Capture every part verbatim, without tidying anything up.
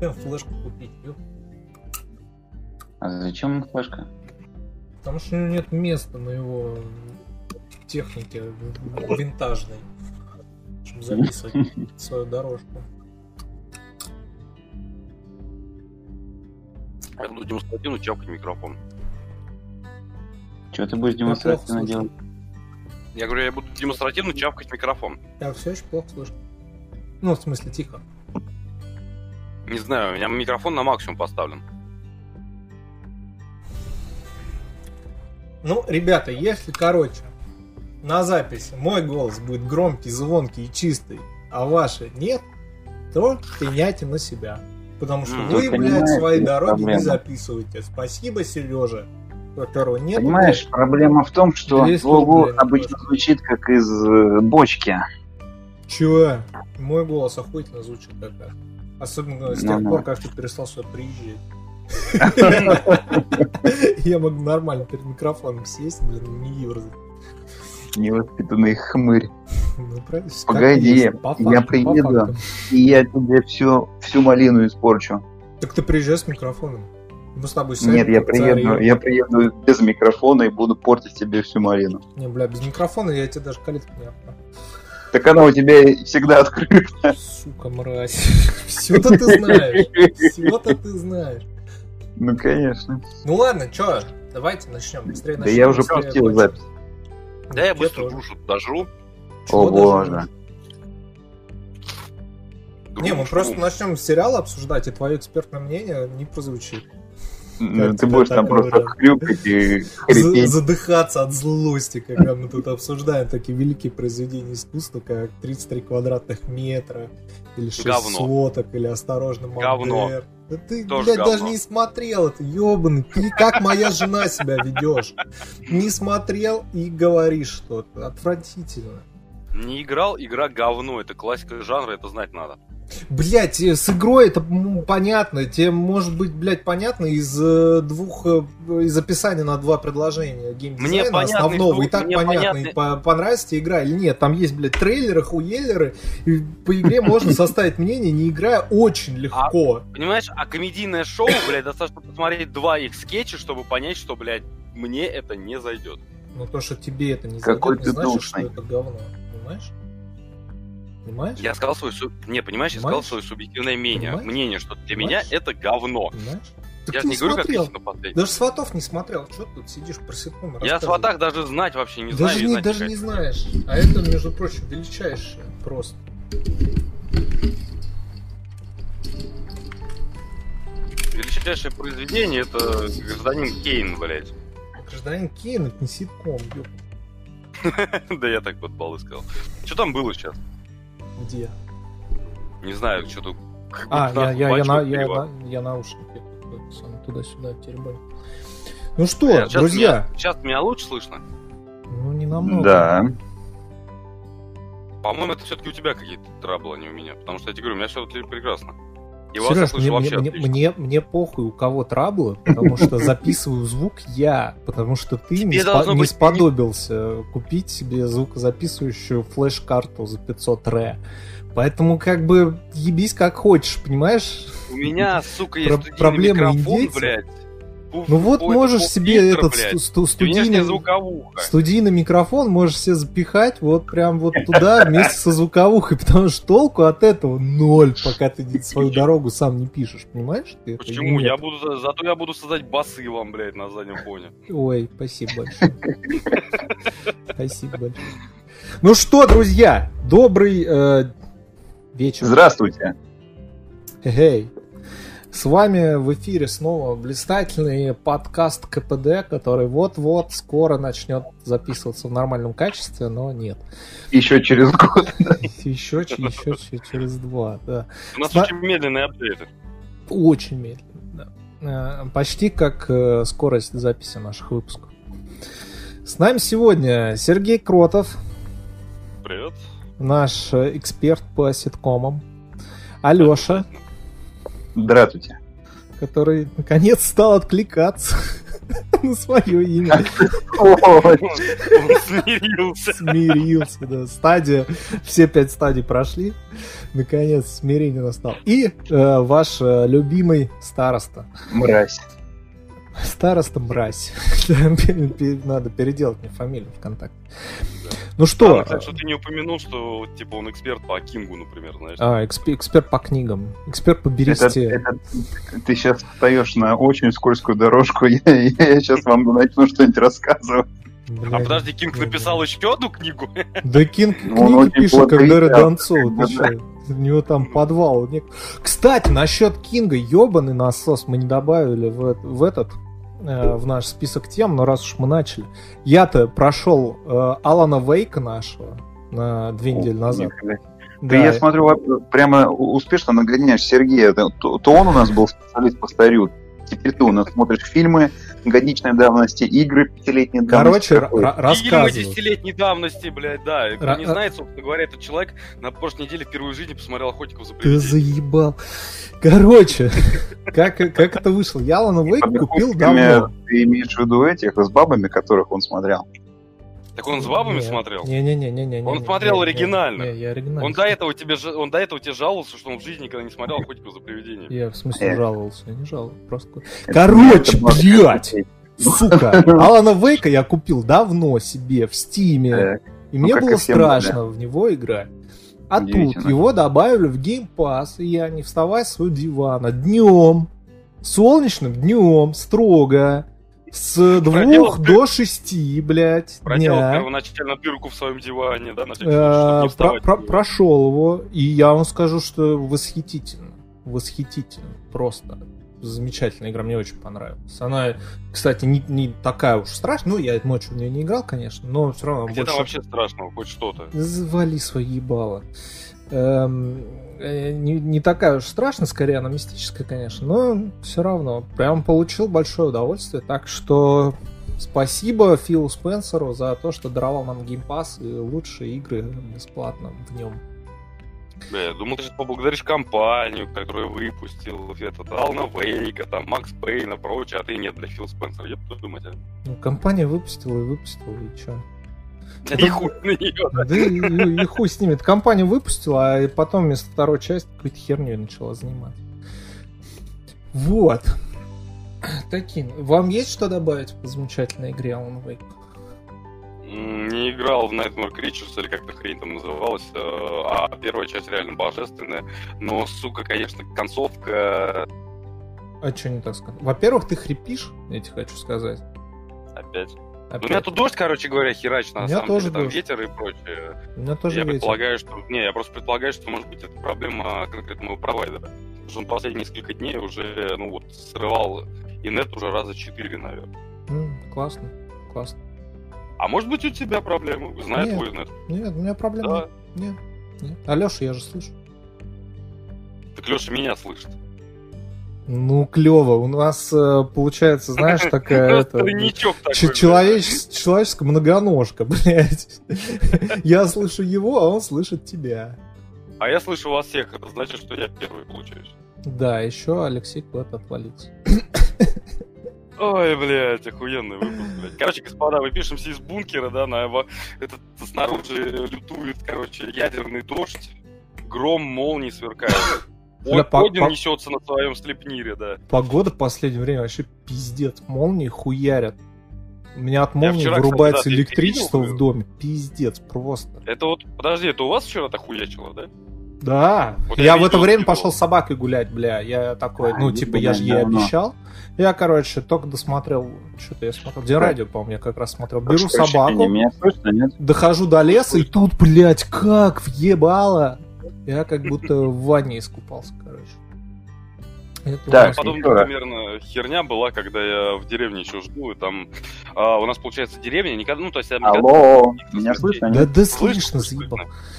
Блин, флешку купить, ёп. А зачем флешка? Потому что у него нет места на его технике винтажной, чтобы записывать свою дорожку. Я буду демонстративно чавкать микрофон. Что ты будешь демонстративно делать? Я говорю, я буду демонстративно чавкать микрофон. Я все еще плохо слышу. Ну, в смысле, тихо. Не знаю, у меня микрофон на максимум поставлен. Ну, ребята, если, короче, на записи мой голос будет громкий, звонкий и чистый, а ваши нет, то пеняйте на себя. Потому что Mm, вы, блядь, понимаешь, свои есть дороги проблема. не записываете. Спасибо, Сережа, которого нет. Понимаешь, проблема в том, что двести твой голос рублей обычно просто. звучит как из э, бочки. Чего? Мой голос охуительно звучит как раз. Особенно с тех Ну-ну. пор, как ты перестал сюда приезжать. Я могу нормально перед микрофоном сесть, блин, не ерзать. Невоспитанный хмырь. Ну, правильно, как Погоди, есть, по я факту, по приеду, факту. и я тебе всю, всю малину испорчу. Так ты приезжай с микрофоном. Мы с тобой сядем, Нет, я как цари. приеду, я приеду без микрофона и буду портить тебе всю малину. Не, бля, без микрофона я тебе даже калитку не открою. Так она у тебя всегда открыта. Сука, мразь. Все-то ты знаешь. Все-то ты знаешь. Ну, конечно. Ну ладно, чё, давайте начнем. Быстрее Да начнем. я уже быстрее пустил кончим. запись. Да я Я быстро тоже. грушу дожру. Чего О даже? боже. Не, мы Грушу. просто начнем сериал обсуждать, и твое экспертное мнение не прозвучит. Ну, Как ты тебе будешь там такой просто вариант? хрюкать и За- хрипеть. задыхаться от злости, когда мы тут обсуждаем такие великие произведения искусства, как тридцать три квадратных метра, или шесть Говно. своток, или осторожно, Говно. Мандер. Да ты, Тоже блядь, говно. даже не смотрел это, ёбаный. Ты как моя жена себя ведешь. Не смотрел и говоришь что-то. Отвратительно. Не играл, игра говно. Это классика жанра, это знать надо. Блять, с игрой это м, понятно. Тебе может быть, блядь, понятно из э, двух э, из описания на два предложения геймдизайна Мне понятно, основного. что- И так мне понятно, понятно. и по- понравится тебе игра или нет. Там есть, блядь, трейлеры, хуеллеры. И по игре можно составить мнение, не играя, очень легко. Понимаешь, а комедийное шоу, блядь, достаточно посмотреть два их скетча, чтобы понять, что, блядь, мне это не зайдет. Но то, что тебе это не Какой зайдет, не ты значит, что душный. это говно. Понимаешь? Понимаешь? Я сказал свое... су- Не, понимаешь, я сказал Понимаешь? свое субъективное мнение. Понимаешь? Мнение, что для Понимаешь? меня это говно. Понимаешь? Так Я ты же не говорю, как смотрел. лично последний. Даже «Сватов» не смотрел. Что тут сидишь про ситкомы Я рассказываешь? сватах даже знать вообще не Даже, знаю. и не, знать даже хочу. не знаешь. А это, между прочим, величайшее просто. Величайшее произведение это гражданин Кейн, блядь. Гражданин Кейн, это не ситком, ёп. Да я так вот баллы сказал. Что там было сейчас? Где? Не знаю, что-то... А, я, я, я, на, я, перевод. на, я наушники сам туда-сюда теребонь. Ну что, Сейчас друзья, Меня, сейчас меня лучше слышно? ну не намного. Да. По-моему, это все-таки у тебя какие-то траблы, а не у меня. Потому что я тебе говорю, у меня все прекрасно. И вас я Сереж, слышу мне, вообще мне, отлично. мне, мне похуй, у кого траблы, потому что записываю звук я, потому что ты не, Тебе спо- должно не быть- сподобился купить себе звукозаписывающую флеш-карту за пятьсот рэ. Поэтому как бы ебись как хочешь, понимаешь? У меня, сука, есть Про- студийный проблема микрофон, индейцев. блядь. Пуф- Ну вот пуф- можешь пуф- себе фильтр, этот блядь. сту- сту- И внешняя студийный, звуковуха. студийный микрофон можешь себе запихать вот прям вот туда вместе со звуковухой, потому что толку от этого ноль, пока ты не- свою дорогу сам не пишешь, понимаешь? Ты это или Почему? нет? Я буду, за- зато я буду создать басы вам, блядь, на заднем фоне. Ой, спасибо большое. Спасибо большое. Ну что, друзья, добрый э, вечер. Здравствуйте. Эй, с вами в эфире снова блистательный подкаст ка пэ дэ, который вот-вот скоро начнет записываться в нормальном качестве, но нет. Еще через год. Еще, еще через два, да. У нас Сма- очень медленные апдейты. Очень медленно, да. Э, Почти как э, скорость записи наших выпусков. С нами сегодня Сергей Кротов, Привет. наш э, эксперт по ситкомам, Алеша, Здравствуйте. который наконец стал откликаться. на свое имя. Он смирился. Смирился, да. Стадия, все пять стадий прошли. Наконец, смирение настало. И э, ваш э, любимый староста. Мразь. Староста мразь. Надо переделать мне фамилию ВКонтакте. Ну что? А, кстати, что ты не упомянул, что вот, типа он эксперт по Кингу, например, знаешь? А, эксп- эксперт по книгам. Эксперт по бересте. Это, это, ты сейчас встаешь на очень скользкую дорожку, я, я сейчас вам начну что-нибудь рассказывать. Блядь, А подожди, Кинг блядь. написал еще одну книгу? Да Кинг Ну, он книги очень пишет, как плотный Дэра автор. Донцов. Ты чё? У него там подвал. Кстати, насчет Кинга, ебаный насос, мы не добавили в, в этот, э, в наш список тем, но раз уж мы начали. Я-то прошел э, Алана Вейка нашего на две недели назад. Ты, Да. я смотрю, прямо успешно нагоняешь Сергея. То, то он у нас был специалист по старью. Теперь ты у нас смотришь фильмы годичной давности, игры пятилетней давности. Короче, р- р- Фильмы рассказываю. десятилетней давности, блядь, да. Кто Ра- не знает, собственно говоря, этот человек на прошлой неделе впервые в жизни посмотрел «Охотников за Ты привидениями». заебал. Короче, как, как это вышло? Я Алана Вейка купил давно. Ты имеешь в виду этих с бабами, которых он смотрел? Так он с бабами Нет. смотрел? Не-не-не-не-не. Он смотрел оригинально. Не, я оригинально. Он до этого тебе, ж- он до этого тебе жаловался, что он в жизни никогда не смотрел «Охотников за привидениями». Я в смысле Э. жаловался, я не жаловался. Просто... Это- Короче, это было- блядь! Сука, Алана Вейка я купил давно себе в Стиме, Э, и мне как и было всем, страшно в него играть. А тут Удивительно. его добавили в Game Pass, и я, не вставая с своего дивана, днем, солнечным днем, строго, с двух Проделал до шести, блядь, Проделал дня, первоначально дырку в своем диване, да, на всякий э, случай, чтобы не про- вставать. про- прошел его, и я вам скажу, что восхитительно, восхитительно, просто. Замечательная игра, мне очень понравилась. Она, кстати, не, не такая уж страшная. Ну, я ночью в нее не играл, конечно, но все равно Где больше... там вообще страшного, хоть что-то? Завали свое ебало. Эм, э, не, не такая уж страшная, скорее она мистическая, конечно, но все равно. Прям получил большое удовольствие. Так что спасибо Филу Спенсеру за то, что даровал нам Game Pass и лучшие игры бесплатно в нем. Бля, я думал, ты сейчас поблагодаришь компанию, которая выпустила этот Алана Вейка, там, Макс Пейн и прочее, а ты нет, для Фил Спенсера. Я буду думать, а? Ну, компания выпустила и выпустила, и чё? И хуй на нее. Да и, и- и хуй с ними. Эта компания выпустила, а потом вместо второй части какой-то херней начала заниматься. Вот. Таким. Вам есть что добавить по замечательной игре Alan Wake? М, Не играл в Nightmare Creatures, или как-то хрень там называлась, э, а первая часть реально божественная, но, сука, конечно, концовка А что не так сказать? Во-первых, ты хрипишь, я тебе хочу сказать. опять. Опять. Ну, у меня тут дождь, короче говоря, херачит, на У меня самом тоже деле, там дождь. ветер и прочее. У меня тоже я ветер. предполагаю, что... Не, я просто предполагаю, что, может быть, это проблема конкретного провайдера. Потому что он последние несколько дней уже, ну вот, срывал инет уже раза четыре, наверное. М, классно, классно. А может быть, у тебя проблемы? Знает Нет. твой инет. Нет, у меня проблем Да. нет. Нет, нет. Алёша, я же слышу. Так Леша меня слышит. Ну, клево. У нас э, получается, знаешь, такая... это, Тройничок такой. ч- блядь. человеч- Человеческая многоножка, блядь. Я слышу его, а он слышит тебя. А я слышу вас всех, это значит, что я первый получаюсь. Да, еще Алексей куда-то отвалится. Ой, блядь, охуенный выпуск, блядь. Короче, господа, мы пишемся из бункера, да, на его... Этот, снаружи лютует, короче, ядерный дождь, гром, молнии сверкают. Бля, Он по- Один по- несется на своем слепнире, да. Погода в последнее время вообще пиздец. Молнии хуярят. У меня от молнии вчера, вырубается кстати, да, ты- ты электричество видел? в доме. Пиздец, просто. Это вот, подожди, это у вас вчера-то хуячило, да? Да. Вот я я в это видео время скидывал. пошел с собакой гулять, бля. Я такой, А, ну, видел, типа, я же ей давно. обещал. Я, короче, только досмотрел, что-то я смотрел. День радио, по-моему, я как раз смотрел. Беру Прошу прощения, собаку, Меня слышно, нет? дохожу до леса, и тут, блядь, как въебало. Я как будто в ванне искупался, короче. Это Так, у нас- Подобная еще раз. примерно херня была, когда я в деревне еще жил, и там а, у нас, получается, деревня, никогда, ну, то есть я никогда... Алло, никто меня с слышно, Да, нет? да Слышно, слышно, слышно. заебал.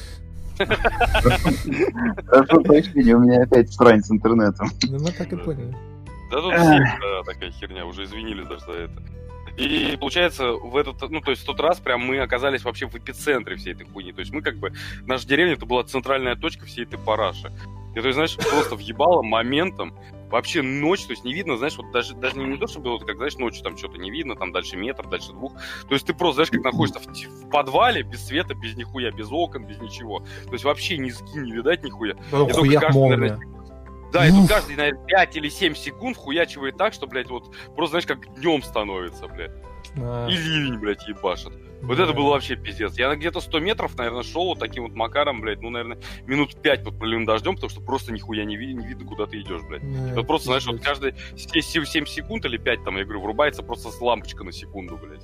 Прошу прощения, у меня опять странь с интернетом. Да мы так и поняли. Да тут всех да, такая херня, уже извинились даже за это. И получается, в этот, ну, то есть в тот раз прям мы оказались вообще в эпицентре всей этой хуйни. То есть мы как бы, наша деревня, это была центральная точка всей этой параши. И то есть, знаешь, просто въебало моментом. Вообще ночь, то есть не видно, знаешь, вот даже, даже не, не то, чтобы было, как, знаешь, ночью там что-то не видно, там дальше метр, дальше двух. То есть ты просто, знаешь, как находишься в, в подвале, без света, без нихуя, без окон, без ничего. То есть вообще низки не видать нихуя. Ну, хуяк молния. Да, и тут каждый, наверное, пять или семь секунд хуячивает так, что, блядь, вот просто, знаешь, как днем становится, блядь. А. И ливень, блядь, ебашит. Вот да. Это было вообще пиздец. Я на где-то сто метров, наверное, шел вот таким вот макаром, блядь, ну, наверное, минут пять под проливным дождем, потому что просто нихуя не, ви- не видно, куда ты идешь, блядь. Да, вот просто, знаешь, вот каждые семь секунд или пять, там, я говорю, врубается просто лампочка на секунду, блядь.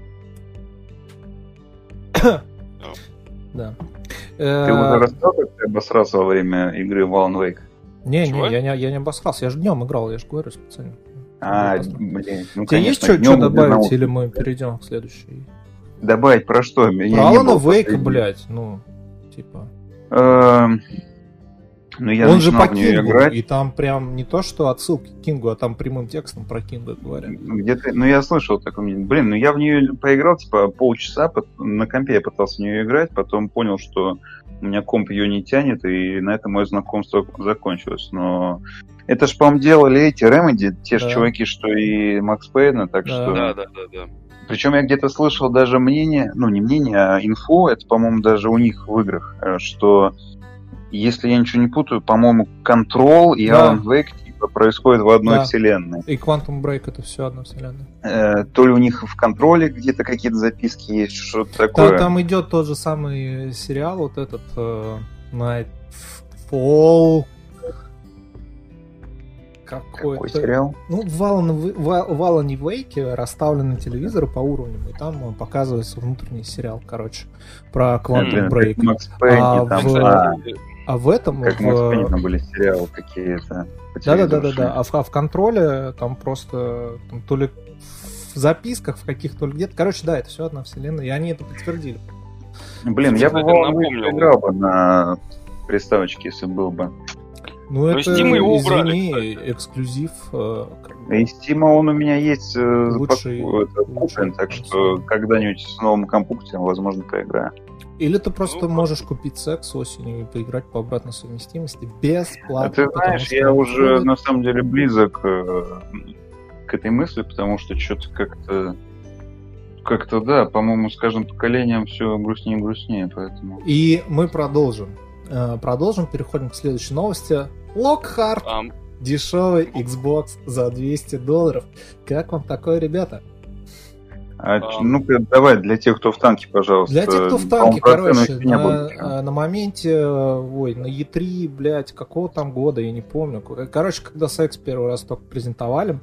Да. Ты уже рассказал, как ты обосрался во время игры в Alan Wake? Не, не, я не, я не обосрался, я же днем играл, я же говорю специально. А, блин, ну, тебе есть что, что добавить, или мы перейдем к следующей? Добавить про что? Про Алана Вейка, блядь, ну, типа... Ну, я он же по Кингу, играть. И там прям не то, что отсылки к Кингу, а там прямым текстом про Кинга говорят. Где-то, ну, я слышал такое. Блин, ну я в нее поиграл, типа, полчаса, на компе я пытался в нее играть, потом понял, что у меня комп ее не тянет, и на этом мое знакомство закончилось. Но это ж, по-моему, делали эти Remedy, те да. же чуваки, что и Макс Пейна, так да. что... Да, да, да, да. Причем я где-то слышал даже мнение, ну, не мнение, а инфу, это, по-моему, даже у них в играх, что... Если я ничего не путаю, по-моему, Control и да. Alan Wake типа, происходят в одной да. вселенной. И Quantum Break это все одна вселенная. Э, то ли у них в Контроле где-то какие-то записки есть, что-то такое. Да, там идет тот же самый сериал, вот этот uh, Nightfall. Какой-то... Какой сериал? Ну, в Алане Вейке расставлены телевизоры по уровням, и там показывается внутренний сериал, короче, про Quantum Break. Макс Пейни, а, там, в... а... а в этом... Как в... Макс Пейни, там были сериалы какие-то. Да-да-да-да, а в, а в Контроле там просто там, то ли в записках, в каких-то где-то... Короче, да, это все одна вселенная, и они это подтвердили. Блин, я бы играл бы на приставочке, если был бы. Ну, это, извини, убрали, эксклюзив. Э, и Steam он у меня есть лучший, куплен, так что когда-нибудь с новым компьютером, возможно, поиграю. Или ты просто ну, можешь купить секс осенью и поиграть по обратной совместимости бесплатно. А ты знаешь, я уже будет... на самом деле близок э, к этой мысли, потому что что-то как-то как-то, да, по-моему, с каждым поколением все грустнее и грустнее, поэтому... И мы продолжим. Продолжим, переходим к следующей новости. Lockhart. Um. Дешевый Xbox за двести долларов. Как вам такое, ребята? А, um. Ну-ка, давай, для тех, кто в танке, пожалуйста. Для тех, кто в танке, короче, на, на моменте, ой, на и три, блядь, какого там года, я не помню. Короче, когда Секс первый раз только презентовали,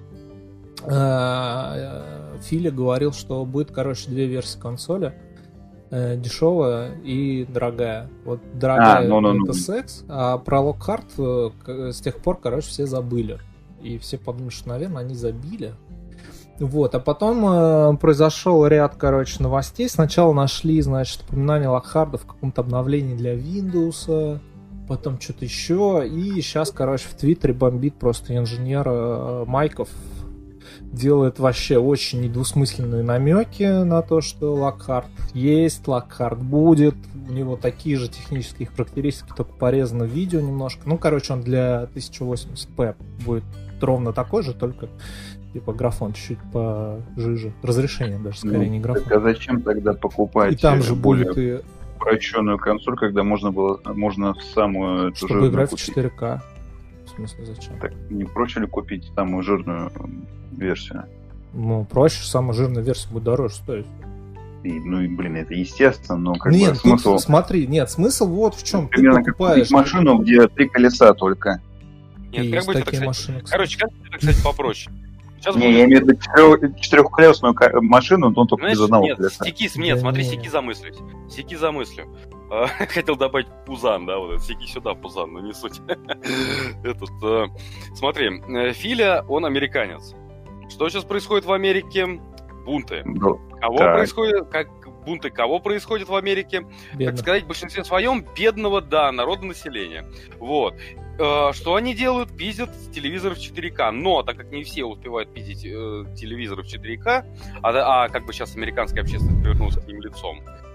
Фили говорил, что будет, короче, две версии консоли. Дешевая и дорогая. Вот дорогая а, no, no, no. это секс, а про Lockhart с тех пор, короче, все забыли. И все подумали, что, наверное, они забили. Вот, а потом э, произошел ряд, короче, новостей. Сначала нашли, значит, упоминание Lockhart в каком-то обновлении для Windows, потом что-то еще. И сейчас, короче, в Твиттере бомбит просто инженер э, Майков. Делает вообще очень недвусмысленные намеки на то, что Lockhart есть, Lockhart будет. У него такие же технические характеристики, только порезано в видео немножко. Ну, короче, он для тысяча восемьдесят пэ будет ровно такой же, только типа графон чуть-чуть пожиже. Разрешение даже, скорее, ну, не графон. Так, а зачем тогда покупать и там же будет и... упрощенную консоль, когда можно было можно самую... Чтобы играть в четыре ка. В смысле, зачем? Так не проще ли купить самую жирную версию? Ну, проще, самая жирная версия будет дороже стоить. И, ну, и, блин, это естественно, но как нет, бы смысл... Тут, смотри, нет, смысл вот в чем. Примерно ты покупаешь как машину, где три колеса только. Нет, как бы это, машины, кстати. Короче, как это, кстати, попроще. Сейчас не, будет... я имею в виду четырехколесную машину, но только без одного нет, колеса. Стики, нет, да смотри, не. Стики замыслить. Стики замыслю. Хотел добавить Пузан, да, вот это, стики сюда, Пузан, но не суть. Этот, смотри, Филя, он американец. Что сейчас происходит в Америке? Бунты. Кого так. происходит, как бунты кого происходят в Америке? Бедно. Так сказать, в большинстве своем бедного, да, народа населения. Вот. Что они делают? Пиздят телевизоры в четыре ка. Но, так как не все успевают пиздить э, телевизоры в четыре ка, а, а как бы сейчас американская общественность повернулась к ним лицом,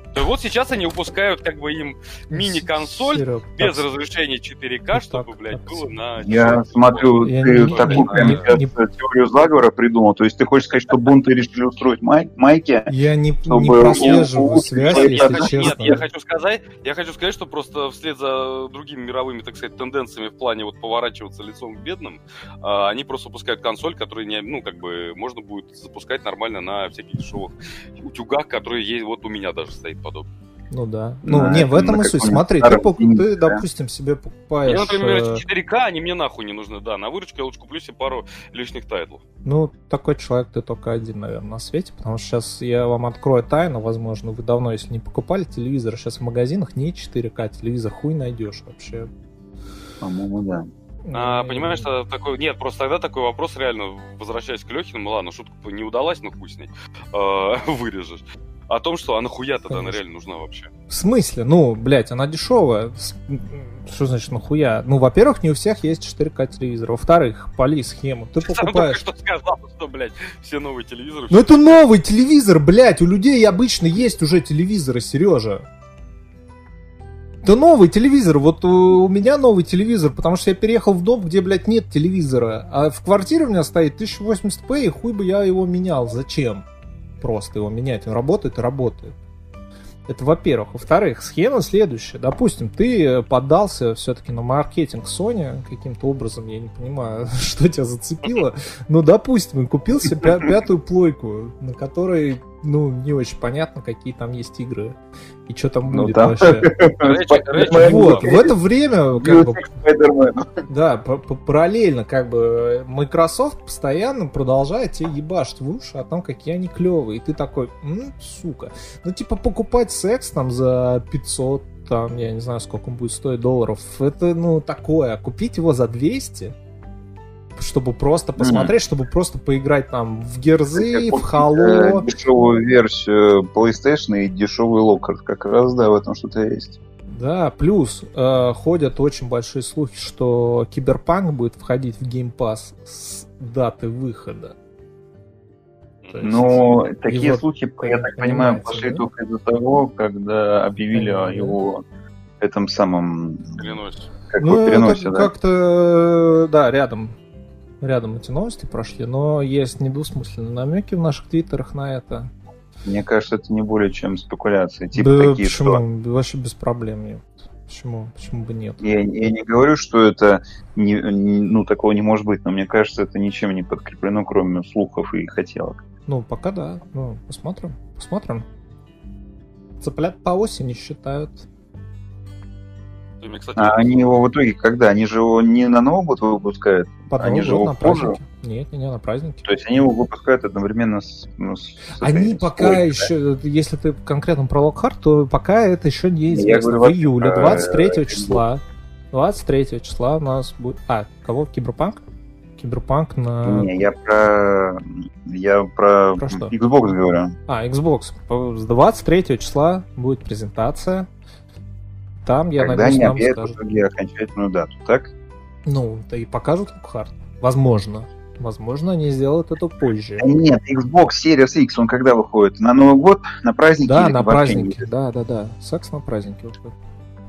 То вот сейчас они выпускают как бы им мини-консоль Серег, без так, разрешения четыре ка, так, чтобы, так, блядь, так, было на... Я смотрю, Я ты не- такую не- прям не- сейчас не- теорию заговора придумал. То есть ты хочешь сказать, что бунты решили устроить май- майки? Я не, Чтобы не прослеживаю улучшить связь, свои Я если хочу- честно. Нет, я хочу сказать, я хочу сказать, что просто вслед за другими мировыми, так сказать, тенденциями в плане вот поворачиваться лицом к бедным, а, они просто выпускают консоль, которую не, ну как бы можно будет запускать нормально на всяких дешевых утюгах, которые есть, вот у меня даже стоит подобный. Ну да. Ну, На не, в этом, этом на и суть. каком-нибудь Смотри, ты, старом пок- фильме, ты, да. допустим, себе покупаешь... Мне, например, э, эти четыре ка, они мне нахуй не нужны, да, на выручку я лучше куплю себе пару лишних тайтлов. Ну, такой человек ты только один, наверное, на свете, потому что сейчас я вам открою тайну, возможно, вы давно, если не покупали телевизор, сейчас в магазинах не четыре ка телевизор хуй найдешь вообще. По-моему, да. А, И- понимаешь, что такой... Нет, просто тогда такой вопрос реально, возвращаясь к Лехину, ладно, шутка не удалась, ну хуй с ней, а, вырежешь. О том, что а нахуя тогда она Конечно. реально нужна вообще? В смысле? Ну, блядь, она дешевая. С- Что значит нахуя? Ну, во-первых, не у всех есть четыре ка телевизор. Во-вторых, пали схему. Ты Сам только покупаешь... что сказал, что, блядь, все новые телевизоры... Ну, это новый телевизор, блядь. У людей обычно есть уже телевизоры, Сережа. Это новый телевизор. Вот у, у меня новый телевизор, потому что я переехал в дом, где, блядь, нет телевизора. А в квартире у меня стоит тысяча восемьдесят пэ, и хуй бы я его менял. Зачем? Просто его менять. Он работает и работает. Это во-первых. Во-вторых, схема следующая. Допустим, ты поддался все-таки на маркетинг Sony каким-то образом, я не понимаю, что тебя зацепило. Ну, допустим, купил себе пя- пятую плойку, на которой, ну, не очень понятно, какие там есть игры. И что там Ну, будет там- вообще. Рэчет, Рэчет, Вот, в это время, как бы, Спайдермен. да, п- п- параллельно, как бы, Microsoft постоянно продолжает тебе ебашить в уши о том, какие они клевые. И ты такой, м, сука. Ну, типа, покупать секс там за пятьсот, там, я не знаю, сколько он будет стоить долларов, это, ну, такое. А купить его за двести, чтобы просто посмотреть, чтобы просто поиграть там в Герзы, в Halo. Дешевую версию PlayStation и дешевый локкарт. Как раз, да, в этом что-то есть. Да, плюс э, ходят очень большие слухи, что Киберпанк будет входить в Game Pass с даты выхода. То есть, Но и такие вот, слухи, я так понимаете, понимаю, пошли да? только из-за того, когда объявили о Понимаю, да. его этом самом, Клянусь. как Ну, его переносе, это да. как-то, да, рядом. Рядом эти новости прошли, но есть недвусмысленные намеки в наших твиттерах на это. Мне кажется, это не более чем спекуляции. Типа Да такие, что... почему? Вообще без проблем нет. Почему? Почему бы нет? Я, я не говорю, что это не, не- ну, такого не может быть, но мне кажется, это ничем не подкреплено, кроме слухов и хотелок. Ну, пока да. Ну, посмотрим. Посмотрим. Цыплят по осени считают. Ты мне, кстати, А они его в итоге когда? Они же его не на Новый год выпускают, Под Они Новый же год его на позже? праздники. Нет, не, не на праздники. то есть они его выпускают одновременно с... ну, с- с Они этой- с пока Ой, еще, если ты конкретно про Lockhart, то пока это еще не Я известно. говорю В вообще июле, про, двадцать третьего э, числа. двадцать третьего числа у нас будет... А, кого? Киберпанк? Киберпанк на... Не, я про... Я про, Про что? Xbox говорю. А, Xbox. С двадцать третьего числа будет презентация. Там, я Когда надеюсь, они нам объявят в скажут. итоге окончательную дату, так? Ну, да и покажут Lockhart. Возможно. Возможно, они сделают это позже. Да нет, Xbox Series X, он когда выходит? На Новый год? На праздники? Да, или на вообще не праздники. Да, да, да. Секс на праздники. Вот так.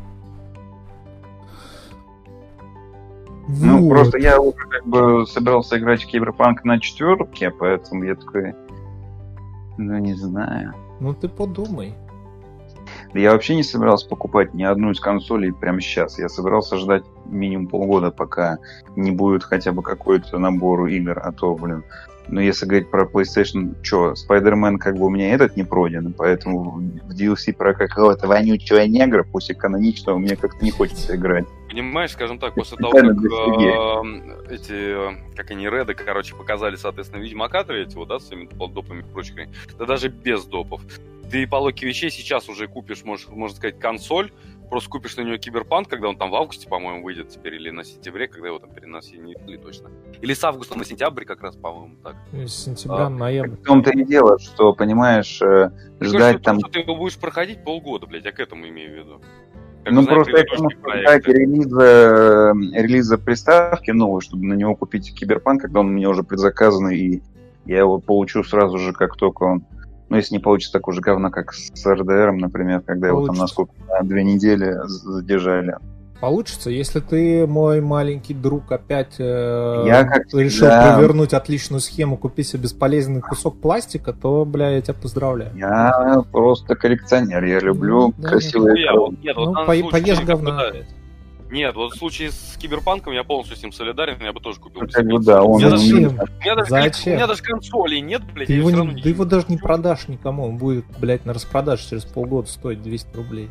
Ну, Вот. просто я уже как бы собирался играть в Киберпанк на четверке, поэтому я такой, ну, не знаю. Ну, ты подумай. Да я вообще не собирался покупать ни одну из консолей прямо сейчас. Я собирался ждать минимум полгода, пока не будет хотя бы какой-то набор игр, а то, блин. Но если говорить про PlayStation, что, Spider-Man как бы у меня этот не пройден, поэтому в ди эл си про какого-то вонючего негра, пусть и каноничного, мне как-то не хочется играть. Понимаешь, скажем так, после того, Специально как для э, эти, э, как они, реды, короче, показали, соответственно, Ведьмака третьего, да, с всеми допами и прочими, да даже без допов, ты по логике вещей сейчас уже купишь, можешь, можно сказать, консоль, просто купишь на нее Киберпанк, когда он там в августе, по-моему, выйдет теперь, или на сентябре, когда его там переносили, не или точно. Или с августа на сентябрь как раз, по-моему, так. С сентября А, на ноябрь. В том-то и дело, что, понимаешь, э, Мне ждать кажется, там... что ты его будешь проходить полгода, блядь, я к этому имею в виду. Как Ну, вы знаете, просто я к тому, предыдущие что ждать проекты. релиза, релиза приставки новой, чтобы на него купить Киберпанк, когда он у меня уже предзаказанный, и я его получу сразу же, как только он Ну, если не получится такого же говна, как с эр дэ эр, например, когда его там на сколько, на две недели задержали. Получится, если ты, мой маленький друг, опять э, я как решил всегда... провернуть отличную схему, купить себе бесполезный кусок пластика, то, бля, я тебя поздравляю. Я просто коллекционер, я люблю ну, да, красивые коробки. Нет, ну, вот по- поешь говна. Нет, вот в случае с Киберпанком я полностью с ним солидарен, я бы тоже купил. Как бы, да, он... Зачем? У меня, даже, Зачем? у меня даже консолей нет, блядь. Ты его, не, не ты его даже не продашь никому, он будет, блядь, на распродаже через полгода стоить двести рублей.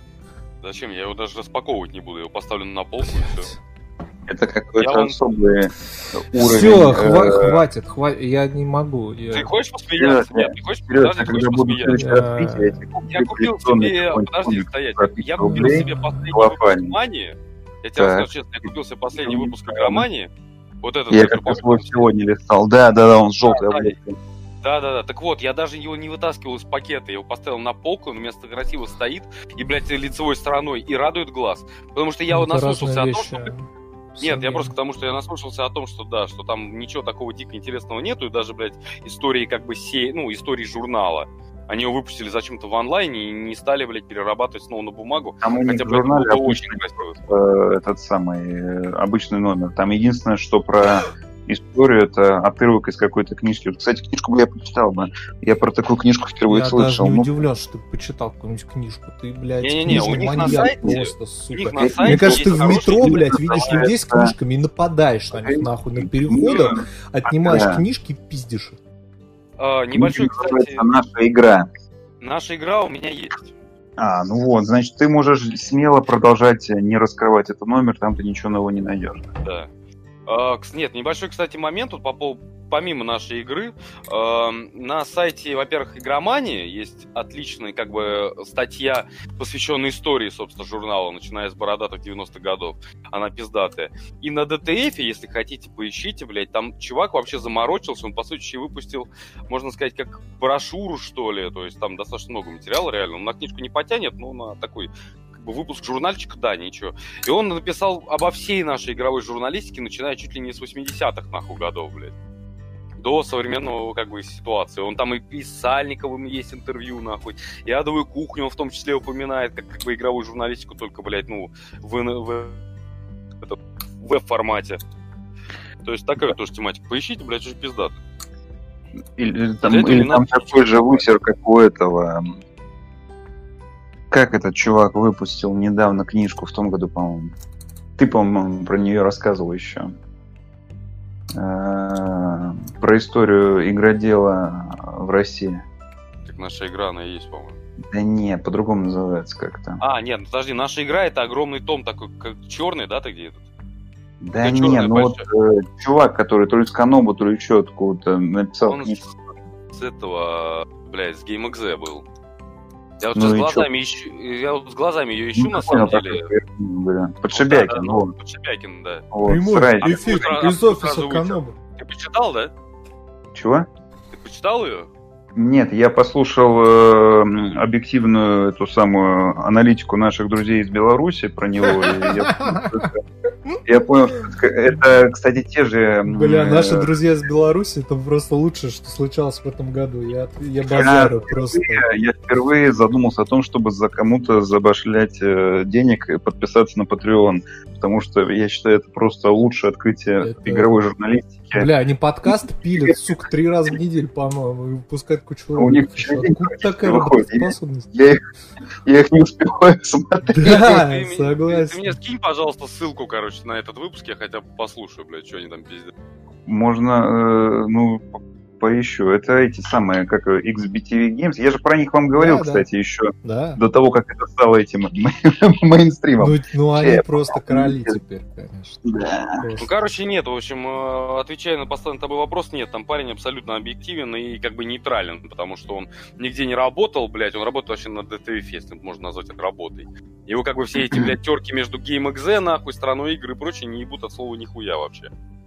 Зачем? Я его даже распаковывать не буду, я его поставлю на полку и все. Это какой-то я особый он... уровень. Все, хва- хватит, хватит, я не могу. Я... Ты хочешь посмеяться? Нет, ты хочешь посмеяться? Когда буду посмеяться? Я купил себе, подожди, стоять, я купил себе последний выпуск Игромании. Я тебе расскажу честно, я купил себе последний выпуск Игромании. Вот этот. Я как раз его сегодня листал. Да, да, да, он желтый. Да-да-да, так вот, я даже его не вытаскивал из пакета, я его поставил на полку, он вместо красиво стоит, и, блядь, лицевой стороной, и радует глаз. Потому что я вот наслушался о том, что... Нет, я просто к тому, что я наслушался о том, что да, что там ничего такого дико интересного нету, и даже, блядь, истории как бы сей, ну, истории журнала. Они его выпустили зачем-то в онлайне и не стали, блядь, перерабатывать снова на бумагу. Там у них хотя в журнале это очень красиво. Э, этот самый э, обычный номер. Там единственное, что про историю, это отрывок из какой-то книжки. Кстати, книжку бы я почитал бы. Я про такую книжку впервые я слышал. Я даже не ну... удивлен, что ты почитал какую-нибудь книжку. Ты, блядь, не-не-не, у них маньяк на сайте, просто, сука. У них на сайте Мне кажется, ты в метро, книги, блядь, видишь да, людей с да. книжками и нападаешь на них, нахуй, на переходах, отнимаешь да. книжки и пиздишь. А, небольшой, кстати... Наша игра. Наша игра у меня есть. А, ну вот, значит, ты можешь смело продолжать не раскрывать этот номер, там ты ничего нового не найдешь. Да. А, нет, небольшой, кстати, момент, тут по поводу, помимо нашей игры, э, на сайте, во-первых, Игромании есть отличная, как бы, статья, посвященная истории, собственно, журнала, начиная с бородатых девяностых годов. Она пиздатая. И на ди ти эф, если хотите, поищите, блядь, там чувак вообще заморочился, он, по сути, выпустил, можно сказать, как брошюру, что ли, то есть там достаточно много материала, реально. Он на книжку не потянет, но на такой... выпуск журнальчика, да, ничего. И он написал обо всей нашей игровой журналистике, начиная чуть ли не с восьмидесятых, нахуй, годов, блядь. До современного, как бы, ситуации. Он там и, и с Сальниковым есть интервью, нахуй. И Адовую кухню он в том числе упоминает, как, как бы, игровую журналистику, только, блядь, ну, в, в, в веб-формате. То есть такая тоже тематика. Поищите, блядь, уже пиздато. Или там, или там такой же высер, как у этого... Как этот чувак выпустил недавно книжку в том году, по-моему. Ты, по-моему, про нее рассказывал еще. Про историю игродела в России. Так наша игра, она и есть, по-моему. Да не, по-другому называется как-то. А, нет, подожди, наша игра — это огромный том такой, как черный, да, ты где этот? Да это не, ну вот э, чувак, который то ли с Канобу, то ли еще откуда-то написал Он книжку. С, с этого, блядь, с GameXZ был. Я вот Ну сейчас и глазами ищу, я вот с глазами ее ищу, Ну, на понял, самом деле. такой, да. Подшибякин, Да, да, ну, ну, Подшибякин, да. вот, Прямой срань. эфир А из сразу офиса вытер. Канобу. Ты почитал, да? Чего? Ты почитал ее? Нет, я послушал э, объективную эту самую аналитику наших друзей из Беларуси про него. И я, я понял, что это, кстати, те же... Бля, наши друзья из Беларуси, это просто лучшее, что случалось в этом году. Я, я базарю я просто. Впервые, я впервые задумался о том, чтобы за кому-то забашлять э, денег и подписаться на Patreon. Потому что я считаю, это просто лучшее открытие Это... игровой журналистики. Бля, они подкаст пилят, сука, три раза в неделю, по-моему, и выпускают кучу У них Откуда такая работоспособность? Я их, я их не успеваю смотреть. Да, ты, согласен. Ты, ты мне скинь, пожалуйста, ссылку, короче, на этот выпуск, я хотя бы послушаю, блядь, что они там пиздят. Можно, э, ну, поищу. Это эти самые, как икс би ти ви Games. Я же про них вам говорил, Да, кстати, да. еще Да. до того, как это стало этим мейнстримом. Ну, ну они Э, просто короли теперь, конечно. Да. Ну, короче, нет, в общем, э, отвечая на поставленный тобой вопрос, нет, там парень абсолютно объективен и как бы нейтрален, потому что он нигде не работал, блядь, он работал вообще на ди ти эф, если можно назвать это работой. Его как бы все эти, блядь, терки между GameXZ, нахуй, страной игры и прочее не ебут от слова нихуя вообще.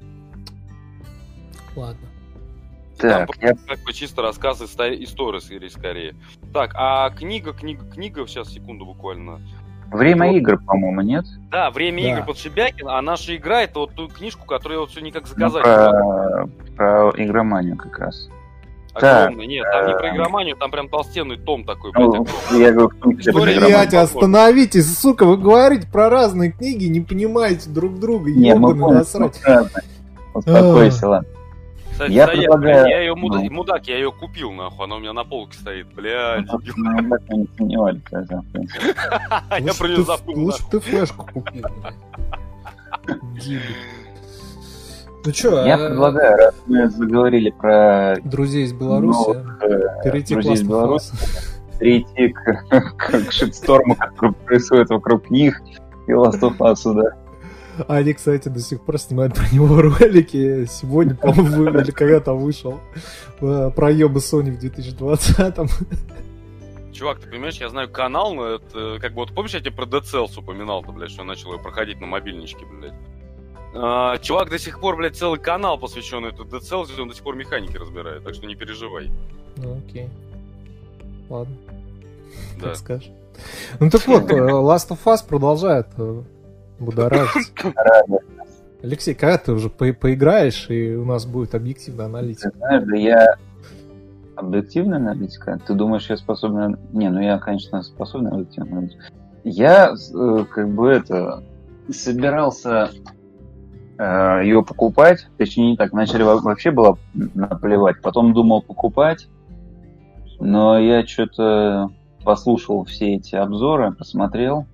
Ладно. Так, Там я... как бы чисто рассказ истории, истории скорее. Так, а книга, книга, книга, сейчас, секунду буквально. Время Вот. игр, по-моему, нет? Да, «Время Да. игр» Подшибякин, а наша игра — это вот ту книжку, которую я вот все никак Ну, заказать. про... про игроманию как раз. Огромный. Нет, там не про игроманию, там прям толстенный том такой, блядь. Ну, я говорю, в том числе про История- игроманию. Блять, остановитесь, сука, вы говорите про разные книги, не понимаете друг друга, Не, мы ебаный помним, насрать. что разное. Успокойся, ладно. Кстати, Я стоять, предлагаю- блядь, я ее мудак, ну. мудак, я ее купил, нахуй, она у меня на полке стоит, блядь. Ну, так мы не сомневались, кстати, в принципе. Я Лучше про ты- нее забыл. Лучше нахуй. бы ты флешку купил. блядь. Дебил. Ну чё, Я а, предлагаю, раз мы заговорили про друзей из Беларуси, новых, э, перейти к друзей из Last of Беларуси, Us. перейти к, к шитсторму, который происходит вокруг них, и Last of Us, да. Они, кстати, до сих пор снимают про него ролики. Сегодня, по-моему, вы- или когда там вышел э, проебы Sony в две тысячи двадцатом. Чувак, ты понимаешь, я знаю канал, но это, как бы, вот помнишь, я тебе про Dead Cells упоминал-то, блядь, что я начал ее проходить на мобильничке, блядь. А, чувак до сих пор, блядь, целый канал посвященный этому Dead Cells, и он до сих пор механики разбирает, так что не переживай. Ну окей. Ладно, Да. как скажешь. Ну так вот, э, Last of Us продолжает э, будоражить. Алексей, когда ты уже по- поиграешь, и у нас будет объективная Ты аналитика? знаешь, да я объективная аналитика. Ты думаешь, я способен... Не, ну я, конечно, способен объективно аналитику. Я, э, как бы, это... Собирался э, ее покупать. Точнее, не так. Вначале во- вообще было наплевать. Потом думал покупать. Но я что-то послушал все эти обзоры, посмотрел.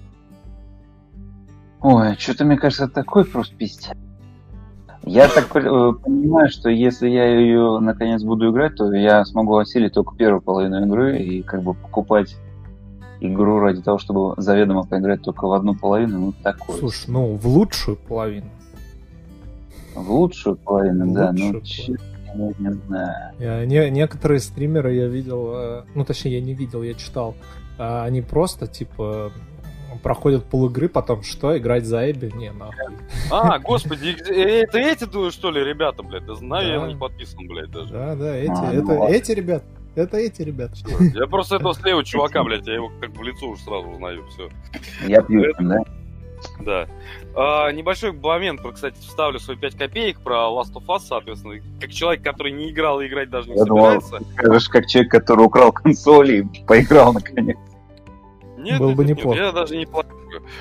Ой, что-то, мне кажется, такой просто пиздец. Я так э, понимаю, что если я ее наконец буду играть, то я смогу осилить только первую половину игры и как бы покупать игру ради того, чтобы заведомо поиграть только в одну половину, ну такое. Слушай, ну в лучшую половину. В лучшую половину, В да, лучшую ну честно, я не знаю. Я- не- некоторые стримеры я видел, э, ну точнее я не видел, я читал, а, они просто типа проходят полигры, потом что, играть за Эбби? Не, нахуй. А, господи, э, это эти, думаю, что ли, ребята, блядь? Да знаю, Да. я на них подписан, блядь, даже. Да, да, эти, А, это ну ладно. эти ребята, это эти ребята. Я просто этого слева чувака, блядь, я его как в лицо уже сразу узнаю, все. Я пью, да? Да. А, небольшой момент, про, кстати, вставлю свои пять копеек про Last of Us, соответственно. Как человек, который не играл и играть даже не Я думал, собирается. скажешь, как человек, который украл консоли и поиграл наконец. Нет, Было нет, бы нет, неплохо. нет, я даже не планирую.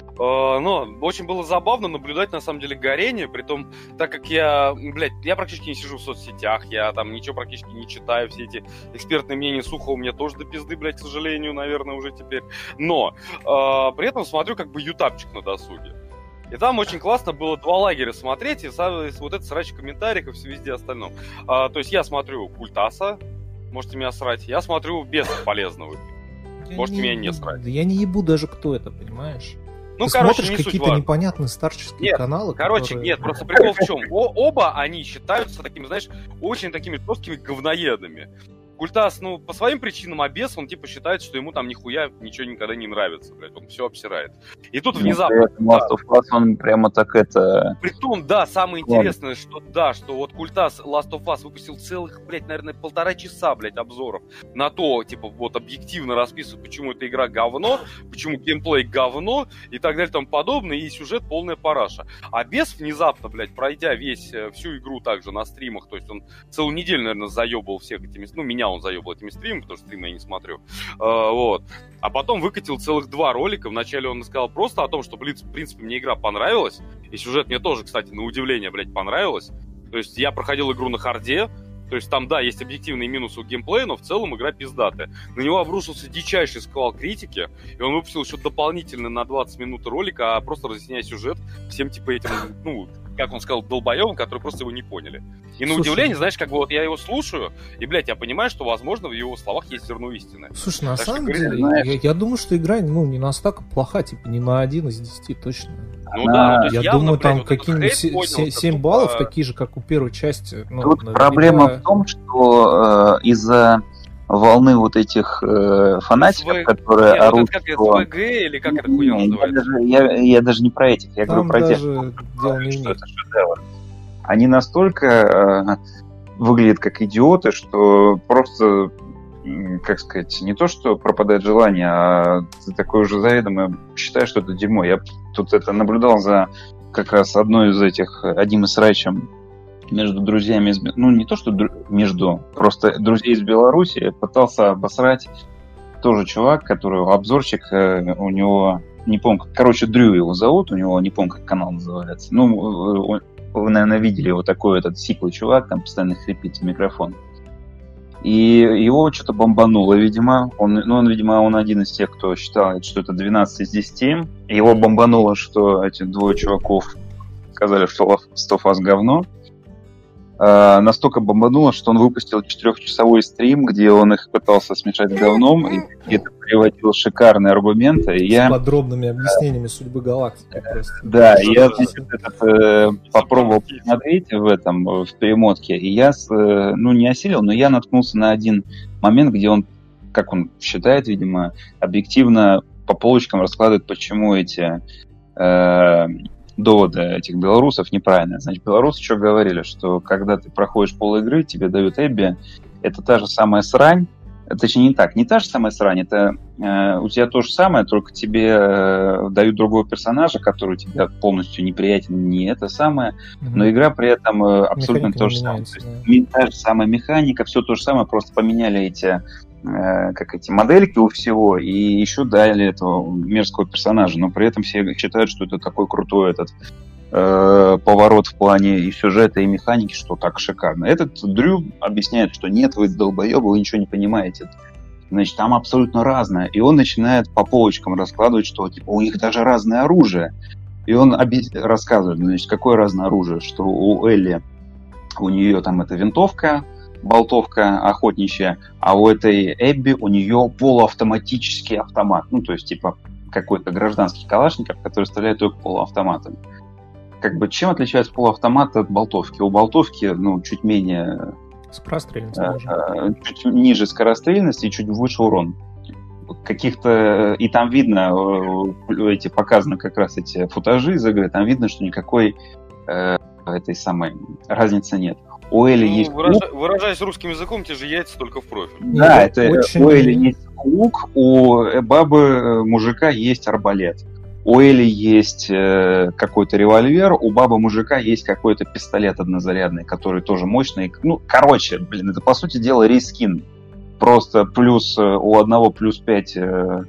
А, но очень было забавно наблюдать, на самом деле, горение, притом, так как я, блядь, я практически не сижу в соцсетях, я там ничего практически не читаю, все эти экспертные мнения Сухова у меня тоже до пизды, блядь, к сожалению, наверное, уже теперь. Но а, при этом смотрю как бы ютабчик на досуге. И там очень классно было два лагеря смотреть, и са- вот это срач в комментариях и все везде остальном. А, то есть я смотрю Культаса, можете меня срать, я смотрю без полезного. Я Можете меня не срать. Да я не ебу даже, кто это, понимаешь? Ну, Ты короче, смотришь не суть какие-то важно. непонятные старческие Нет, каналы, Короче, которые- нет, просто прикол в чем? О- оба они считаются такими, знаешь, очень такими жесткими говноедами. Культас, ну, по своим причинам, а бес, он типа считает, что ему там нихуя ничего никогда не нравится, блядь, он все обсирает. И тут внезапно... Ну, при этом Last of Us, он прямо так это... Притом, да, самое интересное, что да, что вот Культас Last of Us выпустил целых, блядь, наверное, полтора часа, блядь, обзоров на то, типа, вот объективно расписывает, почему эта игра говно, почему геймплей говно и так далее и тому подобное, и сюжет полная параша. А Бес внезапно, блядь, пройдя весь, э, всю игру также на стримах, то есть он целую неделю, наверное, заебывал всех этими, ну, меня он заебал этими стримами, потому что стримы я не смотрю, А, вот. А потом выкатил целых два ролика. Вначале он сказал просто о том, что, блин, в принципе, мне игра понравилась. И сюжет мне тоже, кстати, на удивление, блядь, понравилось. То есть я проходил игру на харде. То есть там, да, есть объективные минусы у геймплея, но в целом игра пиздатая. На него обрушился дичайший сквал критики, и он выпустил еще дополнительно на двадцать минут ролика, а просто разъясняя сюжет всем, типа, этим, ну, как он сказал, долбоебам, которые просто его не поняли. И на Слушай, удивление, знаешь, как бы вот я его слушаю, и, блядь, я понимаю, что, возможно, в его словах есть зерно истины. Слушай, на Так что, самом говорит, деле, знаешь- я, я думаю, что игра, ну, не настолько плоха, типа, не на один из десяти точно. Ну Она- да, ну, то есть Я явно, думаю, блядь, там вот этот какие-нибудь хейт поднялся, семь тупо- баллов, такие же, как у первой части. Ну, Тут наверняка- проблема в том, что э, из-за волны вот этих э, фанатиков, СВ которые Нет, вот орут, это как что... это, СВГ или как это хуйня Не, я, называется? даже, я, я даже не про этих, я Там говорю про тех, даже дело не в что них. это шедевр. Они настолько э, выглядят как идиоты, что просто, м, как сказать, не то, что пропадает желание, а ты такой уже заведомо считаешь, что это дерьмо. Я тут это наблюдал за как раз одной из этих, одним из срачем между друзьями из... Ну, не то, что дру... между, просто друзей из Беларуси пытался обосрать тоже чувак, который обзорщик, у него, не помню, короче, Дрю его зовут, у него, не помню, как канал называется. Ну, вы, наверное, видели его такой этот сиклый чувак, там постоянно хрипит в микрофон. И его что-то бомбануло, видимо. Он, ну, он, видимо, он один из тех, кто считает, что это двенадцать из десяти. Его бомбануло, что эти двое чуваков сказали, что Last of Us говно. Uh, настолько бомбануло, что он выпустил четырехчасовой стрим, где он их пытался смешать с говном, и где-то приводил шикарные аргументы. И с я... подробными объяснениями uh, судьбы галактики. Просто. Да, и я, значит, этот, э, попробовал посмотреть в этом, в перемотке, и я, э, ну, не осилил, но я наткнулся на один момент, где он, как он считает, видимо, объективно по полочкам раскладывает, почему эти... Э, доводы этих белорусов неправильные. Значит, белорусы что говорили, что когда ты проходишь пол игры, тебе дают Эбби, это та же самая срань, точнее не так, не та же самая срань, это э, у тебя то же самое, только тебе э, дают другого персонажа, который тебе полностью неприятен, не это самое, mm-hmm. но игра при этом э, абсолютно то же самое. То есть, та же самая механика, все то же самое, просто поменяли эти как эти модельки у всего, и еще дали этого мерзкого персонажа, но при этом все считают, что это такой крутой этот э, поворот в плане и сюжета, и механики, что так шикарно. Этот Дрю объясняет, что нет, вы долбоебы, вы ничего не понимаете. Значит, там абсолютно разное. И он начинает по полочкам раскладывать, что типа у них даже разное оружие. И он объяс... рассказывает, значит, какое разное оружие, что у Элли, у нее там эта винтовка, болтовка охотничья, а у этой Эбби у нее полуавтоматический автомат. Ну, то есть, типа, какой-то гражданский калашников, который стреляет только полуавтоматом. Как бы, чем отличается полуавтомат от болтовки? У болтовки, ну, чуть менее... Скорострельность, э, чуть ниже скорострельности и чуть выше урон. Каких-то... И там видно, эти показаны как раз эти футажи из игры, там видно, что никакой э, этой самой разницы нет. У Элли ну, есть выража... лук. Выражаясь русским языком, те же яйца только в профиль. Да, это очень... у Элли есть лук, у бабы мужика есть арбалет. У Элли есть э, какой-то револьвер, у бабы мужика есть какой-то пистолет однозарядный, который тоже мощный. Ну, короче, блин, это по сути дела рескин. Просто плюс у одного плюс пять э,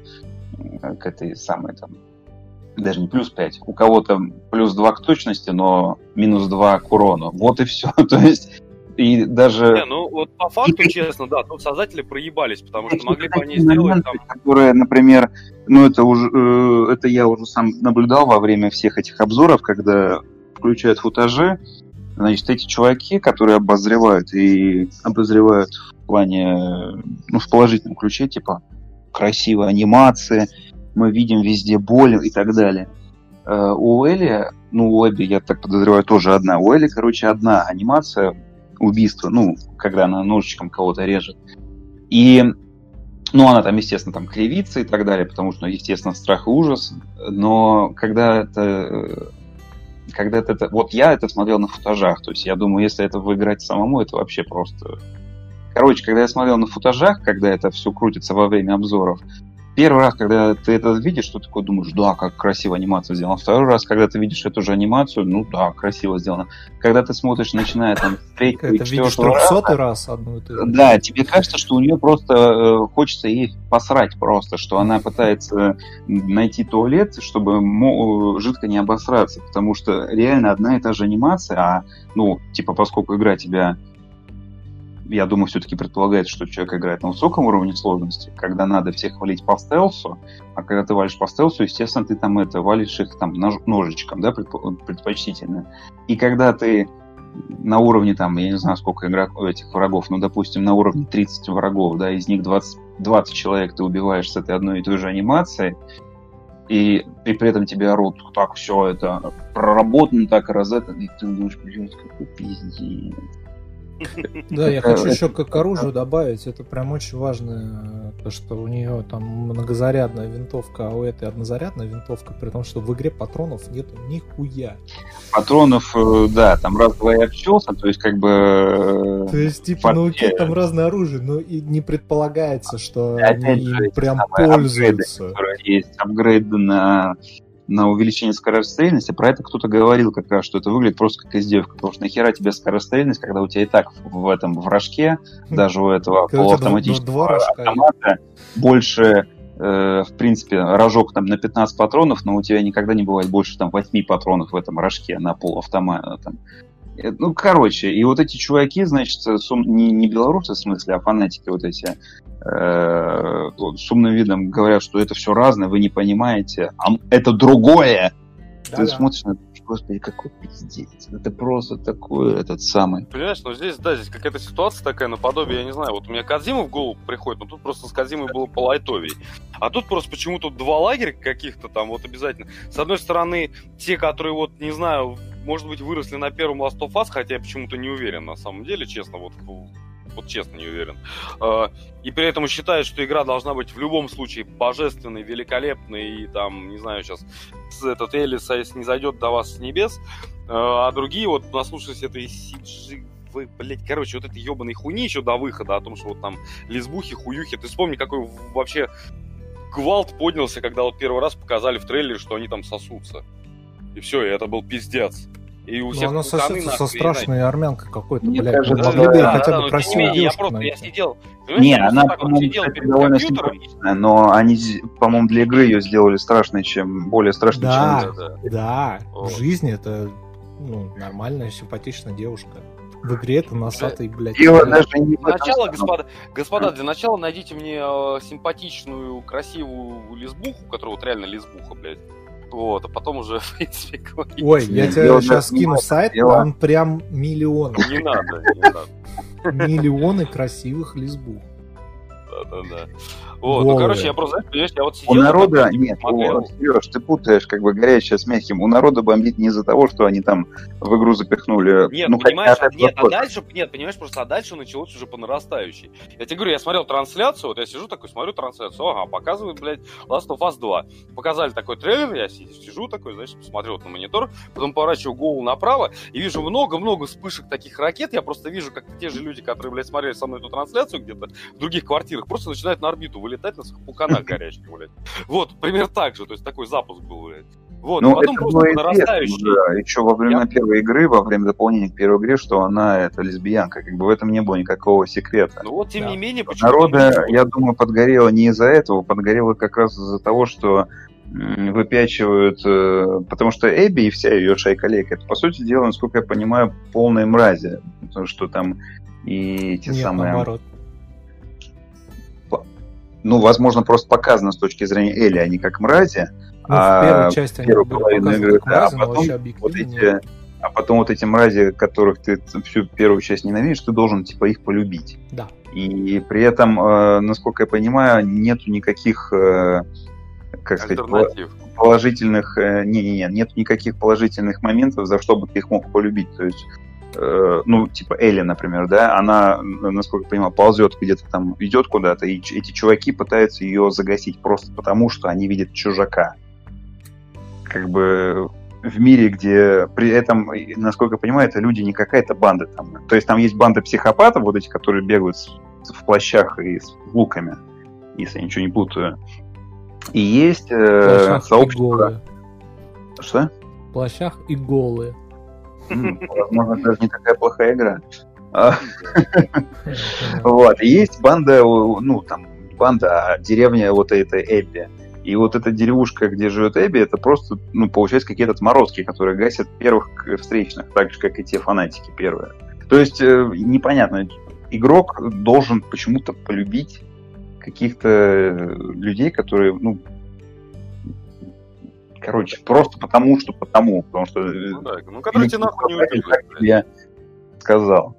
к этой самой там. Даже не плюс пять, у кого-то плюс два к точности, но минус два к урону. Вот и все. То есть, и даже... Не, ну вот по факту, и... честно, да, тут создатели проебались, потому что могли бы они сделать там... Которые, например, ну это уже, э, это я уже сам наблюдал во время всех этих обзоров, когда включают футажи, значит, эти чуваки, которые обозревают и обозревают в плане, ну, в положительном ключе, типа, красивые анимации, мы видим везде боль и так далее. Uh, у Элли, ну, у Эбби, я так подозреваю, тоже одна. У Элли, короче, одна анимация убийства, ну, когда она ножичком кого-то режет. И, ну, она там, естественно, там кривится и так далее, потому что, естественно, страх и ужас. Но когда это... Когда это... Вот я это смотрел на футажах. То есть я думаю, если это выиграть самому, это вообще просто... Короче, когда я смотрел на футажах, когда это все крутится во время обзоров, первый раз, когда ты это видишь, что такое, думаешь, да, как красиво анимация сделана. Второй раз, когда ты видишь эту же анимацию, ну да, красиво сделано. Когда ты смотришь, начиная там с третьего и четвертого раза, раз одну и ту же. Да, тебе кажется, что у нее просто э, хочется ей посрать просто, что она пытается найти туалет, чтобы мо- жидко не обосраться, потому что реально одна и та же анимация, а, ну, типа, поскольку игра тебя... Я думаю, все-таки предполагает, что человек играет на высоком уровне сложности, когда надо всех валить по стелсу, а когда ты валишь по стелсу, естественно, ты там это валишь их там нож- ножичком, да, предпочтительно. И когда ты на уровне, там, я не знаю, сколько игроков, этих врагов, ну, допустим, на уровне тридцать врагов, да, из них двадцать, двадцать человек ты убиваешь с этой одной и той же анимацией, и, и при этом тебе орут, так, все это проработано, так и разэтано, и ты думаешь, блядь, какой пиздец. Да, я хочу еще к оружию добавить, это прям очень важно, то, что у нее там многозарядная винтовка, а у этой однозарядная винтовка, при том, что в игре патронов нету нихуя. Патронов, да, там раз-два и обчелся, то есть как бы... То есть, типа, ну окей, там разное оружие, но и не предполагается, что они им прям пользуются. Есть апгрейды на на увеличение скорострельности. Про это кто-то говорил как раз, что это выглядит просто как издевка. Потому что нахера тебе скорострельность, когда у тебя и так в этом в рожке, даже у этого полуавтоматического автомата, больше, э, в принципе, рожок там на пятнадцать патронов, но у тебя никогда не бывает больше там восемь патронов в этом рожке на полуавтомата. Там. Ну, короче, и вот эти чуваки, значит, сум... не, не белорусы в смысле, а фанатики вот эти, э, с умным видом говорят, что это все разное, вы не понимаете, а это другое. Да, Ты да. смотришь на это, господи, какой пиздец. Это просто такой этот самый. Понимаешь, ну здесь, да, здесь какая-то ситуация такая, наподобие, я не знаю, вот у меня Кодзима в голову приходит, но тут просто с Кодзимой было полайтовей. А тут просто почему-то два лагеря каких-то там вот обязательно. С одной стороны, те, которые вот, не знаю, может быть, выросли на первом Last of Us, хотя я почему-то не уверен, на самом деле, честно, вот, вот честно не уверен. И при этом считают, что игра должна быть в любом случае божественной, великолепной, и там, не знаю, сейчас этот Элис не зайдет до вас с небес, а другие вот, наслушались этой си джи, вы, блядь, короче, вот этой ебаной хуйни еще до выхода, о том, что вот там лесбухи, хуюхи, ты вспомни, какой вообще гвалт поднялся, когда вот первый раз показали в трейлере, что они там сосутся. И все, и это был пиздец. И у всех она сосется со страшной армянкой какой-то, Мне блядь. Кажется, могли да, бы да, хотя да, бы красивую менее, девушку я просто, найти. я сидел... Не, она, вот по-моему, сидел кстати, перед довольно компьютером. симпатичная, но они, по-моему, для игры ее сделали страшной, чем более страшной, Да, чем... Да, да, Вот. в жизни это ну, нормальная, симпатичная девушка. В игре это носатый, блядь. Дело блядь. даже не в Для этом начала, самом. господа, господа, для начала найдите мне э, симпатичную, красивую лесбуху, которая вот реально лесбуха, блядь. Вот, а потом уже, в принципе, говорить. Ой, я Нет, тебе дело сейчас даже не скину в этом. сайт, Дело- там прям миллионы. Не надо, не надо. Миллионы красивых лесбух. Да-да-да. Вот, ну, Голые. короче, я просто, знаешь, понимаешь, я вот сидел... У народа, такой, нет, смотрел. у, Сереж, ты путаешь как бы горячее с мягким. У народа бомбит не из-за того, что они там в игру запихнули. Нет, ну, понимаешь, хотя а, от этого нет, а тоже. дальше, нет, понимаешь, просто а дальше началось уже по нарастающей. Я тебе говорю, я смотрел трансляцию, вот я сижу такой, смотрю трансляцию, ага, показывают, блядь, Last of Us два. Показали такой трейлер, я си- сижу такой, знаешь, смотрю вот на монитор, потом поворачиваю голову направо и вижу много-много вспышек таких ракет. Я просто вижу, как те же люди, которые, блядь, смотрели со мной эту трансляцию где-то в других квартирах, просто начинают на орбиту вылетать на своих пуканах горячих, блядь. Вот, пример так же, то есть такой запуск был, блядь. Вот, Ну, потом это просто было по известно нарастающей. уже еще во времена Я- первой игры, во время дополнения к первой игре, что она это лесбиянка. Как бы в этом не было никакого секрета. Ну вот, тем Да. не менее, почему-то... Народа, я думаю, подгорело не из-за этого, подгорело как раз из-за того, что м, выпячивают, э, потому что Эбби и вся ее шайка-лейка, это, по сути дела, насколько я понимаю, полные мрази. Потому что там и те Нет, самые... наоборот. Ну, возможно, просто показано с точки зрения Элли, они как мрази. Ну, в а первой части они первую были половину показаны игры, как да, а мрази, но потом вообще вот объективно эти, нет. а потом вот эти мрази, которых ты всю первую часть ненавидишь, ты должен, типа, их полюбить. Да. И при этом, э, насколько я понимаю, нету никаких, э, как сказать, Альтернатив. положительных, э, не-не-не, нет никаких положительных моментов, за что бы ты их мог полюбить. То есть, э, ну, типа Элли, например, да, она, насколько я понимаю, ползет где-то там, идет куда-то, и ч- эти чуваки пытаются ее загасить просто потому, что они видят чужака. Как бы в мире, где при этом, насколько я понимаю, это люди не какая-то банда там. То есть там есть банда психопатов, вот эти, которые бегают с- в плащах и с луками, если я ничего не путаю. И есть В э, плащах и сообщество... голые. Что? В плащах и голые. М, Возможно, даже не такая плохая игра. А, Вот. И есть банда, ну, там, банда, а деревня вот этой Эбби. И вот эта деревушка, где живет Эбби, это просто, ну, получается, какие-то отморозки, которые гасят первых к- встречных, так же, как и те фанатики первые. То есть, э, непонятно, игрок должен почему-то полюбить каких-то э, людей, которые, ну, короче, просто потому, что потому, потому что... э, Ну да, ну который тебе нахуй не уйдет. как я сказал.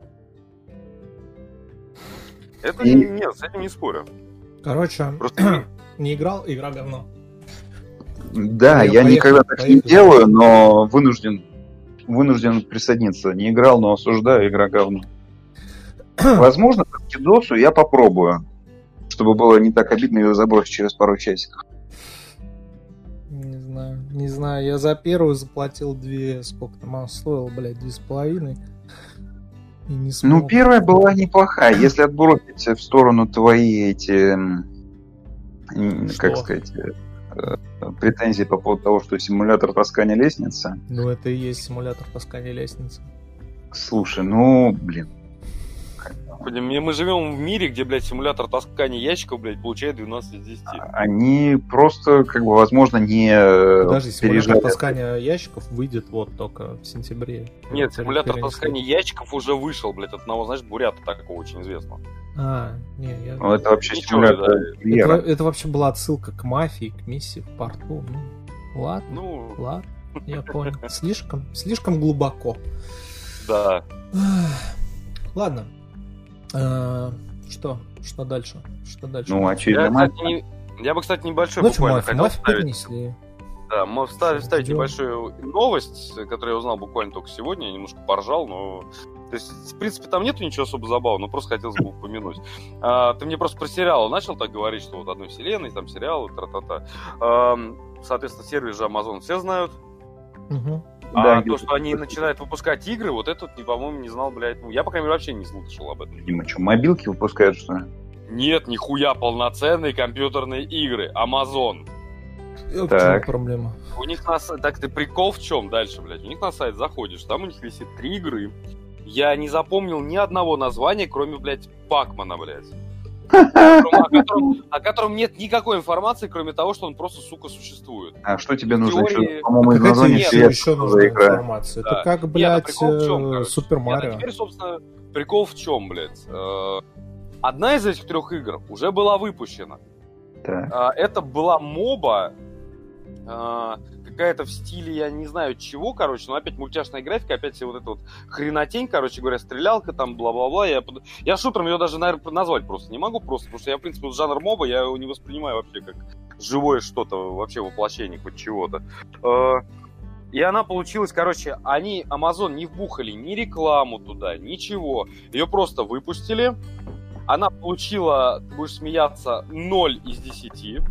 Это И- не- нет, с этим не спорю. Короче, Просто не играл, игра говно. Да, Ну, я поехали, никогда так не поехали. делаю, но вынужден, вынужден присоединиться. Не играл, но осуждаю, игра говно. Возможно, к Кидосу я попробую, чтобы было не так обидно ее забросить через пару часиков. Не знаю, не знаю. Я за первую заплатил две, сколько там она стоила, блядь, две с половиной. И не смог. Ну, первая была неплохая. Если отбросить в сторону твои эти, м, м, Что? как сказать, э, э, претензии по поводу того, что симулятор таскания лестницы. Ну, это и есть симулятор таскания лестницы. Слушай, ну, блин. Мы живем в мире, где, блядь, симулятор таскания ящиков, блядь, получает двенадцать из десяти. Они просто, как бы, возможно, не Подожди, симулятор пережали. таскания ящиков выйдет вот только в сентябре. Нет, Пере- симулятор перенесли. таскания ящиков уже вышел, блядь, от одного, знаешь, бурята такого очень известного. А, не, я... Ну, это вообще Ничего, симулятор да. это, Вера. это вообще была отсылка к мафии, к миссии в порту. Ну, ладно, Ну, ладно, я понял. Слишком, слишком глубоко. да. Ладно. А, что? Что дальше? Что дальше? Ну, Я, очевидно, мать. кстати, не- я бы, кстати, небольшой Ну, что, буквально мафию, хотел мафию вставить. перенесли. Да, мы вставить, вставить Ждем. небольшую новость, которую я узнал буквально только сегодня. Я немножко поржал, но... То есть, в принципе, там нету ничего особо забавного, но просто хотелось бы упомянуть. А, ты мне просто про сериалы начал так говорить, что вот одной вселенной, там сериалы, тра-та-та. А, соответственно, сервис же Amazon все знают. Мгм. А Да, то, что они начинают выпускать игры, вот это, вот, по-моему, не знал, блядь. Ну, я, по крайней мере, вообще не слышал об этом. Дима, что, мобилки выпускают, что ли? Нет, нихуя полноценные компьютерные игры. Amazon. А в Так. чем проблема? У них на сайте... Так ты прикол в чем дальше, блядь? У них на сайт заходишь, там у них висит три игры. Я не запомнил ни одного названия, кроме, блядь, Пакмана, блядь. О котором, о, котором, о котором нет никакой информации, кроме того, что он просто, сука, существует. А что тебе нужно теории- еще? По-моему, из Какая тебе названия нет, еще, свет, еще что нужна за игра. информация? Да. Это как, Нет, а блядь, прикол в чем, э, короче? Супер Нет, а Марио. теперь, собственно, прикол в чем, блядь? Э, Одна из этих трех игр уже была выпущена. Так. А, Это была моба, а, какая-то в стиле, я не знаю чего, короче, но опять мультяшная графика, опять все вот эта вот хренотень, короче говоря, стрелялка там, бла-бла-бла. Я, под- я шутером ее даже, наверное, назвать просто не могу, просто, потому что я, в принципе, вот жанр моба, я его не воспринимаю вообще как живое что-то, вообще воплощение хоть чего-то. А, И она получилась, короче, они, Amazon, не вбухали ни рекламу туда, ничего. Ее просто выпустили. Она получила, ты будешь смеяться, ноль из десяти.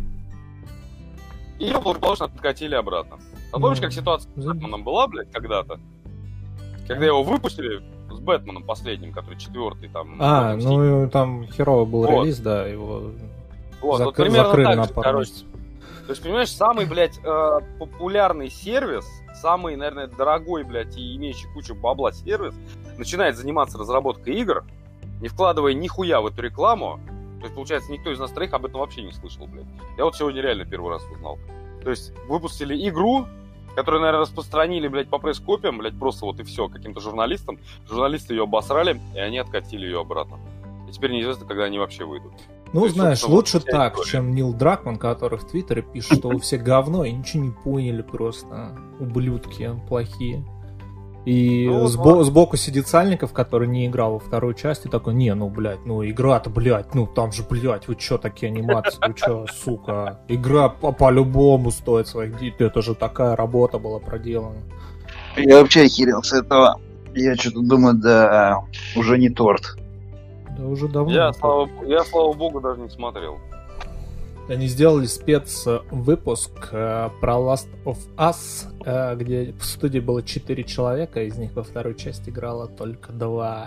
И ее благополучно откатили обратно. А помнишь, Ну, как ситуация с забей. Бэтменом была, блядь, когда-то? Когда его выпустили с Бэтменом последним, который четвертый там. А, Gotham City. ну и там херово был Вот. релиз, да, его Вот, зак- вот примерно закрыли так на же, пару короче. месяцев. То есть, понимаешь, самый, блядь, э, популярный сервис, самый, наверное, дорогой, блядь, и имеющий кучу бабла сервис, начинает заниматься разработкой игр, не вкладывая нихуя в эту рекламу. То есть, получается, никто из нас троих об этом вообще не слышал, блядь. Я вот сегодня реально первый раз узнал. То есть, выпустили игру, которую, наверное, распространили, блядь, по пресс-копиям, блядь, просто вот и все, каким-то журналистам. Журналисты ее обосрали, и они откатили ее обратно. И теперь неизвестно, когда они вообще выйдут. Ну, То есть, знаешь, собственно, вот лучше вся так, история. чем Нил Дракман, который в Твиттере пишет, что вы все говно и ничего не поняли просто. Ублюдки плохие. И Ну, вот сбо- ладно. сбоку сидит Сальников, который не играл во второй части, такой, не, ну, блядь, ну, игра-то, блядь, ну, там же, блядь, вы чё, такие анимации, вы чё, сука, игра по- по-любому стоит своих денег, это же такая работа была проделана. Я вообще охерел с этого. Я что-то думаю, да, уже не торт. Да уже давно. Я, не слава, я, слава богу, даже не смотрел. Они сделали спецвыпуск э, про Last of Us, э, где в студии было четыре человека, из них во второй части играло только два.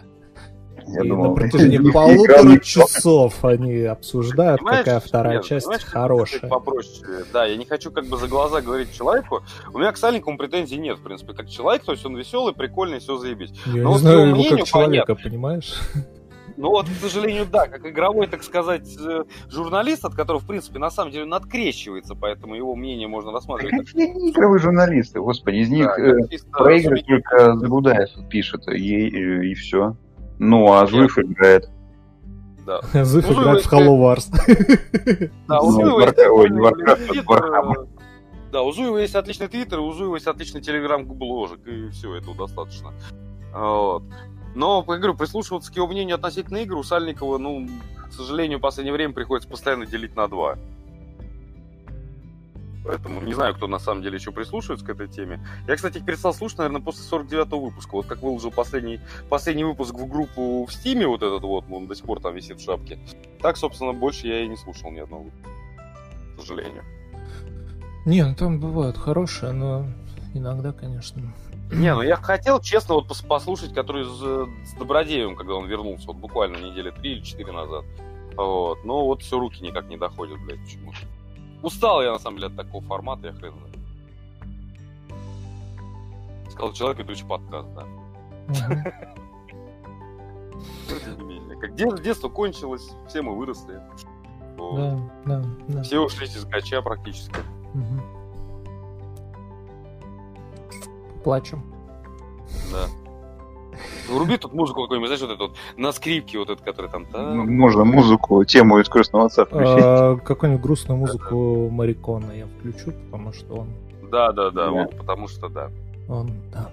Я И думал, на протяжении не играл полутора никто. часов они обсуждают, Понимаешь, какая вторая нет, часть понимаешь, хорошая. как попроще. Да, я не хочу как бы за глаза говорить человеку. У меня к Сальникову претензий нет, в принципе, как человек, то есть он веселый, прикольный, все заебись. Я Ну, не вот знаю его его мнению как человека, понимаешь? Ну вот, к сожалению, да, как игровой, так сказать, э, журналист, от которого, в принципе, на самом деле он открещивается, поэтому его мнение можно рассматривать как... Какие они игровые журналисты, господи, из них Да, э, как чисто про игры субъективно. только Загудаев пишет, и, и, и все. Ну, а Зуев играет. Да. Зыв Ну, играет вы- в Hollow Wars. Да, у Ну, Зуева есть Warcraft- ой, не прикольный Warcraft, твиттер, Warhammer. э, Да, у Зуева есть отличный твиттер, у Зуева есть отличный телеграм-бложек, и все, этого достаточно. Вот. Но, я говорю, прислушиваться к его мнению относительно игр у Сальникова, ну, к сожалению, в последнее время приходится постоянно делить на два. Поэтому не знаю, кто на самом деле еще прислушивается к этой теме. Я, кстати, их перестал слушать, наверное, после сорок девятого выпуска. Вот как выложил последний, последний выпуск в группу в Стиме, вот этот вот, он до сих пор там висит в шапке. Так, собственно, больше я и не слушал ни одного выпуска, к сожалению. Не, ну там бывают хорошие, но иногда, конечно. Не, ну я хотел, честно, вот пос- послушать, который с, с Добродеевым, когда он вернулся, вот буквально недели три или четыре назад. Вот. Но вот все руки никак не доходят, блядь, почему-то. устал я, на самом деле, от такого формата, я хрен знаю. Сказал человек, ведущий подкаст, да. Тем не менее. Как детство кончилось, все мы выросли. Да, да, да. Все ушли из гача практически. Плачем. Да. Вруби тут музыку какую-нибудь, знаешь, вот эту вот, на скрипке вот эту, которая там... Ну, можно музыку, тему из «Крестного отца» включить. А, какую-нибудь грустную музыку Марикона я включу, потому что он... Да, да, да, вот, потому что да. Он, да.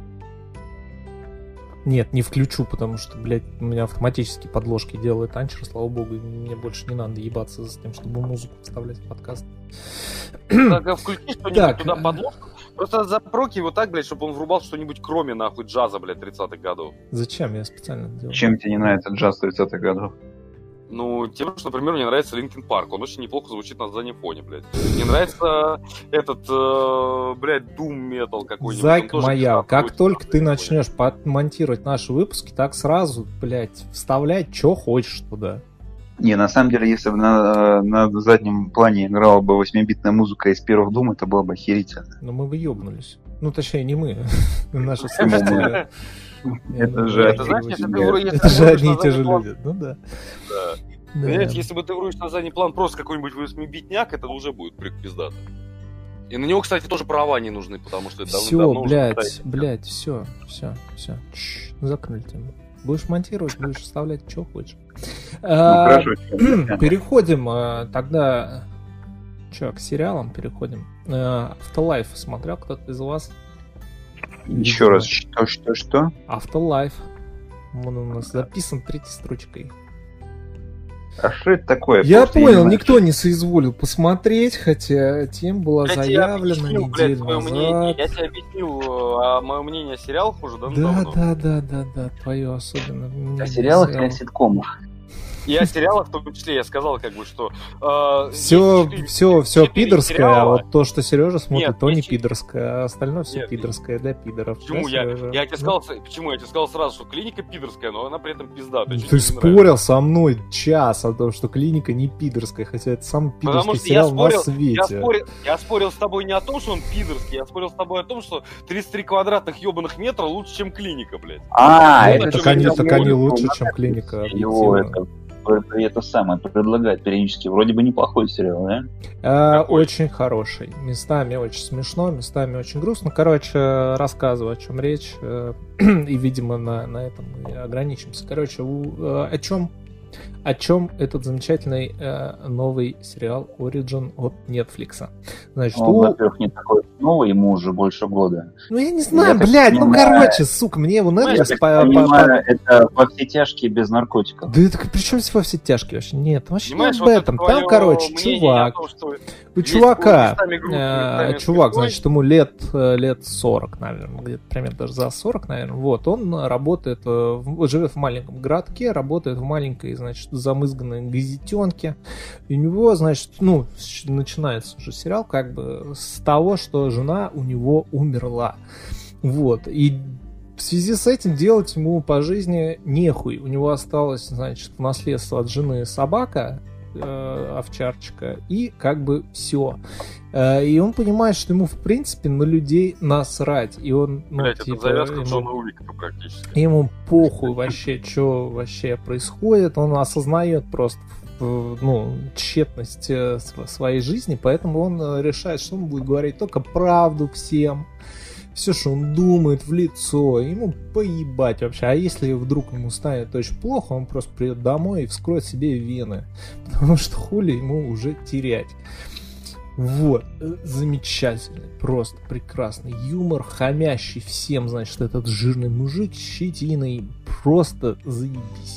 Нет, не включу, потому что, блядь, у меня автоматически подложки делает Анчер, слава богу, и мне больше не надо ебаться с тем, чтобы музыку вставлять в подкаст. Так, включи что-нибудь туда подложку. Просто запроки его так, блядь, чтобы он врубал что-нибудь кроме, нахуй, джаза, блядь, тридцатых годов. Зачем? Я специально делал. Чем тебе не нравится джаз тридцатых годов? Ну, тем, что, например, мне нравится Линкин Парк. Он очень неплохо звучит на заднем фоне, блядь. Мне нравится этот, э, блядь, Doom Metal какой-нибудь. Зайка моя, как только ты начнешь подмонтировать наши выпуски, так сразу, блядь, вставлять, что хочешь туда. Не, на самом деле, если бы на, на заднем плане играла бы восьмибитная музыка из первых Doom, это было бы охерительно. Но мы бы ёбнулись. Ну, точнее, не мы. Наши слушатели. Это же Это знаешь, если ты вру- если Это ты же врубишь одни на и те же задний план- люди. Ну да. Да. Да. Понимаете, если бы ты врубишь на задний план просто какой-нибудь восьмибитняк, это уже будет прик пиздато. И на него, кстати, тоже права не нужны, потому что это Все, давным-давно уже блядь, пытается. блядь, все, все, все. Закрыли тему. Будешь монтировать, будешь вставлять, что хочешь. Ну, А, хорошо. Переходим а, тогда... Че, к сериалам переходим. А, Afterlife смотрел кто-то из вас? Еще раз, что, что, что? Afterlife. Он у нас записан третьей строчкой. А что это такое? Я Просто понял, не знаю, никто не соизволил посмотреть, хотя тем была Я тебе заявлена объяснил, блядь, неделю свое мнение. назад. Я тебе объяснил а, мое мнение о сериалах уже, да? Да, давно. да, да, да, да, твое особенно. мнение О сериалах и сериала. о ситкомах. И о сериалах в том числе я сказал, как бы, что... Э, Все, есть четыре- все, все четыре пидорское, а сериала. вот то, что Сережа смотрит, Нет, то не есть- пидорское, а остальное все Нет, пидорское для пидоров. Почему? Да, Я, Сережа? я тебе Ну, сказал, почему? Я тебе сказал сразу, что клиника пидорская, но она при этом пиздатая. Чуть Ты не нравится. спорил со мной час о том, что клиника не пидорская, хотя это самый Потому пидорский что я сериал спорил, на свете. я, спорил, я спорил с тобой не о том, что он пидорский, я спорил с тобой о том, что тридцать три квадратных ебаных метра лучше, чем клиника, блядь. А, Ну, это Так что, они, я так они спорил, лучше, ну, чем клиника. его объективно. это, это самое предлагает периодически. Вроде бы неплохой сериал, да? А, Какой? очень хороший. Местами очень смешно, местами очень грустно. Короче, рассказываю, о чем речь. э, И, видимо, на, на этом мы ограничимся. Короче, у- э, о чем о чем этот замечательный э, новый сериал Origin от Netflix. Значит, Он, у... во-первых, не такой новый, ему уже больше года. Ну, я не знаю, Я так блядь, ну, понимаю- короче, сука, мне его Знаешь, Netflix я по- по- Понимаю, это во все тяжкие без наркотиков. Да это при чем во все тяжкие вообще? Нет, вообще Понимаешь, не вот об это этом. твое Там, короче, мнение чувак, о том, что у есть чувака, местами грустно, э, местами чувак, смешной. значит, ему лет, э, лет сорок, наверное, где-то примерно даже за сорок, наверное. Вот, он работает, э, в- живет в маленьком городке, работает в маленькой, значит, замызганной газетенке. И у него, значит, ну, с- начинается уже сериал как бы с того, что жена у него умерла. Вот, и в связи с этим делать ему по жизни нехуй. У него осталось, значит, в наследство от жены собака, э, овчарчика, и как бы все. И он понимает, что ему, в принципе, на людей насрать. И он, ну, Блядь, типа, это завязка ему, Джона Уика практически. ему похуй вообще, что вообще происходит. Он осознает просто в- ну, тщетность э, св- своей жизни, поэтому он э, решает, что он будет говорить только правду всем. Все, что он думает в лицо, ему поебать вообще. А если вдруг ему станет очень плохо, он просто придет домой и вскроет себе вены. Потому что хули ему уже терять. Вот. Замечательный, просто прекрасный юмор, хамящий всем, значит, этот жирный мужик с щетиной. Просто заебись.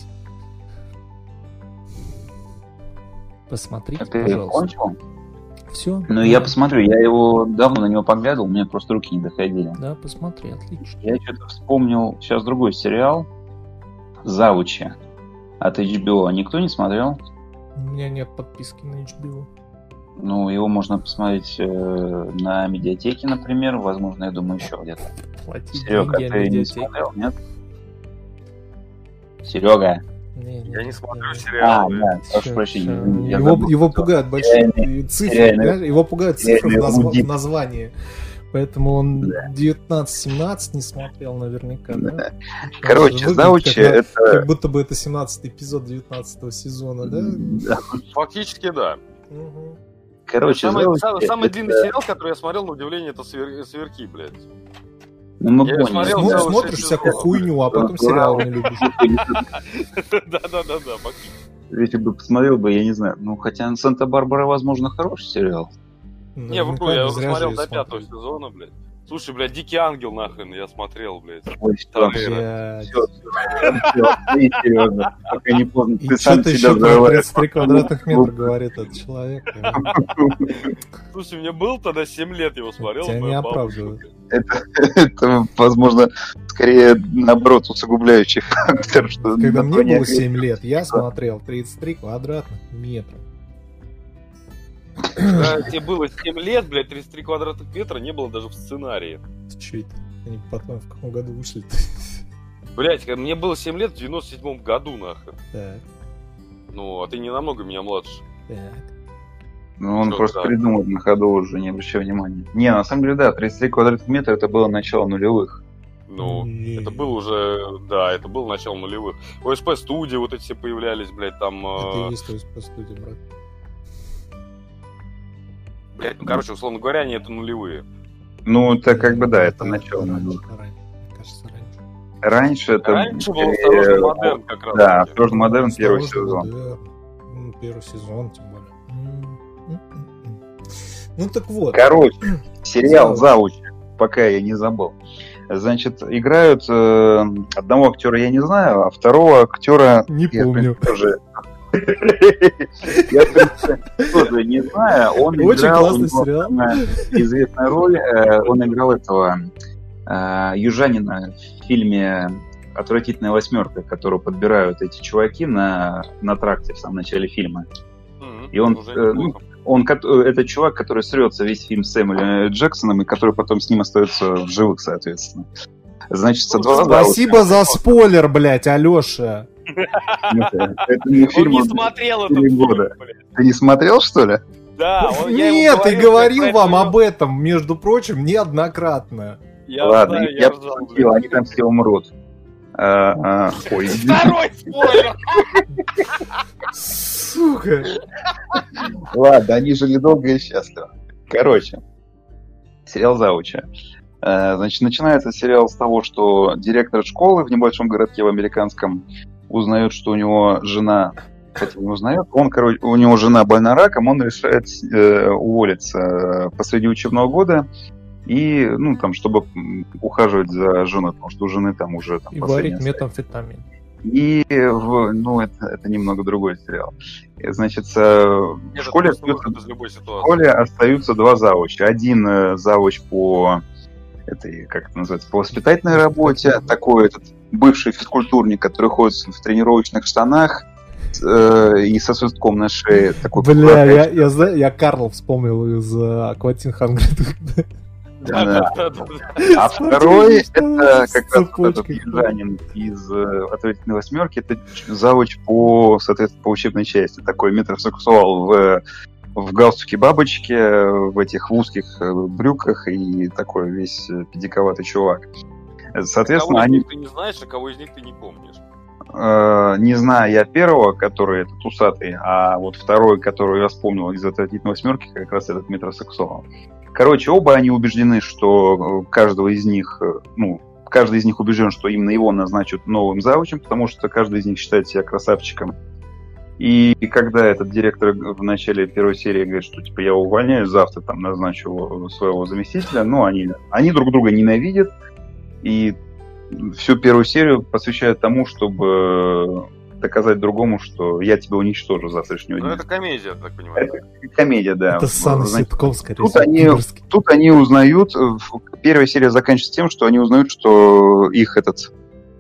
Посмотрите, А ты пожалуйста. кончил? Все? Ну, я посмотрю, я его давно на него поглядывал, у меня просто руки не доходили. Да, посмотри, отлично. Я что-то вспомнил сейчас другой сериал «Завучи» от эйч би о. Никто не смотрел? У меня нет подписки на эйч би о. Ну, его можно посмотреть э, на медиатеке, например. Возможно, я думаю, еще где-то. Платить Серега, деньги, а ты не медиатеки. смотрел, нет? Серега. Не, не, Я не не, смотрю не. сериалы. А, да, прошу Всё, прощения. всё. Я Его, забыл, его что пугают большие реальный- цифры, реальный- понимаешь? Его пугают цифры в, реальный назва- аудит. в названии. Поэтому он Да. девятнадцать-семнадцать не смотрел наверняка, да? Да. Потому Короче, что выглядит заучи как, на- это... как будто бы это семнадцатый эпизод девятнадцатого сезона, да? Да. Фактически, да. Мгм. Короче, самый, заучи самый, самый это- длинный сериал, который я смотрел, на удивление, это «Свер- «Сверки», блядь. Ну, мы Я поняли. смотрел Смо- целый Смотришь шесть всякую сезонов. хуйню, а потом сериал не любишь. Да-да-да, фактически. Если бы посмотрел бы, я не знаю. Ну, хотя «Санта-Барбара», возможно, хороший сериал. Не, вру, Наверняка я не уже зря смотрел же до её пятого смотрели. сезона, блядь. Слушай, блядь, «Дикий ангел» нахрен я смотрел, блядь. Ой, всё, Второй раз. Блядь. всё, всё, всё, Серёжа, пока не поздно. И Ты сам что-то себя еще про взрываешь. тридцать три квадратных метра говорит этот человек. Слушай, мне было тогда семь лет, его смотрел. Тебя моя не бабушка, оправдывают. блядь. Это, возможно, скорее, наоборот, усугубляющий фактор. Что Когда на мне фоне- было семь лет, я смотрел тридцать три квадратных метра. Когда тебе было семь лет, блядь, тридцать три квадратных метра не было даже в сценарии. Че это? Они потом в каком году вышли? Блядь, когда мне было семь лет в девяносто седьмом году, нахрен. Так, Ну, а ты не намного меня младше. так. Ну, он Что, просто да. придумал на ходу уже, не обращая внимания. Не, на самом деле, да, тридцать три квадратных метра это было начало нулевых. Ну, Не. это было уже, да, это было начало нулевых. ОСП студии вот эти все появлялись, блядь, там... Это э, и есть ОСП студия, брат. Блядь, ну, короче, условно говоря, они это нулевые. Ну, это как бы, да, это начало раньше, нулевых. раньше, мне кажется, раньше. Раньше это... Раньше был скорее, «Осторожный модерн» как раз. Да, «Осторожный модерн» первый Осторожно, сезон. да. Ну, первый сезон, тем более. М, м, м, м. Ну так вот. Короче, сериал Завуч. «Завуч», пока я не забыл. Значит, играют э, одного актера я не знаю, а второго актера... Не я, в помню. принципе, тоже... Я, в принципе, тоже не знаю. Он Очень играл, классный у него сериал. самая известная роль. э, Он играл этого э, южанина в фильме «Отвратительная восьмерка», которую подбирают эти чуваки на, на тракте в самом начале фильма. Мгм, И он, уже э, неплохо. Он, кот- э, это чувак, который срется весь фильм с Сэмюэлем Джексоном, и который потом с ним остается в живых, соответственно. Значит, со Ну, два Спасибо за спойлер, блядь, Алёша. Это это не Он фильм, не он смотрел этот четыре фильм, года. блядь. Ты не смотрел, что ли? Да, он, я ему Нет, ты говорил, говорил блядь, вам поэтому об этом, между прочим, неоднократно. Я Ладно, знаю, я я ржал, пошутил, блядь. они там все умрут. А, а, Ой, извини. Второй спойлер! Сука. Ладно, они жили долго и счастливо. Короче, сериал «Завуча». Э, Значит, начинается сериал с того, что директор школы в небольшом городке в американском узнает, что у него жена, хотя не узнает, он, короче, у него жена больна раком, он решает э, уволиться э, посреди учебного года и, ну, там, чтобы м, ухаживать за женой, потому что у жены там уже там И последняя варить метамфетамин. И, в, ну, это, это немного другой сериал. И, значит, э, в Это школе просто остаются, выход из любой в ситуации. школе остаются два завуча. Один э, завуч по этой, как это называется, по воспитательной работе, такой этот бывший физкультурник, который ходит в тренировочных штанах э, и со свистком на шее. Такой Бля, я, я, знаю, я Карл вспомнил из Акватин Хангрид. Да, да, да, да. А второй, Спортивные это штаны как с раз вот этот цепочкой. южанин из э, «Отвратительной восьмерки», это завуч по, соответственно, по учебной части, такой метросексуал в, в галстуке бабочки, в этих в узких э, брюках и такой весь э, педиковатый чувак. Соответственно, Кого из они, них ты не знаешь, а кого из них ты не помнишь. э, не знаю я первого, который этот усатый, а вот второй, который я вспомнил из «Отвратительной восьмерки», как раз этот метросексуал. Короче, оба они убеждены, что каждого из них, ну, каждый из них убежден, что именно его назначат новым завучем, потому что каждый из них считает себя красавчиком. И когда этот директор в начале первой серии говорит, что типа я увольняюсь, завтра там назначу своего заместителя, ну, они, они друг друга ненавидят, и всю первую серию посвящают тому, чтобы доказать другому, что я тебя уничтожу завтрашнего Ну, дня. это комедия, я так понимаю. Это комедия, да. Это ссаный Значит, ситком, скорее тут всего. они- пидорский. Тут они узнают, в- первая серия заканчивается тем, что они узнают, что их этот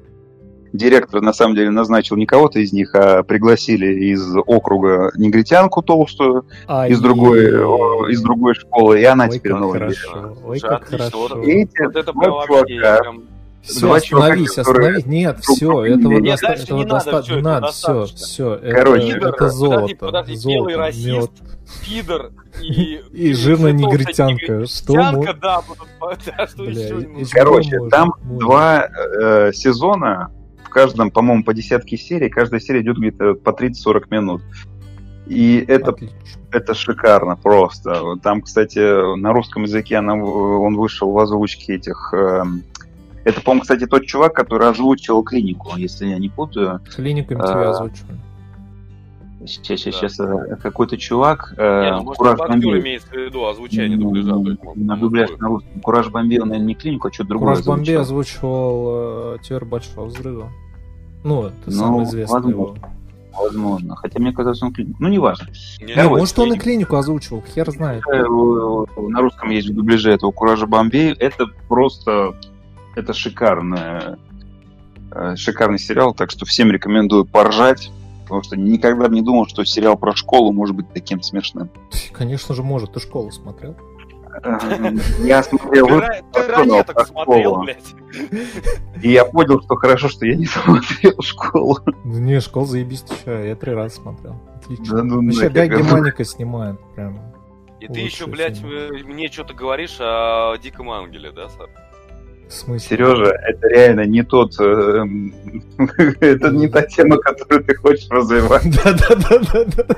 директор на самом деле назначил не кого-то из них, а пригласили из округа негритянку толстую, Ай, из другой, о, из другой школы, и она Ой, теперь как новая хорошо. директор. Ой, Слушай, как отлично, хорошо. вот И эти Вот это два прям вообще, я чувака, прям Все, остановись, чувака, остановись. Нет, все, этого Нет, доста- этого достаточно. Не надо, все, все. Короче, это, это золото. Подожди, подожди, золото, белый расист, пидор и... И жирная негритянка. Что Негритянка, да, да, что Бля, еще? Короче, может, там может. два э, сезона, в каждом, по-моему, по десятке серий, каждая серия идет где-то по тридцать-сорок минут. И это, это шикарно просто. Там, кстати, на русском языке она, он вышел в озвучке этих... Э, это, по-моему, кстати, тот чувак, который озвучил «Клинику», если я не путаю. «Клинику» им тебя озвучивали. Сейчас, сейчас, сейчас. Какой-то чувак... Э, Нет, может, актер имеется в виду озвучение дубляжа. На дубляж на русском. Кураж Бомбей, наверное, не «Клинику», а что-то другое Кураж Бомбей озвучивал э, «Теорию большого взрыва». Ну, это ну, самое известное его. Возможно. Хотя мне казалось, он «Клинику». Ну, неважно. Не, Короче, может, он и «Клинику» озвучивал, хер знает. На русском есть в дубляже этого «Куража Бомбей». Это просто... Это шикарный, шикарный сериал, так что всем рекомендую поржать, потому что никогда не думал, что сериал про школу может быть таким смешным. Конечно же может. Ты школу смотрел? Я смотрел... Ты ранее так смотрел, блядь. И я понял, что хорошо, что я не смотрел школу. Не, школа заебись, ты что, я три раза смотрел. Отлично. Вообще, Гай Германика снимает прям. И ты еще, блядь, мне что-то говоришь о Диком Ангеле, да, Сар? В смысле? Сережа, это реально не тот... Э, это не та тема, которую ты хочешь развивать. Да-да-да-да-да.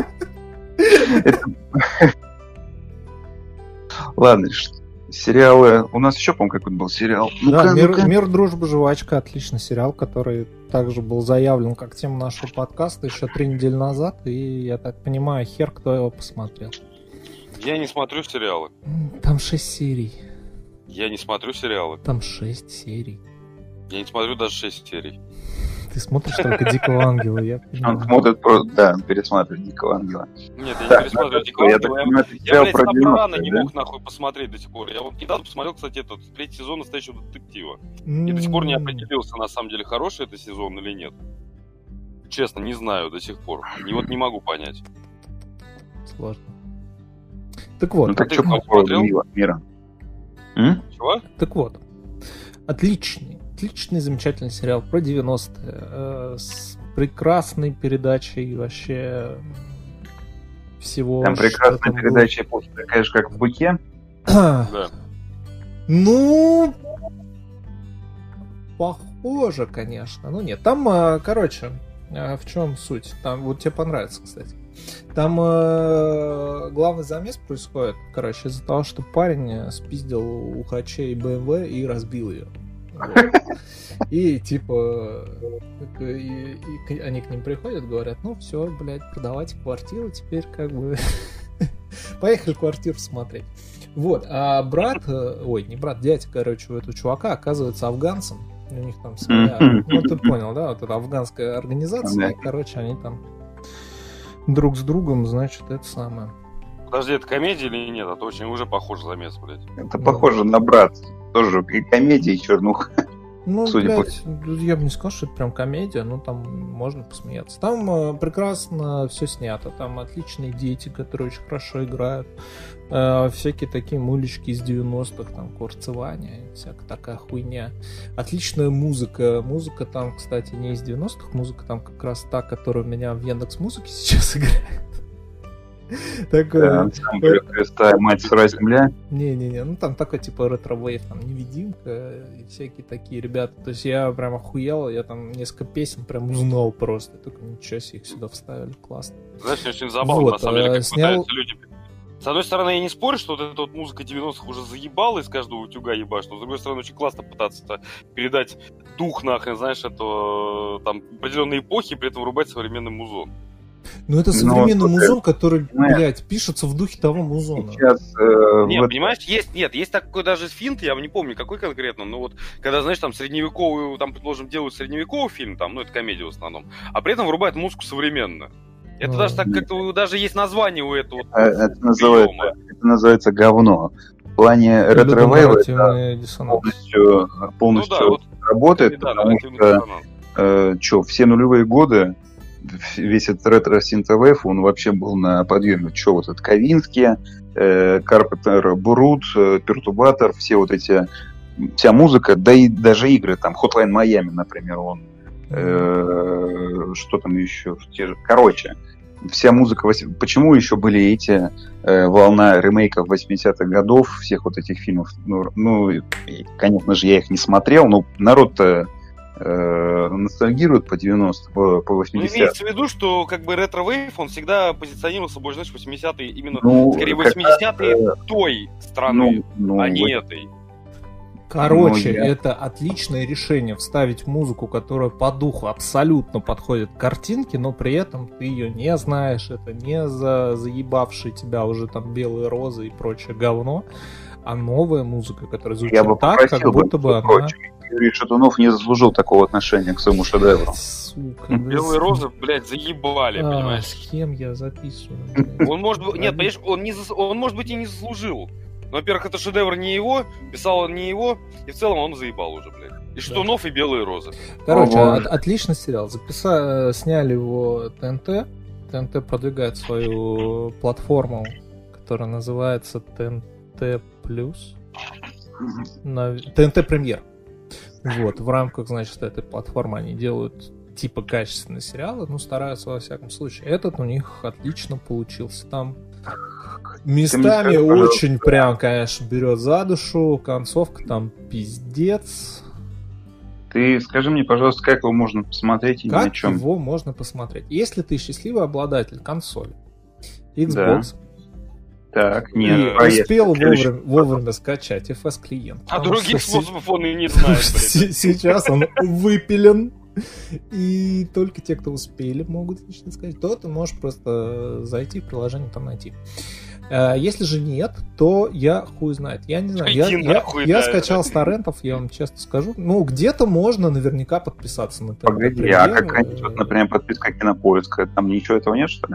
Ладно, сериалы... У нас еще, по-моему, какой-то был сериал. Да, «Мир, дружба, жвачка». Отличный сериал, который также был заявлен как тема нашего подкаста еще три недели назад. И, я так понимаю, хер кто его посмотрел. Я не смотрю сериалы. Там шесть серий. Я не смотрю сериалы. Там шесть серий. Я не смотрю даже шесть серий. Ты смотришь только «Дикого ангела», я понимаю. Он смотрит просто, да, пересматривает «Дикого ангела». Нет, я не пересматриваю «Дикого ангела». Я, блядь, Сопрано не мог нахуй посмотреть до сих пор. Я вот недавно посмотрел, кстати, этот третий сезон «Настоящего детектива». И до сих пор не определился, на самом деле, хороший это сезон или нет. Честно, не знаю до сих пор. И вот не могу понять. Сложно. Так вот. Ну так что по поводу мира? Чего? Так вот, отличный, отличный, замечательный сериал про девяностые, э, с прекрасной передачей вообще всего. Там прекрасная передача эпохи, такая же, как в «Быке». Да. Ну, похоже, конечно. Ну нет, там, короче, в чем суть? Там вот тебе понравится, кстати. Там э, главный замес происходит, короче, из-за того, что парень спиздил у Хачей бэ эм вэ и разбил ее. Вот. И типа и, и они к ним приходят, говорят, ну все, блядь, продавайте квартиру, теперь как бы поехали квартиру смотреть. Вот, а брат, ой, не брат, дядя, короче, у этого чувака оказывается афганцем. У них там своя, ну ты понял, да, вот эта афганская организация, и, короче, они там друг с другом, значит, это самое. Подожди, это комедия или нет? А то очень уже похоже замес, блядь. Это ну, похоже на «Брат». Тоже и комедия, и чернуха. Ну, блядь, по... я бы не сказал, что это прям комедия, но там можно посмеяться. Там э, прекрасно все снято, там отличные дети, которые очень хорошо играют. Э, всякие такие мулечки из девяностых, там, курцевания, всякая такая хуйня. Отличная музыка. Музыка там, кстати, не из девяностых, музыка там как раз та, которая у меня в Яндекс.Музыке сейчас играет. Такой... Ансамбль Христа, Мать, Сыра, Земля. Не-не-не, ну там такой типа ретро-вейв, там Невидимка и всякие такие ребята. То есть я прям охуел, я там несколько песен прям узнал просто. Только ничего себе, их сюда вставили, классно. Знаешь, очень забавно, вот, на самом деле, как снял... пытаются люди... С одной стороны, я не спорю, что вот эта вот музыка девяностых уже заебала из каждого утюга ебашь, но с другой стороны, очень классно пытаться передать дух, нахрен, знаешь, этого там определенной эпохи, и при этом врубать современный музон. Ну это современный ну, музон, который, нет. блядь, пишется в духе того музона. Сейчас, э, нет, вот... понимаешь, есть, нет, есть такой даже финт, я не помню, какой конкретно, но вот, когда, знаешь, там средневековый, там, предположим, делают средневековый фильм, там, ну это комедия в основном, а при этом врубают музыку современную. Это а, даже так как-то, даже есть название у этого. Это, это, называется, это называется говно. В плане ретро-вейва это полностью, полностью ну, да, вот работает, да, потому что, э, что, все нулевые годы весь этот ретро-синтовейв, он вообще был на подъеме. Что вот этот Ковинский, э, Карпентер, Брут, э, Пертурбатор, все вот эти вся музыка, да и даже игры, там, Hotline Miami, например, он, э, что там еще, те же, короче, вся музыка, почему еще были эти э, волна ремейков восьмидесятых годов, всех вот этих фильмов, ну, ну и, конечно же, я их не смотрел, но народ-то э, ностальгирует по девяностым, по, по восьмидесятым. Ну, имеется в виду, что как бы ретро-вейв, он всегда позиционировался больше, знаешь, восьмидесятые, именно, ну, скорее, восьмидесятые э, той страны, ну, ну, а не вот. этой. Короче, Ну, я- это отличное решение вставить музыку, которая по духу абсолютно подходит к картинке, но при этом ты ее не знаешь, это не за заебавшие тебя уже там белые розы и прочее говно, а новая музыка, которая звучит Я бы так, как попросил, будто бы она... короче, Юрий Шатунов не заслужил такого отношения к своему шедевру. Сука, да Белые с- розы, блядь, заебали, А, понимаешь? с кем я записываю? блядь? Он может быть, нет, понимаешь, он, не зас- он может быть и не заслужил. Но, во-первых, это шедевр не его, писал он не его, и в целом он заебал уже, блядь. И Шатунов, и Белые розы. Короче, Ого. от- отличный сериал. Записа... Сняли его ТНТ. ТНТ продвигает свою платформу, которая называется ТНТ Плюс. На... ТНТ Премьер. Вот, в рамках, значит, этой платформы они делают типа качественные сериалы, ну, стараются во всяком случае. Этот у них отлично получился. Там местами скажи, пожалуйста, очень прям, конечно, берет за душу. Концовка там пиздец. Ты скажи мне, пожалуйста, как его можно посмотреть и на Как чем? его можно посмотреть? Если ты счастливый обладатель консоли, Xbox, Так, и нет, поехали. успел Следующий. вовремя, вовремя скачать эф эс-клиент. А потому других что се- способов он и не знает, се- блядь. Сейчас он выпилен, и только те, кто успели, могут лично сказать, то ты можешь просто зайти в приложение, там найти. А Если же нет, то я хуй знает. Я не знаю. Я, Иди я- нахуй, я да, скачал да. с торрентов, я вам честно скажу. Ну, где-то можно наверняка подписаться на ТНТ Погоди, а Премьер. какая-нибудь, вот, например, подписка Кинопоиска, там ничего этого нет, что ли?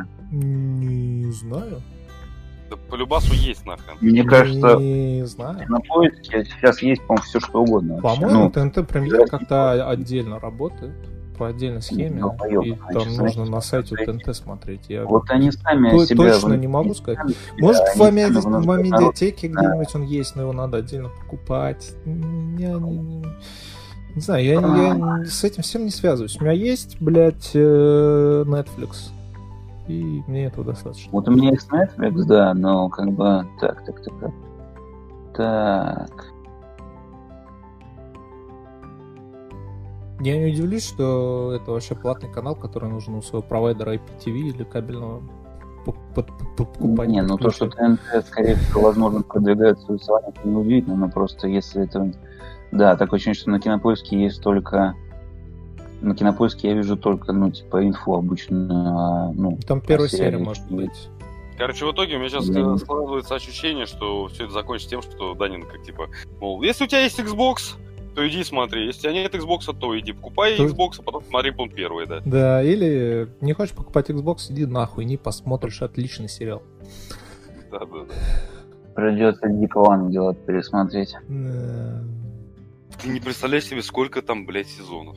Не знаю. Да по любасу есть нахрен. Мне кажется, Не знаю. на поиске сейчас есть, по-моему, все что угодно. вообще. По-моему, Ну, ТНТ Премьер как-то отдельно работает, по отдельной схеме, долбоёб, и значит, там знаете, нужно на сайте у смотрите. ТНТ смотреть. Я вот они сами то- себя... точно в- не могу сказать. сами себя- Может, в, они амеди- сами в внутри медиатеке Да. где-нибудь он есть, но его надо отдельно покупать. Я не, не- не знаю, я, я с этим всем не связываюсь. У меня есть, блядь, э, Netflix, и мне этого достаточно. Вот у меня есть Netflix, да, но как бы... Так, так, так, так. Так... Я не удивлюсь, что это вообще платный канал, который нужен у своего провайдера ай пи ти ви или кабельного п- п- п- покупать. Не, ну то, что подключать. ТНТ, скорее всего, возможно, продвигает свою сайт, это не удивительно, но просто если это... Да, такое ощущение, что на Кинопоиске есть только... На Кинопоиске я вижу только, ну, типа, инфу обычно, ну... Там первая о сериале, серия может что- быть. Короче, в итоге у меня сейчас Мгм. складывается ощущение, что все это закончится тем, что Данин как типа, мол, если у тебя есть Xbox, то иди смотри. Если у тебя нет Xbox, то иди покупай То- Xbox, а потом смотри пункт первый, да. Да, или не хочешь покупать Xbox, иди нахуй, не посмотришь отличный сериал. Да, да, да. Придется Дикого Ангела пересмотреть. Да. Ты не представляешь себе, сколько там, блядь, сезонов.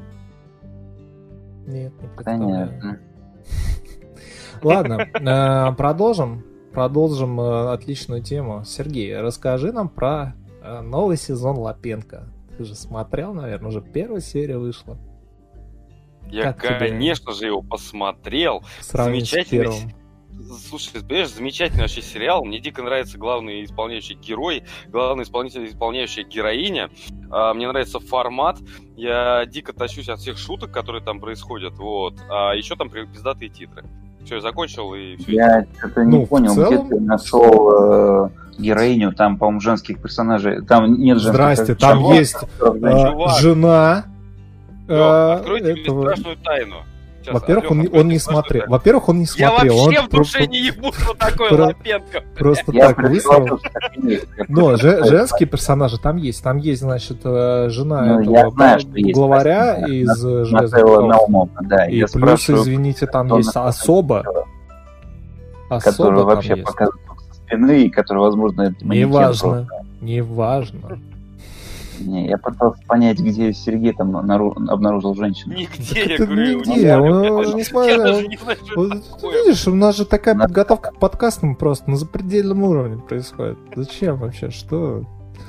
Нет, не представляю. Понятно. Ладно, э, продолжим. Продолжим э, отличную тему. Сергей, расскажи нам про э, новый сезон Лапенко. Ты же смотрел, наверное, уже первая серия вышла. Я, Как тебе? конечно же, его посмотрел. В сравнении с Замечательный первым. Слушай, ты понимаешь, замечательный вообще сериал. Мне дико нравится главный исполняющий герой, главный исполнитель, исполняющая героиня. А, мне нравится формат. Я дико тащусь от всех шуток, которые там происходят. Вот. А еще там пиздатые титры. Все, я закончил и все. Я что-то не Ну, в понял, целом- где ты нашел э, героиню, там, по-моему, женских персонажей. Там нет женских Здрасте, персонажей. там Чувак, есть Которых э, женщин. чувак. жена. э, Лёх, открой тебе этого- страшную тайну. Сейчас, Во-первых, Лёх, он, не- открой он тебе не страшную смотрел. тайну. Во-первых, он не Я смотрел. вообще он в душе про- не ебу, что такое про- Лапенко. Просто Я так высрал. предположил, что так и есть. Но же- женские персонажи там есть. Там есть, значит, э, жена Ну, этого я знаю, что есть, главаря спасибо. из э, «Железных Нателла волков». Наумова, да. И я плюс, спрашиваю, извините, там кто есть на- особо. который Особо там вообще есть. показывает со спины, и который, возможно, это манекен Неважно. просто. Неважно. Не, я пытался понять, где Сергей там нару- обнаружил женщину. Нигде, я Это говорю. нигде, не он- знаю, он я не даже- смотрел. Я даже не знаю, что Вот это ты такое. видишь, у нас же такая На- подготовка к подкастам просто на запредельном уровне происходит. Зачем вообще? Что?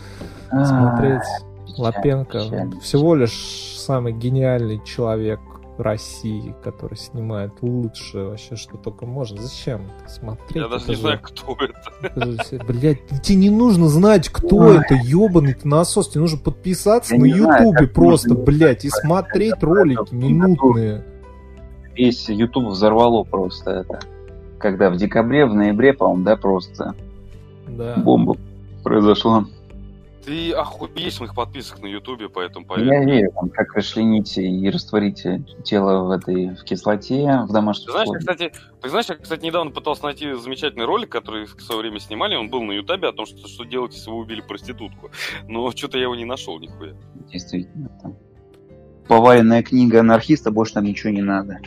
смотреть печаль, Лапенко. печаль. Всего лишь самый гениальный человек России, который снимает лучше вообще, что только можно. Зачем это смотреть? Я даже Это не же- знаю, кто это. это же- Блядь, тебе не нужно знать, кто Ой. это, ебаный ты насос. Тебе нужно подписаться Я на не знаю, Ютубе как просто, можно блядь, и это смотреть это ролики это минутные. Весь YouTube взорвало просто это. Когда в декабре, в ноябре, по-моему, да, просто Да. бомба произошла. Ты охуеешь с моих подписок на Ютубе, поэтому Я поверь. верю, там, как расчлените и растворите тело в этой в кислоте, в домашних Ты знаешь, я, условиях. кстати, ты знаешь, я, кстати, недавно пытался найти замечательный ролик, который в свое время снимали, он был на Ютубе о том, что, что делать, если вы убили проститутку. Но что-то я его не нашел, нихуя. Действительно. Там. Поваренная книга анархиста, больше там ничего не надо.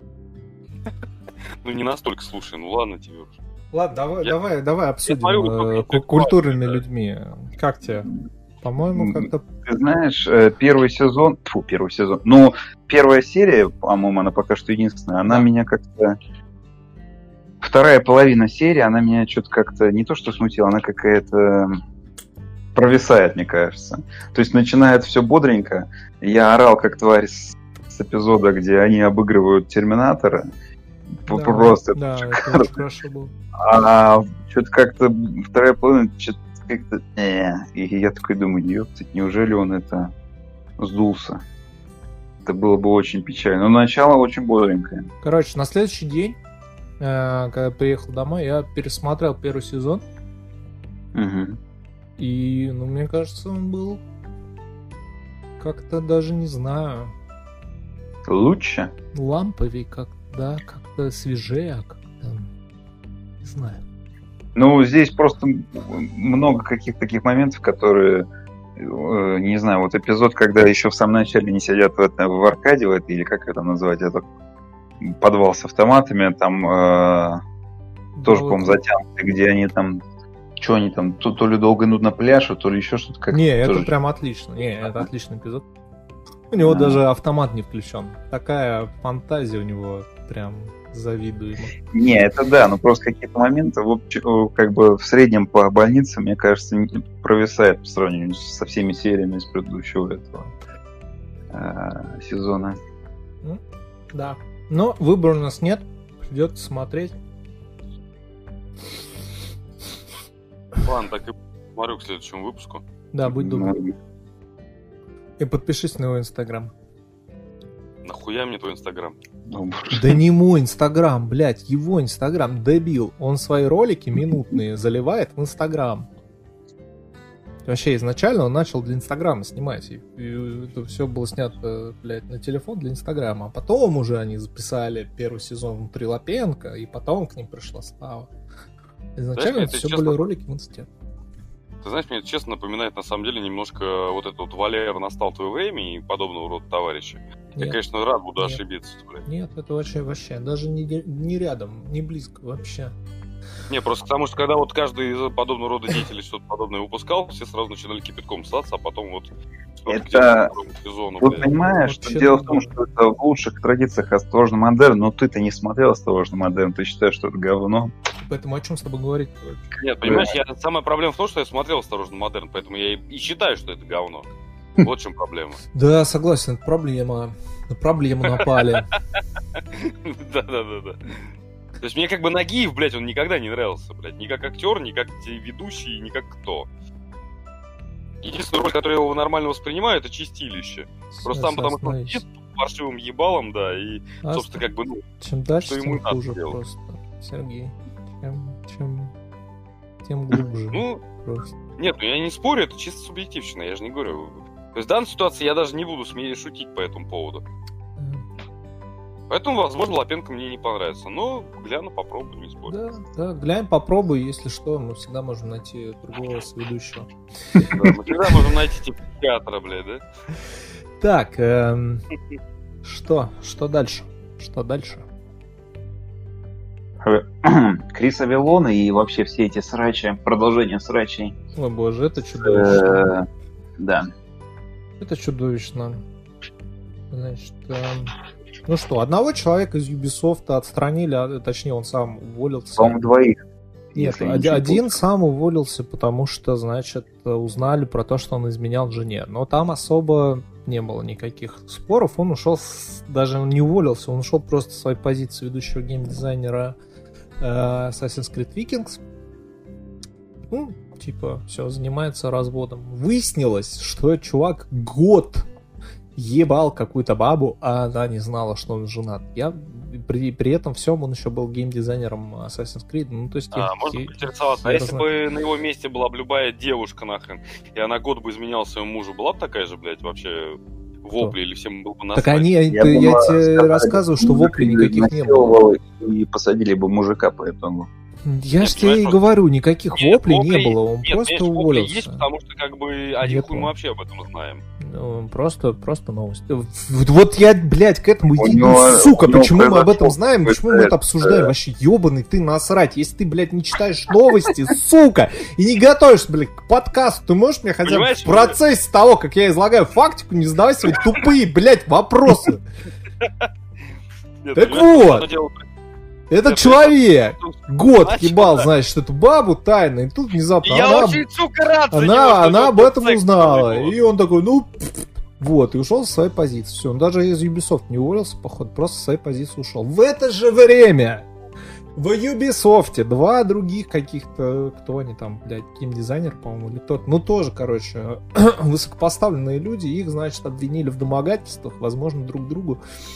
Ну, не настолько, слушай, ну ладно тебе уж. Ладно, давай, Я- давай, давай обсудим смотрю, э, как ку- это культурными классно, да. людьми. Как тебе? По-моему, М, как-то... Ты знаешь, э, первый сезон, фу, первый сезон, ну, первая серия, по-моему, она пока что единственная, она Да. меня как-то... Вторая половина серии, она меня что-то как-то не то что смутила, она какая-то провисает, мне кажется. То есть начинает все бодренько. Я орал как тварь с, с эпизода, где они обыгрывают Терминатора. П- Да, Просто это да, это шикарно. очень хорошо было. А что-то как-то вторая половина, что-то как-то... э, И я такой думаю, ёптать, неужели он это сдулся? Это было бы очень печально. Но начало очень бодренькое. Короче, на следующий день, э, когда я приехал домой, я пересмотрел первый сезон. Мгм. И, ну, мне кажется, он был как-то даже, не знаю, Лучше? ламповей, как, да, как-то свежее, а как-то, не знаю. Ну, здесь просто м- много каких-то таких моментов, которые, э, не знаю, вот эпизод, когда еще в самом начале не сидят в, это, в аркаде, в этой, или как это назвать, это подвал с автоматами, там э, тоже, Да, по-моему, вот- затянуты, где они там, что они там, то, то ли долго идут на пляже, то ли еще что-то как Не, это тоже- прям отлично. Не, это отличный эпизод. У него Да. даже автомат не включен. Такая фантазия у него прям завидуема. Не, это да, но просто какие-то моменты, в общем, как бы в среднем по больнице, мне кажется, не- провисает по сравнению со всеми сериями из предыдущего этого э, сезона. Да. Но выбора у нас нет. Придется смотреть. Ладно, так и смотрю к следующему выпуску. Да, будь добр. Ну, И подпишись на его инстаграм. Нахуя мне твой инстаграм? ну, боже. Да не мой инстаграм, блядь, его инстаграм, дебил. Он свои ролики минутные заливает в инстаграм. Вообще, изначально он начал для инстаграма снимать. И, и это все было снято, блядь, на телефон для инстаграма. А потом уже они записали первый сезон внутри Лапенко, и потом к ним пришла слава. Изначально Знаешь, это это все честно- были ролики в инсте. Ты знаешь, мне это честно напоминает, на самом деле, немножко вот это вот Валера настал твое время и подобного рода товарищи. Я, Нет, конечно, рад буду Нет. ошибиться, блядь. нет, это вообще, вообще, даже не, де- не рядом, не близко вообще. Не, просто потому что когда вот каждый из подобного рода деятелей что-то подобное выпускал, все сразу начинали кипятком ссаться, а потом вот что-то Это- где-то ко второму сезону, Вы блядь. понимаешь, что Вообще дело в том, другое. что это в лучших традициях «Осторожно, модерн», но ты-то не смотрел «Осторожно, модерн», ты считаешь, что это говно. Поэтому о чем с тобой говорить? Нет, понимаешь, я, самая проблема в том, что я смотрел «Осторожно, модерн», поэтому я и, и считаю, что это говно. Вот в чем проблема. Да, согласен, это проблема. На проблему напали. Да-да-да-да. То есть мне как бы Нагиев, блядь, он никогда не нравился, блядь. Ни как актер, ни как ведущий, ни как кто. Единственная роль, которую я его нормально воспринимаю, это Чистилище. Просто там, потому что он Остановись. сидит паршивым ебалом, да, и, А собственно, как бы, ну, Чем дальше, что ему тем и надо хуже делать. просто, Сергей. Чем, чем, тем глубже. ну, Просто. нет, ну я не спорю, это чисто субъективщина, я же не говорю. То есть в данной ситуации я даже не буду сме- шутить по этому поводу. Поэтому, возможно, Лапенко мне не понравится. Но гляну, попробую, не спорю. Да, да, глянь, попробуй, если что, мы всегда можем найти другого соведущего. Да, мы всегда можем найти типа театра, блядь, да? Так, эм, что? Что дальше? Что дальше? Крис Авилона и вообще все эти срачи, продолжение срачей. Ой, боже, это чудовищно. Э, Да. Это чудовищно. Значит, эм, ну что, одного человека из Ubisoft отстранили, а, точнее, он сам уволился. По-моему, двоих. Нет, один, один сам уволился, потому что, значит, узнали про то, что он изменял жене. Но там особо не было никаких споров. Он ушел, с... даже не уволился, он ушел просто с своей позиции ведущего геймдизайнера э, Assassin's Creed Vikings. Ну, типа, все, занимается разводом. Выяснилось, что чувак год ебал какую-то бабу, а она не знала, что он женат. Я при, при этом всем он еще был геймдизайнером Assassin's Creed. Ну, то есть, а, я, можно я, поинтересоваться, а если бы на его месте была бы любая девушка нахрен, и она год бы изменяла своему мужу, была бы такая же, блядь, вообще вопли, или всем был бы насрать? Так они, я, я, думаю, я тебе рассказываю, что воплей никаких не было. И посадили бы мужика по этому. Я ж тебе и говорю, никаких нет, воплей вопли, не было, он нет, просто нет, уволился. Есть, потому что как бы один хуй мы вообще об этом знаем. Ну, просто, просто новость. Вот я, блядь, к этому иди, ну, сука, почему мы об этом знаем, почему мы это обсуждаем, вообще ебаный ты насрать. Если ты, блядь, не читаешь новости, сука, и не готовишься, блядь, к подкасту, ты можешь мне хотя бы в процессе того, как я излагаю фактику, не задавать свои тупые, блядь, вопросы. Так вот. Этот человек год ебал, значит, эту бабу тайно, и тут внезапно я она, очень, сука, рад она, него, она об этом узнала. И он такой, ну, вот, и ушел с своей позиции. Все, он даже из Ubisoft не уволился, походу, просто с своей позиции ушел. В это же время в Ubisoft два других каких-то, кто они там, блядь, геймдизайнер, по-моему, или тот, ну, тоже, короче, высокопоставленные люди, их, значит, обвинили в домогательствах, возможно, друг другу.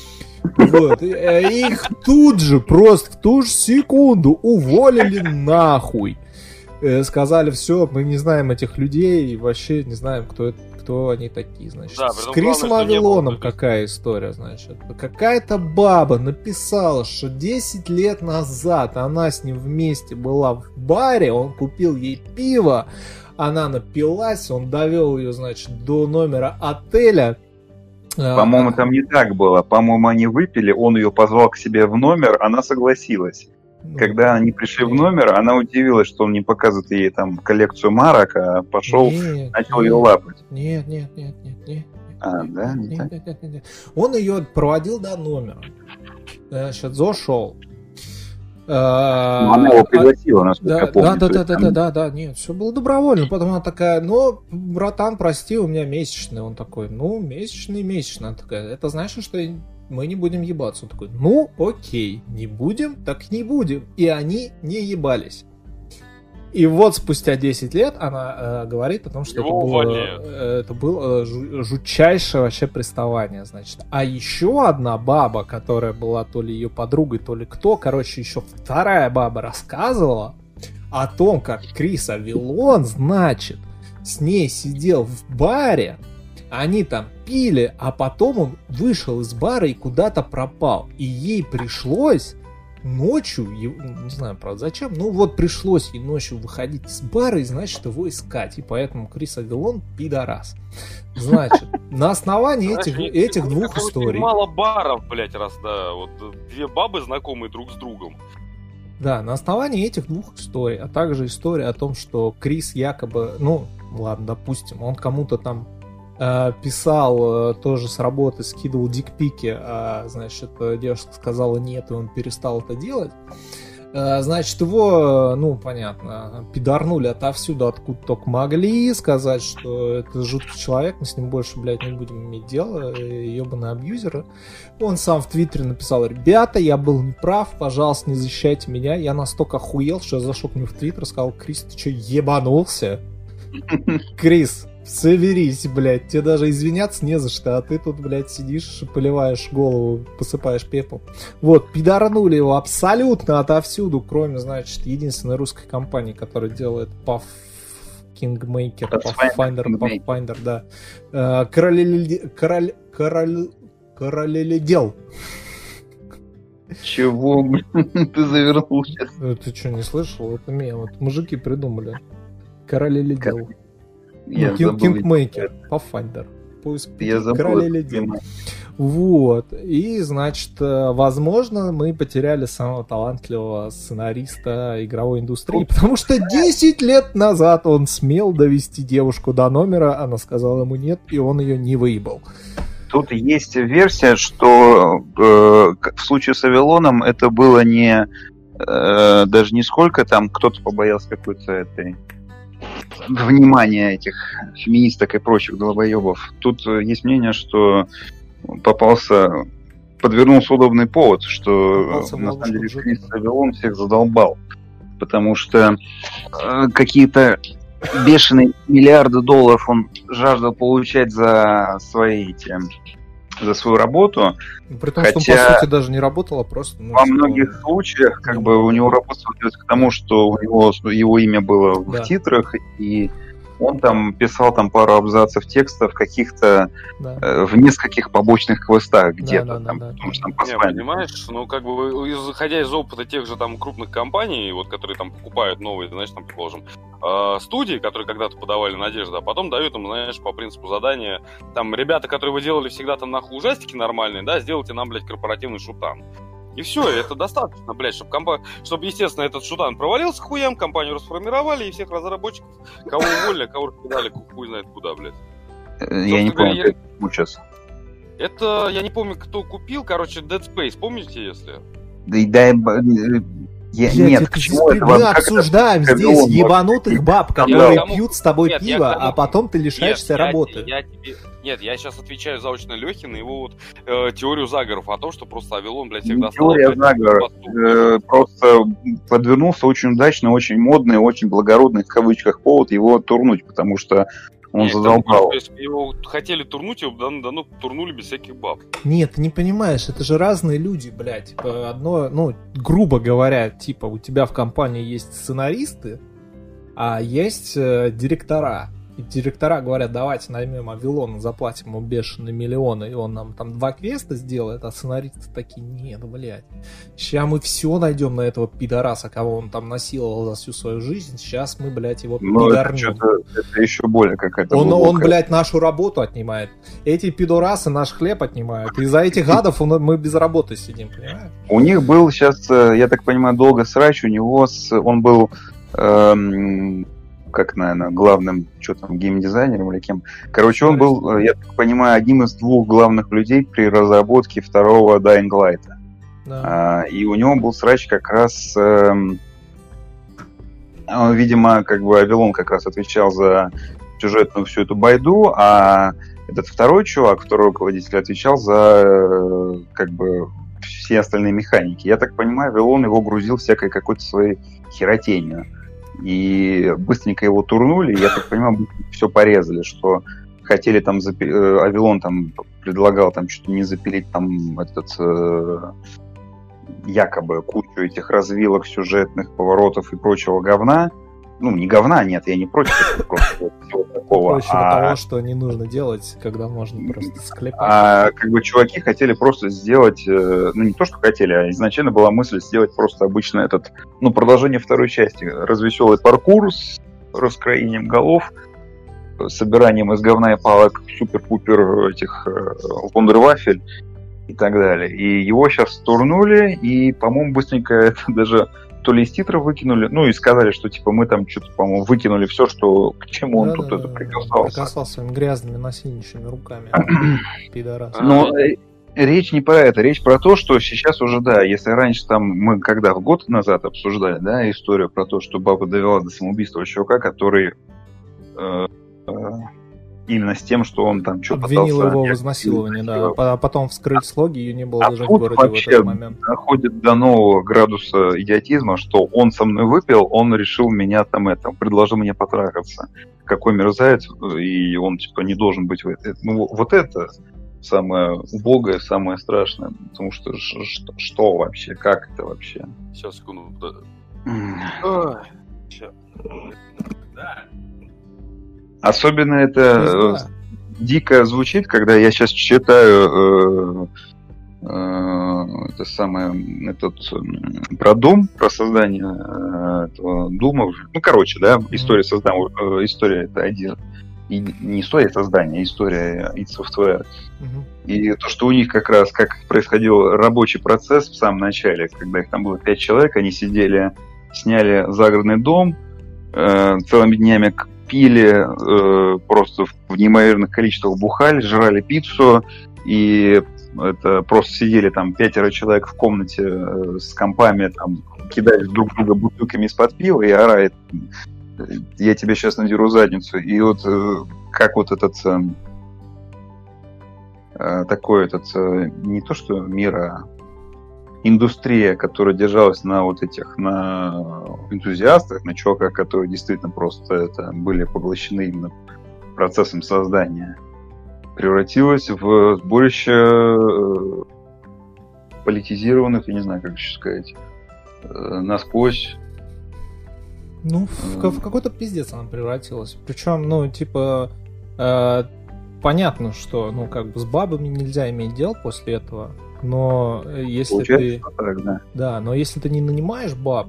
Вот. И, их тут же, просто в ту же секунду уволили нахуй. Э, сказали, все, мы не знаем этих людей, и вообще не знаем, кто, это, кто они такие, значит. Да, с Крисом главное, Авилоном какая история, значит. Какая-то баба написала, что десять лет назад она с ним вместе была в баре, он купил ей пиво, она напилась, он довел ее, значит, до номера отеля. По-моему, там не так было. По-моему, они выпили, он ее позвал к себе в номер, она согласилась. Ну, Когда они пришли нет. в номер, она удивилась, что он не показывает ей там коллекцию марок, а пошел, нет, начал нет, ее лапать. Нет, нет, нет, нет, нет. А, нет, да? Нет, нет, нет, нет, нет. Он ее проводил до номера. Значит, зашел. Ну, она его пригласила, насколько да, я помню. Да, да, да, да, да, да, да, нет, все было добровольно. Потом она такая, ну, братан, прости, у меня месячный. Он такой, ну, месячный, месячный. Она такая, это значит, что мы не будем ебаться. Он такой, ну, окей, не будем, так не будем. И они не ебались. И вот спустя десять лет она э, говорит о том, что это было, э, это было жу- жутчайшее вообще приставание, значит. А еще одна баба, которая была то ли ее подругой, то ли кто, короче, еще вторая баба рассказывала о том, как Крис Авилон, значит, с ней сидел в баре, они там пили, а потом он вышел из бара и куда-то пропал. И ей пришлось ночью, не знаю, правда, зачем, ну вот пришлось ей ночью выходить из бара и, значит, его искать. И поэтому Крис Авилон пидорас. Значит, на основании этих, этих двух историй... Мало баров, блять, раз, да, вот две бабы знакомые друг с другом. Да, на основании этих двух историй, а также история о том, что Крис якобы, ну, ладно, допустим, он кому-то там писал тоже с работы, скидывал дикпики, а, значит, девушка сказала нет, и он перестал это делать. Значит, его, ну, понятно, пидорнули отовсюду, откуда только могли, сказать, что это жуткий человек, мы с ним больше, блядь, не будем иметь дело, ебаные абьюзеры. Он сам в Твиттере написал, ребята, я был неправ, пожалуйста, не защищайте меня. Я настолько охуел, что я зашел к нему в Твиттер, сказал, Крис, ты что, ебанулся? Крис, соберись, блядь, тебе даже извиняться не за что, а ты тут, блядь, сидишь, поливаешь голову, посыпаешь пеплом. Вот, пидорнули его абсолютно отовсюду, кроме, значит, единственной русской компании, которая делает Puff Kingmaker, Pathfinder, Pathfinder, да. Король... Король... Король... Королеледел. Чего, блин, ты завернул сейчас? Ты что, не слышал? Это мем, вот мужики придумали. Королеледел. Я ну, Kingmaker, Pathfinder. Поиск Королеледел. Вот. И, значит, возможно, мы потеряли самого талантливого сценариста игровой индустрии, потому что десять лет назад он смел довести девушку до номера, она сказала ему нет, и он ее не выебал. Тут есть версия, что э, в случае с Авилоном это было не э, даже не сколько там кто-то побоялся какой-то этой внимания этих феминисток и прочих долбоебов. Тут есть мнение, что попался, подвернулся удобный повод, что попался на самом деле Крис Авилон всех задолбал. Потому что э, какие-то бешеные миллиарды долларов он жаждал получать за свои эти, за свою работу. При том, хотя что он, по сути, даже не работал, а просто... Ну, во многих случаях, как бы, у него работа сводилась к тому, что у него его имя было да. в титрах, и он там писал там пару абзацев текстов каких-то да. э, в нескольких побочных квестах где-то. Да, да, там, да, потому да. что там Не, понимаешь, ну как бы исходя из опыта тех же там крупных компаний, вот которые там покупают новые, знаешь, там, предположим, э, студии, которые когда-то подавали надежду, а потом дают им, знаешь, по принципу задания, там, ребята, которые вы делали всегда там нахуй ужастики нормальные, да, сделайте нам, блядь, корпоративный шутан. И все, это достаточно, блядь, чтобы, компа... чтобы, естественно, этот шутан провалился к хуям, компанию расформировали, и всех разработчиков, кого уволили, кого раскидали, хуй знает куда, блядь. Я не помню, я... сейчас. Это, я не помню, кто купил, короче, Dead Space, помните, если? Да и дай... Я, Блядь, нет, это почему здесь, это мы вам, обсуждаем это, здесь он, ебанутых может... баб, которые нет, пьют с тобой нет, пиво, тому... а потом ты лишаешься нет, работы. Я, я тебе... Нет, я сейчас отвечаю заочно Лехе на его вот, э, теорию заговоров о том, что просто Авилон, блядь, всех достал. Теория заговоров. Э, просто подвернулся очень удачный, очень модный, очень благородный, в кавычках, повод его турнуть, потому что он Нет, задолбал. Там, если его хотели турнуть, его да, да, ну, турнули без всяких баб. Нет, ты не понимаешь, это же разные люди, блядь. Одно, ну, грубо говоря, типа, у тебя в компании есть сценаристы, а есть э, директора. И директора говорят, давайте наймем Авилона, заплатим ему бешеные миллионы, и он нам там два квеста сделает, а сценаристы такие, нет, блядь. Сейчас мы все найдем на этого пидораса, кого он там насиловал за всю свою жизнь, сейчас мы, блядь, его ну, пидорнем. Это, это еще более какая-то он, глубокая. он, блядь, нашу работу отнимает. Эти пидорасы наш хлеб отнимают. И за этих гадов он, мы без работы сидим, понимаешь? У них был сейчас, я так понимаю, долго срач, у него с, он был... Эм, как, наверное, главным, что там, геймдизайнером или кем. Короче, он был, я так понимаю, одним из двух главных людей при разработке второго Dying Light. Да. А, и у него был срач как раз... Эм, видимо, как бы Авилон как раз отвечал за сюжетную всю эту байду, а этот второй чувак, второй руководитель, отвечал за как бы все остальные механики. Я так понимаю, Авилон его грузил всякой какой-то своей херотенью. И быстренько его турнули, и, я так понимаю, все порезали, что хотели там, запи... Авилон там предлагал там чуть ли не запилить там этот э, якобы кучу этих развилок, сюжетных поворотов и прочего говна. Ну, не говна, нет, я не против просто всего такого. Против а... того, что не нужно делать, когда можно просто склепать. А как бы чуваки хотели просто сделать, ну не то, что хотели, а изначально была мысль сделать просто обычно этот, ну, продолжение второй части. Развеселый паркур с раскроением голов, собиранием из говна и палок супер-пупер этих вундервафель и так далее. И его сейчас турнули, и, по-моему, быстренько это даже... то ли из титров выкинули, ну и сказали, что типа мы там что-то, по-моему, выкинули все, что к чему он да, тут да, это прикасался. Прикасался своими грязными насильничьими руками. Пидорас. Но речь не про это, речь про то, что сейчас уже, да, если раньше там мы когда в год назад обсуждали, да, историю про то, что баба довела до самоубийства чувака, который э, э, именно с тем, что он там что-то пытался... Обвинил его в изнасиловании, да. А потом вскрыть слоги, ее не было а даже в городе в этот момент. Доходит до нового градуса идиотизма, что он со мной выпил, он решил меня там это, предложил мне потрахаться. Какой мерзавец, и он типа не должен быть в этом. Ну, вот это самое убогое, самое страшное. Потому что что, что вообще, как это вообще? Сейчас, секунду. Да. Особенно это э, дико звучит, когда я сейчас читаю э, э, это самое, этот, э, про Doom, про создание э, этого Doom. Ну, короче, да, история создания, э, история это один, и не история создания, а история id Software. Mm-hmm. И то, что у них как раз, как происходил рабочий процесс в самом начале, когда их там было пять человек, они сидели, сняли загородный дом, э, целыми днями пили, э, просто в неимоверных количествах бухали, жрали пиццу, и это просто сидели там пятеро человек в комнате э, с компами, там кидает друг друга бутылками из-под пива и орает: я тебе сейчас надеру задницу. И вот как вот этот такой этот не то что мир, а индустрия, которая держалась на вот этих, на энтузиастах, на чуваках, которые действительно просто это были поглощены именно процессом создания, превратилась в сборище политизированных, я не знаю, как еще сказать, насквозь. Ну, в, в какой-то пиздец она превратилась. Причем, ну, типа, э, понятно, что, ну, как бы с бабами нельзя иметь дел после этого, но если Получается, ты... так, да. Да, но если ты не нанимаешь баб,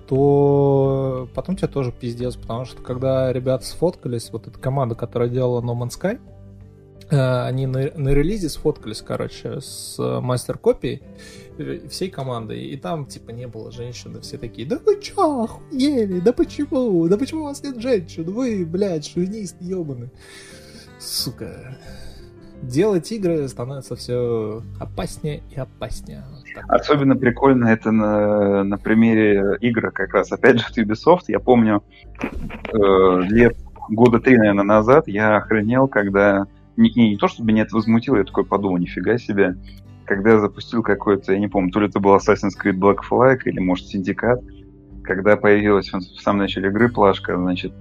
то потом тебе тоже пиздец, потому что когда ребята сфоткались, вот эта команда, которая делала No Man's Sky, они на, на релизе сфоткались, короче, с мастер-копией всей команды, и там, типа, не было женщин, и все такие: да вы чё, охуели, да почему, да почему у вас нет женщин, вы, блядь, шовинист ебаный. Сука. Делать игры становится все опаснее и опаснее. Особенно прикольно это на, на примере игр, как раз, опять же, от Ubisoft. Я помню, э, лет года три, наверное, назад я охренел, когда... Не, не, не то, чтобы меня это возмутило, я такой подумал: нифига себе. Когда я запустил какой-то, я не помню, то ли это был Assassin's Creed Black Flag, или, может, Syndicate, когда появилась в самом начале игры плашка, значит,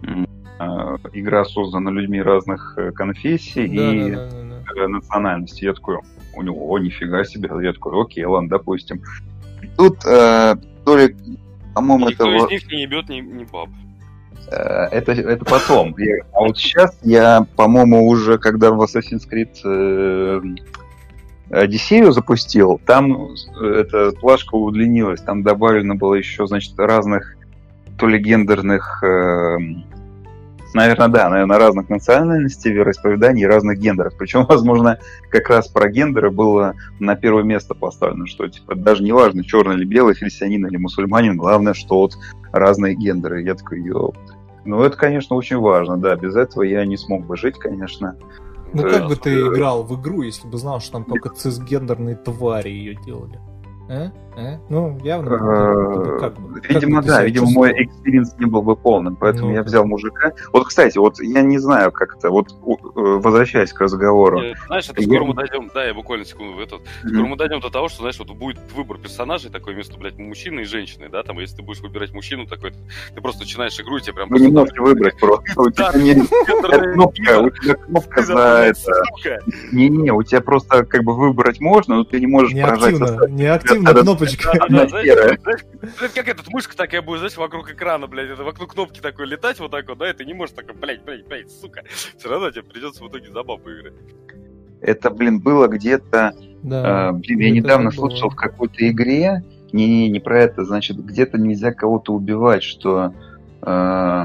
игра создана людьми разных конфессий да, и да, да, да. национальностей. Я такой: у него, о, нифига себе. Я такой: окей, ладно, допустим. Тут, э, то ли, по-моему, никто это... Никто из них не ебет ни, ни баб. Это, это потом. Я, а вот сейчас я, по-моему, уже, когда в Assassin's Creed э, Одиссею запустил, там эта плашка удлинилась, там добавлено было еще, значит, разных то ли гендерных, э, наверное, да, наверное, разных национальностей, вероисповеданий и разных гендеров. Причем, возможно, как раз про гендеры было на первое место поставлено, что, типа, даже не важно, черный или белый, христианин или мусульманин, главное, что вот разные гендеры. Я такой: ёп. Ну, это, конечно, очень важно, да, без этого я не смог бы жить, конечно. Ну, как бы ты играл в игру, если бы знал, что там только цисгендерные твари ее делали? А? А? Ну, явно. Как бы, видимо, да, видимо, мой экспириенс не был бы полным, поэтому ну, я взял мужика. Вот, кстати, вот я не знаю, как это, вот возвращаясь к разговору. Я, знаешь, это скоро мы дойдем, да, я буквально секунду в этот. Скоро мы дойдем до того, что, знаешь, вот будет выбор персонажей такой между, блядь, мужчиной и женщиной, да, там, если ты будешь выбирать мужчину такой, ты просто начинаешь игру, и тебе прям... Вы не можете выбрать просто. У тебя не кнопка, у тебя кнопка за это. Не-не, у тебя просто как бы выбрать можно, но ты не можешь поражать. Неактивно кнопочка. Да, знаешь, как этот мышка такая будет, знаешь, вокруг экрана, блядь, это вокруг кнопки такой летать вот так вот, да, и ты не можешь такой, блядь, блядь, блядь, сука. Все равно тебе придется в итоге за бабу играть. Это, блин, было где-то... Да, э, блин, я недавно слышал было. В какой-то игре, не-не, не про это, значит, где-то нельзя кого-то убивать, что... Э,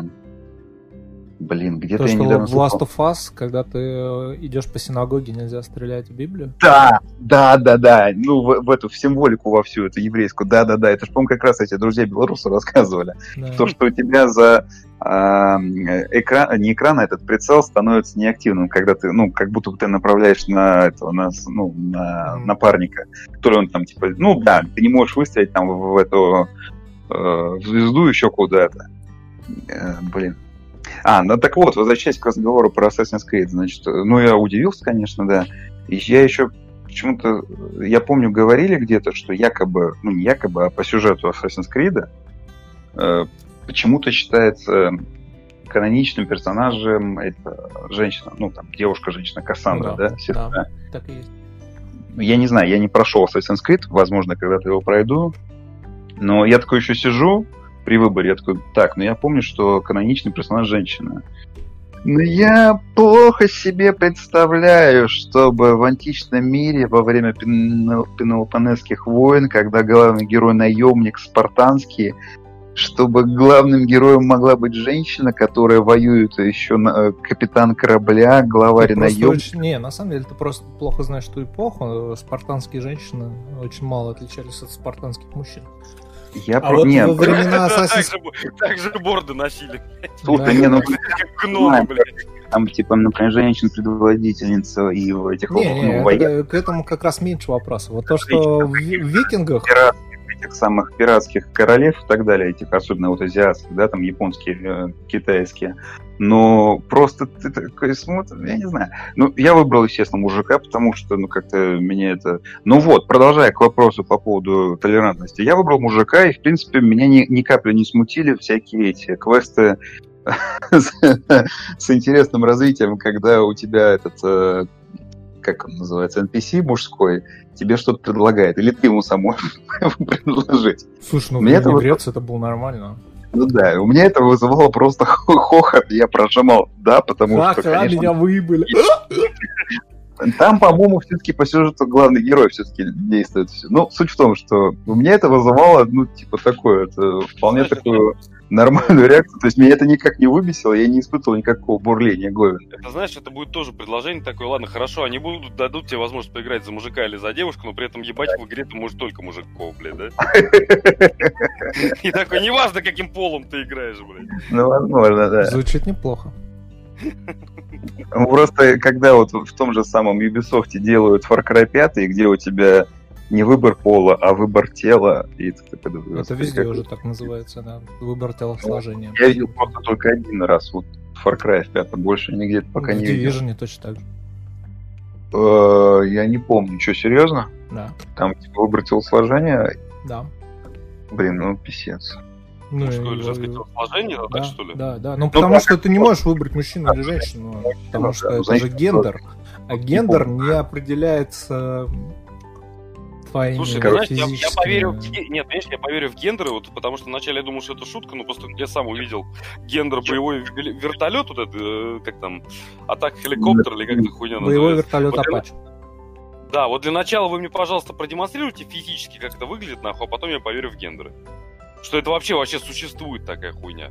блин, где-то То, я что недавно в Last of Us, когда ты идешь по синагоге, нельзя стрелять в Библию? Да, да, да, да. Ну, в, в эту в символику во всю эту еврейскую. Да, да, да. Это же, по-моему, как раз эти друзья белорусы рассказывали. Да. То, что у тебя за э, экран, не экран, а этот прицел становится неактивным, когда ты, ну, как будто ты направляешь на этого, на, ну, на mm. напарника, который он там, типа, ну, да, ты не можешь выстрелить там в, в эту э, в звезду еще куда-то. Э, блин. А, ну так вот, возвращаясь к разговору про Assassin's Creed, значит, ну я удивился, конечно, да. И я еще почему-то, я помню, говорили где-то, что якобы, ну не якобы, а по сюжету Assassin's Creed э, почему-то считается каноничным персонажем это женщина, ну там девушка-женщина Кассандра, ну, да, да, сестра. Да, так и есть. Я не знаю, я не прошел Assassin's Creed, возможно, когда-то его пройду, но я такой еще сижу при выборе, я такой: так, ну я помню, что каноничный персонаж женщина. Но я плохо себе представляю, чтобы в античном мире во время Пелопоннесских войн, когда главный герой наемник спартанский, чтобы главным героем могла быть женщина, которая воюет, еще на, капитан корабля, главарь наемник. Не, на самом деле ты просто плохо знаешь ту эпоху. Спартанские женщины очень мало отличались от спартанских мужчин. Я а про... вот Нет, во времена Assassin's... Так же борды носили. Слушай, не, ну... Как гномы, блядь. Там, типа, например, женщин-предводительница и в этих... Не, не, к этому как раз меньше вопросов. Вот то, что в викингах... этих самых пиратских королев и так далее, этих особенно вот азиатских, да, там японские, э, китайские. Но просто ты такой смотришь, я не знаю. Ну, я выбрал, естественно, мужика, потому что, ну, как-то меня это... Ну вот, продолжая к вопросу по поводу толерантности. Я выбрал мужика, и, в принципе, меня ни, ни капли не смутили всякие эти квесты с интересным развитием, когда у тебя этот... как он называется, эн пи си мужской, тебе что-то предлагает, или ты ему сам можешь предложить. Слушай, ну в Греции это было нормально. Ну да, у меня это вызывало просто хохот, я прожимал, да, потому что, конечно... меня выебали. Там, по-моему, все-таки по сюжету главный герой все-таки действует. Ну, суть в том, что у меня это вызывало, ну, типа, такое, это вполне такую нормальную реакцию. То есть меня это никак не выбесило, я не испытывал никакого бурления Говен. Это, знаешь, это будет тоже предложение такое, ладно, хорошо, они будут, дадут тебе возможность поиграть за мужика или за девушку, но при этом ебать в игре ты можешь только мужиков, блядь, да? И такой, неважно, каким полом ты играешь, блядь. Ну, возможно, да. Звучит неплохо. Просто когда вот в том же самом Ubisoft делают Far Cry пять, где у тебя не выбор пола, а выбор тела, и ты такой думаешь, это везде как... уже так называется, да, выбор телосложения. Я видел просто только один раз вот Far Cry пять, больше нигде пока в не видел. В Division точно так же. Uh, я не помню, что, серьезно? Да. Там типа выбор телосложения? Да. Блин, ну писец. Ну, что, или женское телосложение, да, так, что ли? Да, да, ну потому ну, что ты не можешь выбрать мужчину или женщину, потому что это значит, же гендер, а гендер не определяется твоими Слушай, знаешь, я, я поверю в... Нет, конечно, я поверю в гендеры, вот, потому что вначале я думал, что это шутка, но просто я сам увидел гендер боевой вертолет, вот это, как там, атака хеликоптер, или как эта хуйня называется. Боевой вертолет вот Апач. Да, вот для начала вы мне, пожалуйста, продемонстрируйте физически, как это выглядит, нахуй, а потом я поверю в гендеры. Что это вообще вообще существует такая хуйня.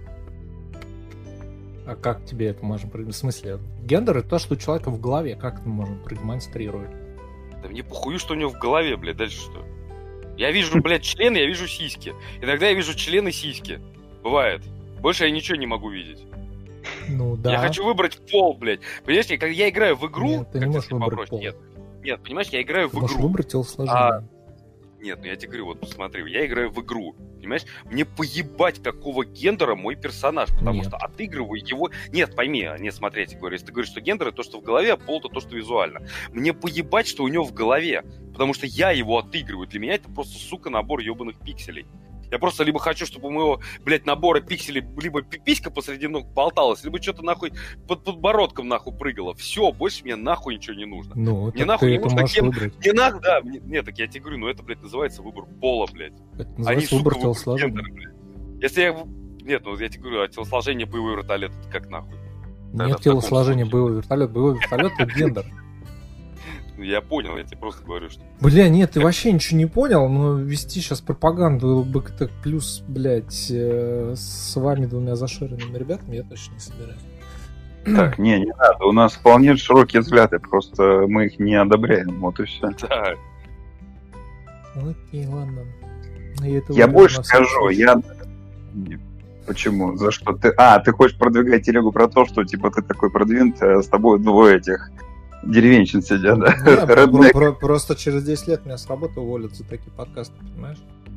А как тебе это можно продемонстрировать? В смысле, гендер — это то, что у человека в голове. Как это можно продемонстрировать? Да мне похую, что у него в голове, блядь, дальше что? Я вижу, блядь, члены, я вижу сиськи. Иногда я вижу члены сиськи. Бывает. Больше я ничего не могу видеть. Ну да. Я хочу выбрать пол, блядь. Понимаешь, когда я играю в игру... Нет, ты не можешь выбрать попроще, пол. Нет. Нет, понимаешь, я играю ты в можешь игру. выбрать телосложение. А... Нет, ну я тебе говорю, вот посмотри, я играю в игру, понимаешь? Мне поебать, какого гендера мой персонаж, потому нет. что отыгрываю его... Нет, пойми, не смотреть, я говорю, если ты говоришь, что гендер — это то, что в голове, а пол — это то, что визуально. Мне поебать, что у него в голове, потому что я его отыгрываю. Для меня это просто, сука, набор ебаных пикселей. Я просто либо хочу, чтобы у моего, блядь, набора пикселей либо пиписька посреди ног болталась, либо что-то нахуй под подбородком нахуй прыгало. Все, больше мне нахуй ничего не нужно. Ну, мне нахуй не нужно кем... выбрать. Не надо, да. Мне... Нет, так я тебе говорю, ну это, блядь, называется выбор пола, блядь. Это называется Они, выбор сука, телосложения. блядь. Если я... Нет, ну я тебе говорю, а телосложение боевой вертолет, это как нахуй? Нет телосложения боевой вертолет. Боевой вертолет — это гендер. Я понял, я тебе просто говорю, что... Бля, нет, ты вообще ничего не понял, но вести сейчас пропаганду бэ ка тэ плюс, блядь, э, с вами двумя зашоренными ребятами я точно не собираюсь. Так, не, не надо, у нас вполне широкие взгляды, просто мы их не одобряем, вот и все. Да. Окей, ладно. Я, я больше скажу, я... Почему? За что? Ты... А, ты хочешь продвигать телегу про то, что, типа, ты такой продвинутый, а с тобой двое этих... деревенщин сидят, да? Да, про- про- просто через десять лет меня с работы уволят за такие подкасты, понимаешь?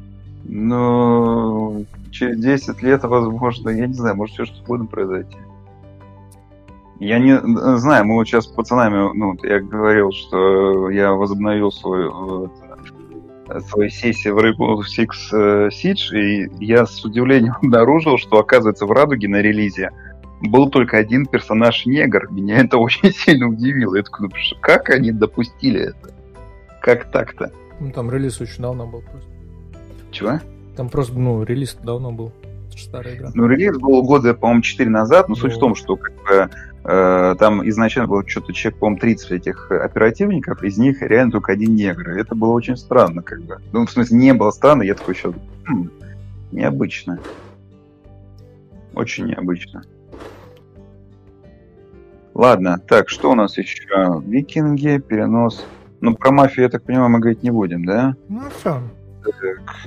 Ну, через десять лет, возможно, я не знаю, может, все что угодно произойти. Я не знаю, мы вот сейчас с пацанами, ну, я говорил, что я возобновил свою, свою сессию в Rainbow Six Siege, и я с удивлением обнаружил, что, оказывается, в Радуге на релизе был только один персонаж-негр. Меня это очень сильно удивило. Я такой, как они допустили это? Как так-то? Ну, там релиз очень давно был просто. Чего? Там просто, ну, релиз давно был. Это же старая игра. Ну, релиз был года, по-моему, четыре назад, но ну... суть в том, что как бы, э, там изначально было что-то, человек, по-моему, тридцать этих оперативников, из них реально только один негр. И это было очень странно, как бы. Ну, в смысле, не было странно, я такой еще... Хм, необычно. Очень необычно. Ладно, так, что у нас еще? Викинги, перенос. Ну, про мафию, я так понимаю, мы говорить не будем, да? Ну, все. Так.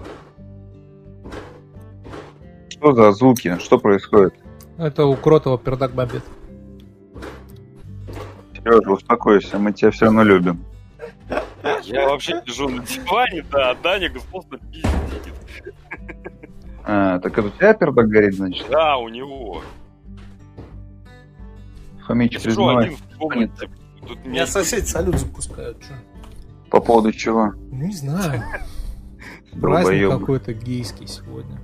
Что за звуки? Что происходит? Это у Кротова пердак бомбит. Сережа, успокойся, мы тебя все равно любим. Я вообще лежу на диване, да, а Даня просто пиздит. А, так это у тебя пердак горит, значит? Да, у него. Фомич, Я сижу признавай. один в комнате. Тут Меня соседи салют запускают. Чё? По поводу чего? Ну, не знаю. Праздник Долбоёбы. какой-то гейский сегодня.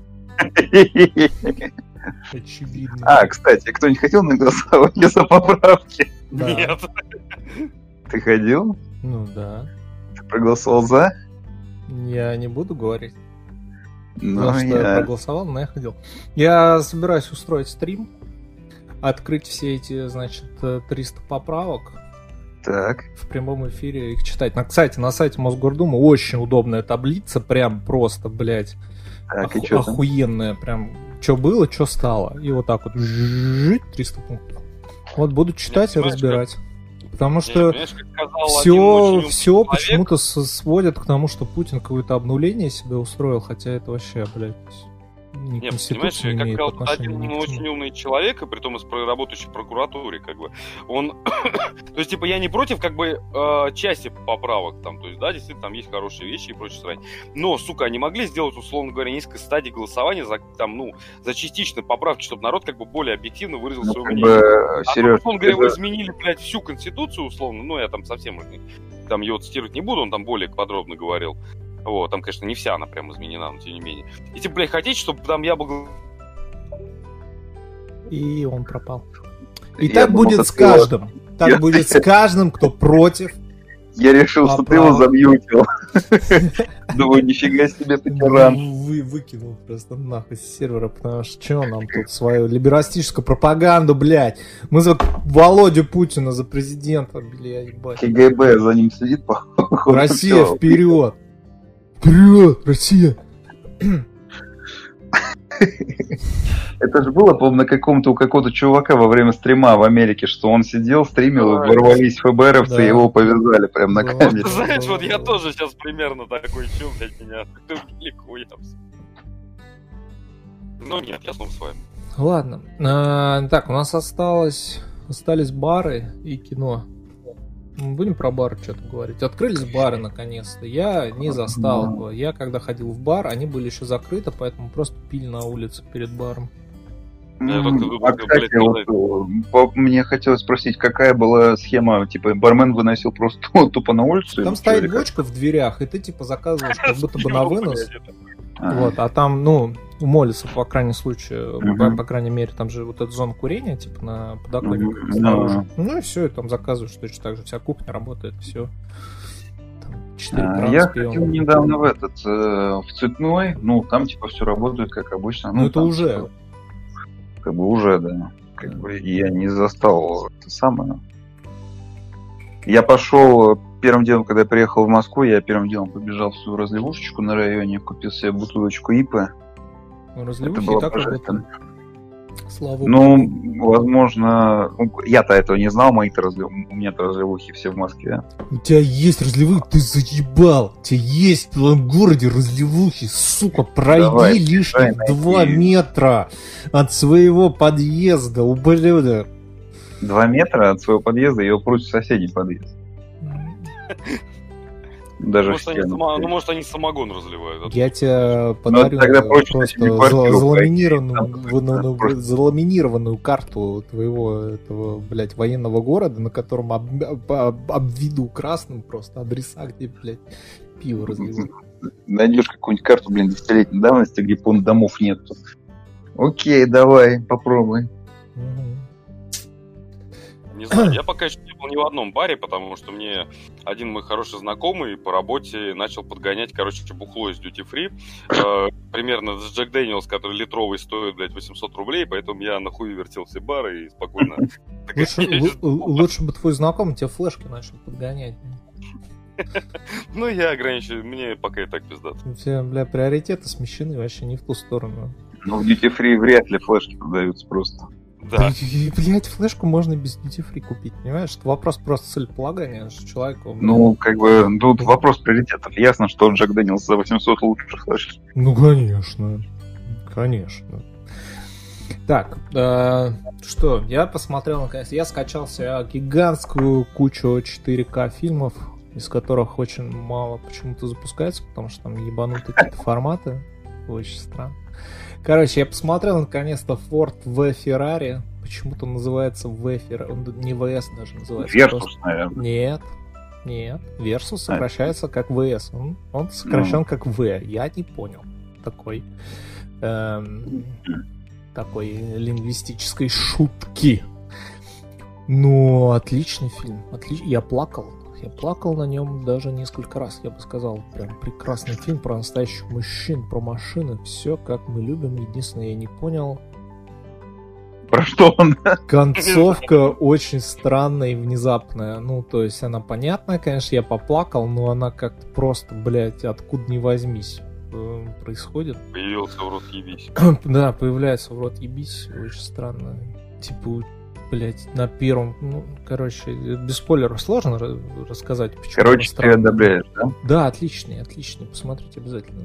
Очевидно. А, кстати, кто-нибудь хотел на голосование за поправки? Да. Нет. Ты ходил? Ну да. Ты проголосовал за? Я не буду говорить. Ну, Потому что я я... проголосовал, но я ходил. Я собираюсь устроить стрим, открыть все эти, значит, триста поправок Так. в прямом эфире, их читать. На, кстати, на сайте Мосгордумы очень удобная таблица, прям просто, блядь, Так, оху- и что там? охуенная, прям, что было, что стало. И вот так вот, жжжж, триста пунктов. Вот буду читать и Понимаешь, разбирать. Потому Я, что понимаешь, как сказал один все, очень умный все человек, почему-то с- сводят к тому, что Путин какое-то обнуление себе устроил, хотя это вообще, блядь, ни Нет, Конституции понимаешь, не как имеет сказал отношения один ни к очень чему. умный человек, и притом из работающей в прокуратуре, как бы, он, то есть, типа, я не против, как бы, э, части поправок, там, то есть, да, действительно, там есть хорошие вещи и прочее срань, но, сука, они могли сделать, условно говоря, несколько стадий голосования за, там, ну, за частичные поправки, чтобы народ, как бы, более объективно выразил Ну, свое как мнение. бы, А Сереж, то, условно говоря, это- вы изменили, блядь, всю Конституцию, условно, ну, я там совсем уже не- там его цитировать не буду, он там более подробно говорил. Вот, там, конечно, не вся она прям изменена, но тем не менее. И типа, блядь, хотите, чтобы там я был... И он пропал. И Я так думал, будет что с ты его- каждым. Так Я- будет с каждым, кто против. Я решил, что ты его Поправок. замьютил. Думаю, нифига себе ты тиран. Вы выкинул просто нахуй с сервера, потому что что нам тут свою либерастическую пропаганду, блядь. Мы за Володю Путина, за президента, блядь, ебать. КГБ за ним следит, походу. Россия всё. вперед! Вперед, Россия! Это же было, по-моему, на каком-то у какого-то чувака во время стрима в Америке, что он сидел, стримил, Да. ворвались ФБРовцы Да. и его повязали прям на Да. камере. Ты знаешь, вот я тоже сейчас примерно такой, чё, блядь, меня ликует. Ну нет, я снова с вами. Ладно. А, так, у нас осталось, остались бары и кино. Мы будем про бары что-то говорить. Открылись бары наконец-то. Я не застал его. Я когда ходил в бар, они были еще закрыты, поэтому просто пили на улице перед баром. Я только М, думал, А, что, кстати, блядь, вот, э, по- мне хотелось спросить, какая была схема, типа, бармен выносил просто тупо на улицу? Там или стоит что, или как? бочка в дверях, и ты типа заказываешь как будто бы на вынос. Блядь, это- А, Вот, а там, ну, у молится, по крайней случае, Мгм. по, по крайней мере, там же вот эта зона курения, типа, на подоконниках Мгм. снаружи. Ну и все, и там заказываешь точно так же. Вся кухня работает, все. четыре а, крана Я с пивом. ходил недавно в этот, э, в Цветной, ну, там, типа, все работает, как обычно. Ну, это там, уже. типа, как бы уже, да. Как Да. бы я не застал это самое. Я пошел первым делом, когда я приехал в Москву, я первым делом побежал в свою разливушечку на районе, купил себе бутылочку ипы. Ну, Это разливухи было и так божественно. работают. Слава богу. Ну, возможно, ну, я-то этого не знал, мои-то разлив... у меня-то разливухи все в Москве. У тебя есть разливухи, ты заебал. У тебя есть в твоем городе разливухи, сука, пройди Давай, лишних найди. два метра от своего подъезда, ублюдок. Два метра от своего подъезда его просят в соседний подъезд. Даже в Может, они стену. само- ну, может, они самогон разливают. Я тебе подарю тогда проще просто себе за- квартиру заламинированную, пойти, там в- ну, просто- заламинированную карту твоего этого, блядь, военного города, на котором об, об- об- обведу красным просто адреса, где, блядь, пиво разливают. Найдешь какую-нибудь карту, блин, десятилетней давности, где, по домов нету. Окей, давай, попробуй. Мгм. Не знаю, я пока еще не был ни в одном баре, потому что мне один мой хороший знакомый по работе начал подгонять, короче, бухло из Duty Free. Э, примерно с Джек Дэниелс, который литровый стоит, блядь, восемьсот рублей, поэтому я нахуй вертел все бары и спокойно... Лучше, л- л- лучше бы твой знакомый тебе флешки начал подгонять. Ну, я ограничиваю, мне пока и так пиздато. У тебя, бля, приоритеты смещены вообще не в ту сторону. Ну, в Duty Free вряд ли флешки продаются просто. Да. Блять, флешку можно без duty free купить, понимаешь? Это вопрос просто целеполагания, что человеку... блин, Ну, как бы, тут вопрос приоритетов. Ясно, что Джек Дэниелс за восемьсот лучше флешки. Ну, конечно. Конечно. Так, э, что, я посмотрел наконец, я скачал себе гигантскую кучу четыре ка фильмов из которых очень мало почему-то запускается, потому что там ебанутые какие-то форматы. Очень странно. Короче, я посмотрел наконец-то Ford V Ferrari. Почему-то называется V Ferrari. Он не V S даже называется. Versus, просто... наверное. Нет. Нет. Versus сокращается как V S. Он, он сокращен ну. как V. Я не понял. Такой... Эм, такой лингвистической шутки. Ну, отличный фильм. Отлич... Я плакал. Я плакал на нем даже несколько раз, я бы сказал. Прям прекрасный фильм про настоящих мужчин, про машины. Все, как мы любим. Единственное, я не понял... Про что он? Концовка очень странная и внезапная. Ну, то есть она понятная, конечно, я поплакал, но она как-то просто, блядь, откуда ни возьмись происходит. Появился в рот ебись. Да, появляется в рот ебись. Очень странно. Типа... Блять, на первом, ну, короче, без спойлеров сложно рассказать, почему. Короче, ты одобряешь, да? Да, отличный, отличный, посмотрите обязательно.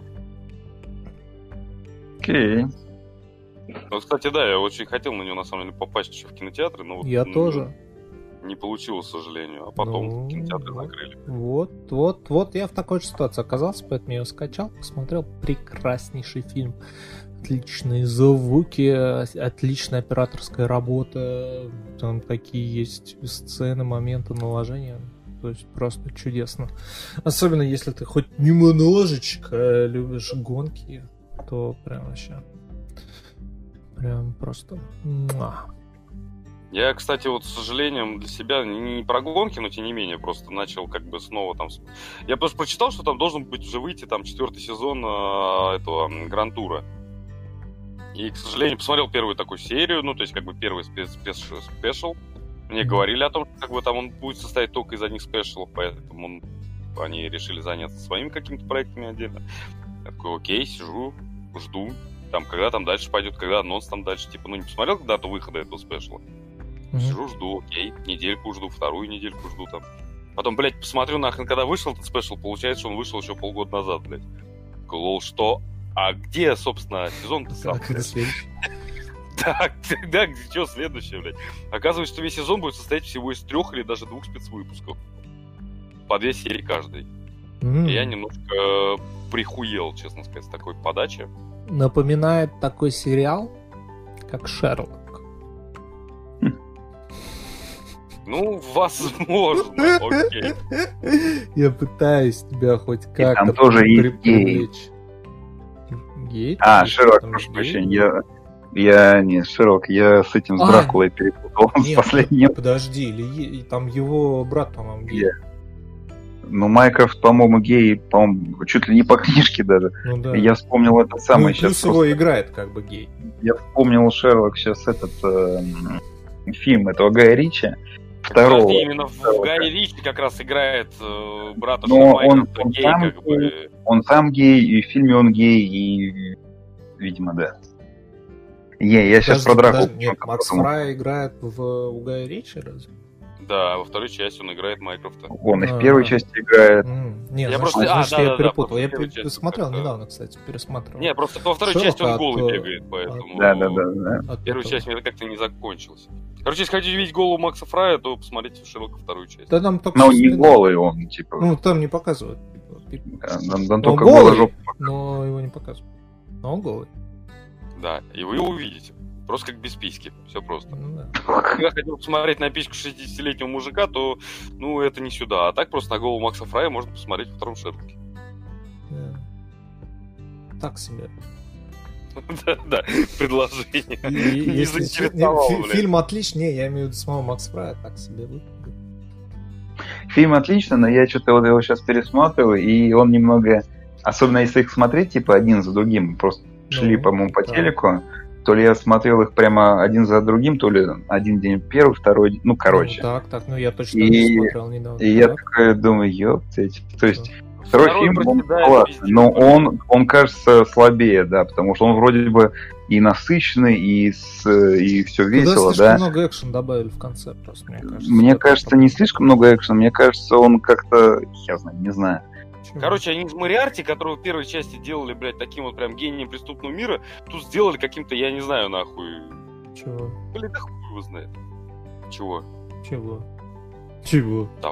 Окей. Okay. Ну, кстати, да, я очень хотел на него, на самом деле, попасть еще в кинотеатры, но... Я ну, тоже. Не получилось, к сожалению, а потом ну, кинотеатры вот, закрыли. Вот, вот, вот я в такой же ситуации оказался, поэтому я его скачал, посмотрел. Прекраснейший фильм. Отличные звуки, отличная операторская работа, там такие есть сцены, моменты наложения, то есть просто чудесно. Особенно если ты хоть немножечко любишь гонки, то прям вообще, прям просто... Муа. Я, кстати, вот с сожалением для себя, не, не про гонки, но тем не менее, просто начал как бы снова там... Я просто прочитал, что там должен быть уже выйти там четвертый сезон э, этого Гран-тура. И, к сожалению, посмотрел первую такую серию, ну, то есть, как бы, первый спешл. Мне говорили о том, что, как бы, там он будет состоять только из одних спешалов, поэтому он, они решили заняться своими какими-то проектами отдельно. Я такой, окей, сижу, жду, там, когда там дальше пойдет, когда анонс там дальше, типа, ну, не посмотрел дату выхода этого спешла. Mm-hmm. Сижу, жду, окей, недельку жду, вторую недельку жду, там. Потом, блядь, посмотрю, нахрен, когда вышел этот спешл, получается, что он вышел еще полгода назад, блядь. Такой, лол, что... А где, собственно, сезон-то сам? Как это следующий? Так, да, что следующее, блядь? Оказывается, что весь сезон будет состоять всего из трех или даже двух спецвыпусков. По две серии каждой. Mm. И я немножко прихуел, честно сказать, с такой подачи. Напоминает такой сериал, как Шерлок. Ну, возможно, окей. Я пытаюсь тебя хоть как-то там тоже есть гей. Гей? А, Шерлок, прошу прощения, я... Я не Шерлок, я с этим, с а, Дракулой перепутал, нет, с последним. Подожди, или там его брат, по-моему, гей. Yeah. Ну, Майкрофт, по-моему, гей, по-моему, чуть ли не по книжке даже. Ну, да. Я вспомнил это самое ну, сейчас. Плюс его просто... играет как бы гей. Я вспомнил Шерлок сейчас этот э, фильм этого Гая Ричи. Второго. Подожди, именно в Гае Ричи как раз играет э, брата Но Майкрофта он, он гей, сам как гей, бы. Он сам гей, и в фильме он гей, и, видимо, да. Я, я сейчас про Дракулу. Нет, Макс Фрай играет в у Гая Ричи, разве? Да, во второй части он играет Майкрофта. Он и в первой части играет. Нет, я просто я перепутал. Я пересмотрел недавно, кстати, пересмотрел. Не, просто во второй части он голый бегает, поэтому... Да, да, да. Первая часть мне как-то не закончилась. Короче, если хотите видеть голову Макса Фрая, то посмотрите Шерлока вторую часть. Да там только... Ну, не голый он, типа... Ну, там не показывают. Там только голый жопа. Но его не показывают. Но он голый. Да, и вы его увидите. Просто как без письки. Все просто. Ну, да. Когда хотел посмотреть на письку шестидесятилетнего мужика, то, ну, это не сюда. А так просто на голову Макса Фрая можно посмотреть во втором Шерлоке. Да. Так себе. Да, да, предложение. Не заинтересовало, блядь. Фильм отличный, я имею в виду самого Макса Фрая, так себе выглядит. Фильм отличный, но я что-то вот его сейчас пересматриваю, и он немного... Особенно если их смотреть, типа, один за другим, просто шли, по-моему, по телеку, то ли я смотрел их прямо один за другим, то ли один день первый, второй день, ну, короче. Ну, так, так, ну я точно не смотрел недавно. И я такой думаю, ёптать. То есть второй, второй фильм, он классный, но он, он кажется слабее, да, потому что он вроде бы и насыщенный, и, с, и все весело, да. Слишком много экшен добавили в конце, просто, мне кажется. Мне кажется, не слишком много экшена, мне кажется, он как-то, я знаю, не знаю. Короче, они из Мориарти, которого в первой части делали, блядь, таким вот прям гением преступного мира, тут сделали каким-то, я не знаю, нахуй. Чего? Блин, да хуй его знает. Чего? Чего? Чего? Того.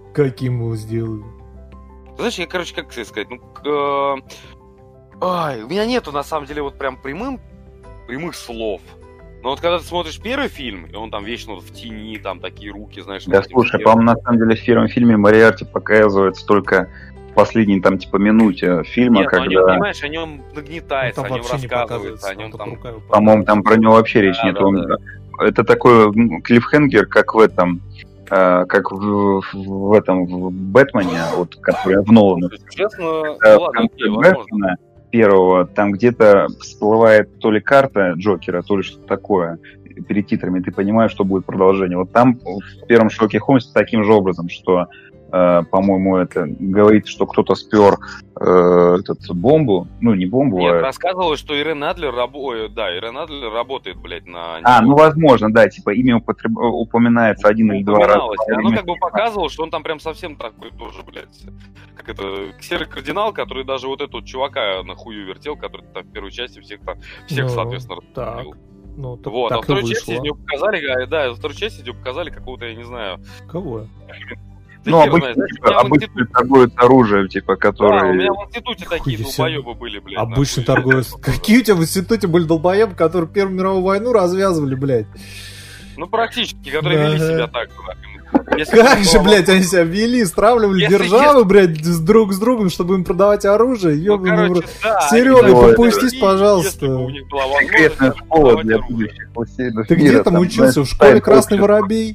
Каким его сделали? Знаешь, я, короче, как тебе сказать, ну, э... Ай, у меня нету, на самом деле, вот прям прямым, прямых слов. Но вот когда ты смотришь первый фильм, и он там вечно вот в тени, там такие руки, знаешь... Да, слушай, по-моему, на самом деле в первом фильме Мориарти показывается только в последней, там, типа, минуте фильма, Нет, когда... Нет, понимаешь, о нем нагнетается, Ну, там о нем вообще не рассказывается, о показывается, нем там там... руками По-моему, там про него вообще речь Да, нет. да, Он- да. Это такой м, клиффхенгер, как в этом, э, как в, в этом в Бэтмене, вот, который в Нолане. Честно, Э, ну в ладно, конце окей, возможно. Бэтмена первого там где-то всплывает то ли карта Джокера, то ли что-то такое перед титрами, ты понимаешь, что будет продолжение. Вот там в первом Шерлоке Холмсе таким же образом, что, э, по-моему, это говорит, что кто-то спер э, этот, бомбу, ну не бомбу, Нет, а... рассказывалось, что Ирен Адлер, рабо... да, Ирен Адлер работает, блядь, на... А, него. ну возможно, да, типа имя употреб- упоминается один или два раза. Упоминалось. И оно как бы показывало, что он там прям совсем такой тоже, блядь, как это, серый кардинал, который даже вот этого чувака на хую вертел, который там в первой части всех там, всех, Ну, соответственно, так. разбил. Ну, так, Вот, а во так и второй части из вышло. него показали, а, да, во второй части из него показали какого-то, я не знаю... Кого? Да Ну, хер обычно, знает, знаешь, у типа, меня в обычно институте- торгуют оружием, типа, Да, который... у меня в институте такие Хуй себе. долбоебы были, блядь. Обычный нахуй. торговец. Какие у тебя в институте были долбоебы, которые Первую мировую войну развязывали, блядь? Ну, практически, которые Да. вели себя так. нахуй. Если Как бы же, было- блядь, они себя вели, стравливали Если- державы, блядь, с друг с другом, чтобы им продавать оружие. Ну, Ёбаный в короче, рот. да, Серёга, они там попустись, вели, пожалуйста. Если бы у них была возможность Секретная даже школа продавать для оружие. будущих властелинов Ты мира, где там учился? знаешь, В школе тайна Красный общества. Воробей?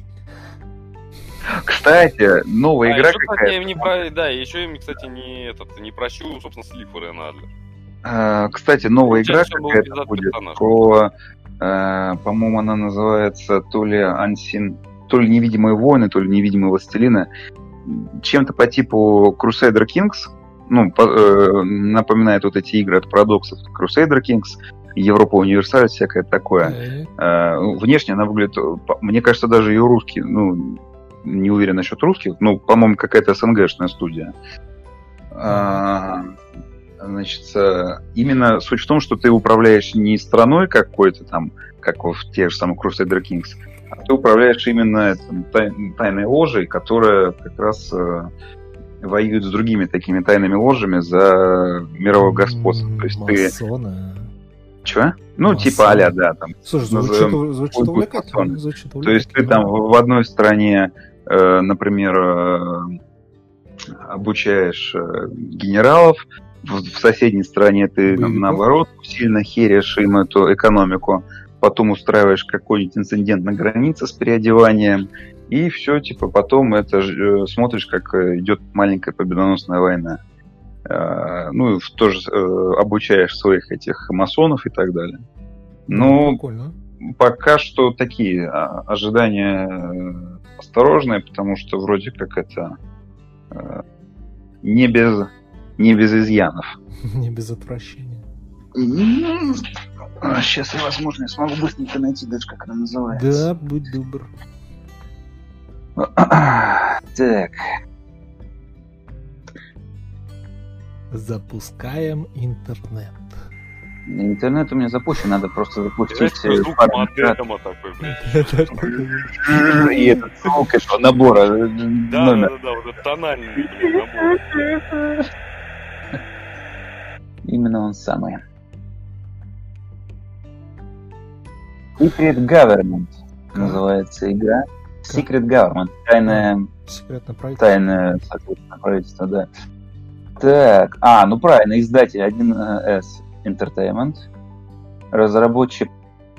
Кстати, новая А, игра еще, кстати, я какая-то. им не про... Да, еще им, кстати, не, этот, не прощу, собственно, слив Ирен Адлер. А, Кстати, новая игра Получается, он был какая-то пиздатый будет персонаж. про... э, По-моему, она называется то ли Unseen, то ли Невидимые войны, то ли Невидимые властелины. Чем-то по типу Crusader Kings. Ну, по- э, напоминает вот эти игры от парадоксов. Crusader Kings, Европа Универсаль, всякое такое. Э, Внешне она выглядит... по- Мне кажется, даже ее русские... Ну, не уверен насчет русских. Ну, по-моему, какая-то СНГшная студия. А, Значит, э, именно суть в том, что ты управляешь не страной какой-то там, как в тех же самых Crusader Kings, а ты управляешь именно этим, тай- тайной ложей, которая как раз э, воюет с другими такими тайными ложами за мировое господство. То есть ты... Масоны. Чё? Ну, Масоны. типа а-ля, да, там. Слушай, Назовем звучит, звучит пусть будет увлекательно. масоны. Звучит То есть ты увлекательно. там в в одной стране, э, например, э, обучаешь э, генералов, в, в соседней стране ты, Боевиков? наоборот, сильно херишь им эту экономику, потом устраиваешь какой-нибудь инцидент на границе с переодеванием, и все, типа, потом это ж, э, смотришь, как э, идет маленькая победоносная война. Э, ну, и в- тоже э, обучаешь своих этих масонов и так далее. Ну, Прикольно. пока что такие а, ожидания э, осторожные, потому что вроде как это э, не без не без изъянов. Не без отвращения. Сейчас я, возможно, я смогу быстренько найти, даже как она называется. Да, будь добр. Так. Запускаем интернет. Интернет у меня запущен, надо просто запустить Знаешь, такой э, звук пару модема такой, блядь. и этот звук этого набора э, Да, номер. да, да, да, вот этот тональный, блин, набор. Именно он самый. Secret Government называется игра. Secret Government. Тайная, Секретное правительство. тайное, соответственно, правительство, да. Так, а, ну правильно, издатель один эс Entertainment, разработчик,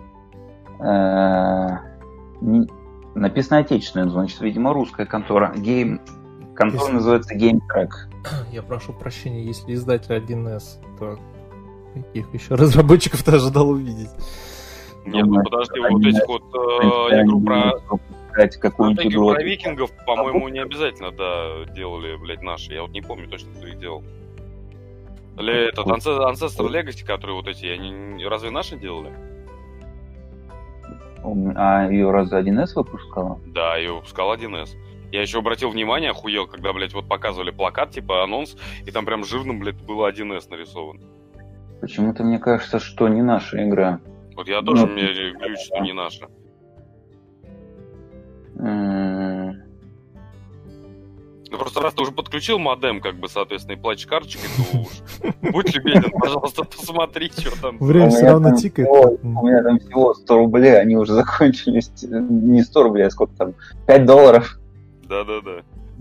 э, не- написано отечественным, значит, видимо, русская контора. Game, контора Если- называется Game Track. Я прошу прощения, если издатель один эс, то каких еще разработчиков ты ожидал увидеть? Нет, ну Думаю, подожди, они вот на- этих вот э, игру про... Сказать Вот какую-нибудь игру игру. про викингов, по-моему, не обязательно, да, делали, блядь, наши. Я вот не помню точно, кто их делал. Или этот Ance- Ancestor Legacy, которые вот эти, они не- разве наши делали? А ее разве один эс выпускала? Да, ее выпускал один эс. Я еще обратил внимание, охуел, когда, блядь, вот показывали плакат, типа анонс, и там прям жирным, блядь, было один эс нарисован. Почему-то мне кажется, что не наша игра. Вот я тоже, Ну, мне глючит, что не наша. М, Ну, просто раз ты уже подключил модем, как бы, соответственно, и платишь карточкой, то уж будь любезен, пожалуйста, посмотри, что там. Время все равно тикает. Всего, у меня там всего сто рублей, они уже закончились. Не сто рублей, а сколько там? пять долларов. Да-да-да.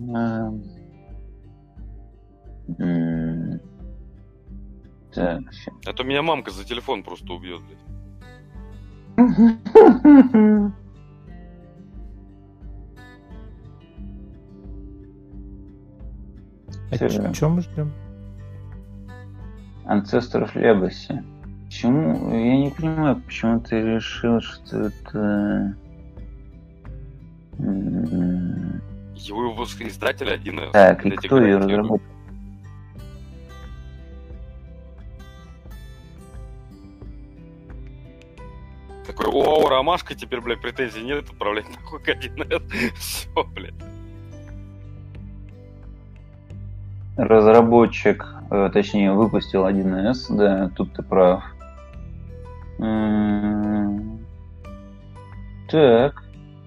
М-м. Так, А то меня мамка за телефон просто убьет, блядь. А ч- чем мы ждем? Ancestors Legacy. Почему? Я не понимаю, почему ты решил, что это... М-м. Его выпуск издатель один. Так, и кто ее разработал? Такой, о, ромашка, теперь, блядь, претензий нет, отправлять нахуй к один эс. Все, блядь. Разработчик, э, точнее, выпустил один эс, да, тут ты прав. М-м- так.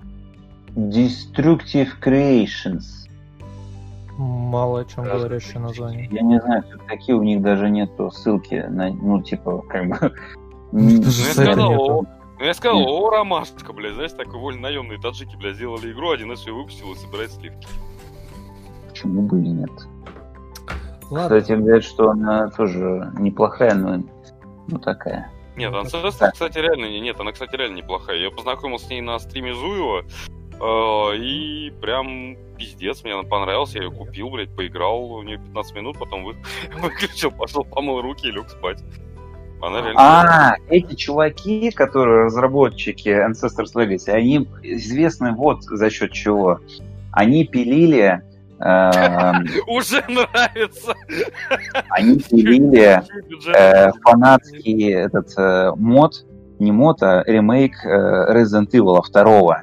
Destructive Creations. Мало о чем говорящее название. Я не знаю, тут такие у них даже нету ссылки на, ну, типа, как бы... Ну, Ну, я сайта сказал, нету. о, ну, я сказал, Нет. о, ромашка, блядь, знаешь, такой вольно наемные таджики, блядь, сделали игру, один эс ее выпустил и собирает сливки. Почему бы и нет? Ладно. Кстати, говорят, что она тоже неплохая, но ну такая. Нет, Ну, Ancestors, кстати, реально не- нет, она, кстати, реально неплохая. Я познакомился с ней на стриме Зуева, э, и прям пиздец, мне она понравилась, я ее купил, блядь, поиграл у нее пятнадцать минут, потом вы... выключил, пошел, помыл руки и лег спать. Она реально... А, эти чуваки, которые разработчики Ancestors Legacy, они известны вот за счет чего. Они пилили... э, Уже нравится! они пилили э, фанатский этот э, мод, не мод, а ремейк э, Resident Evil два.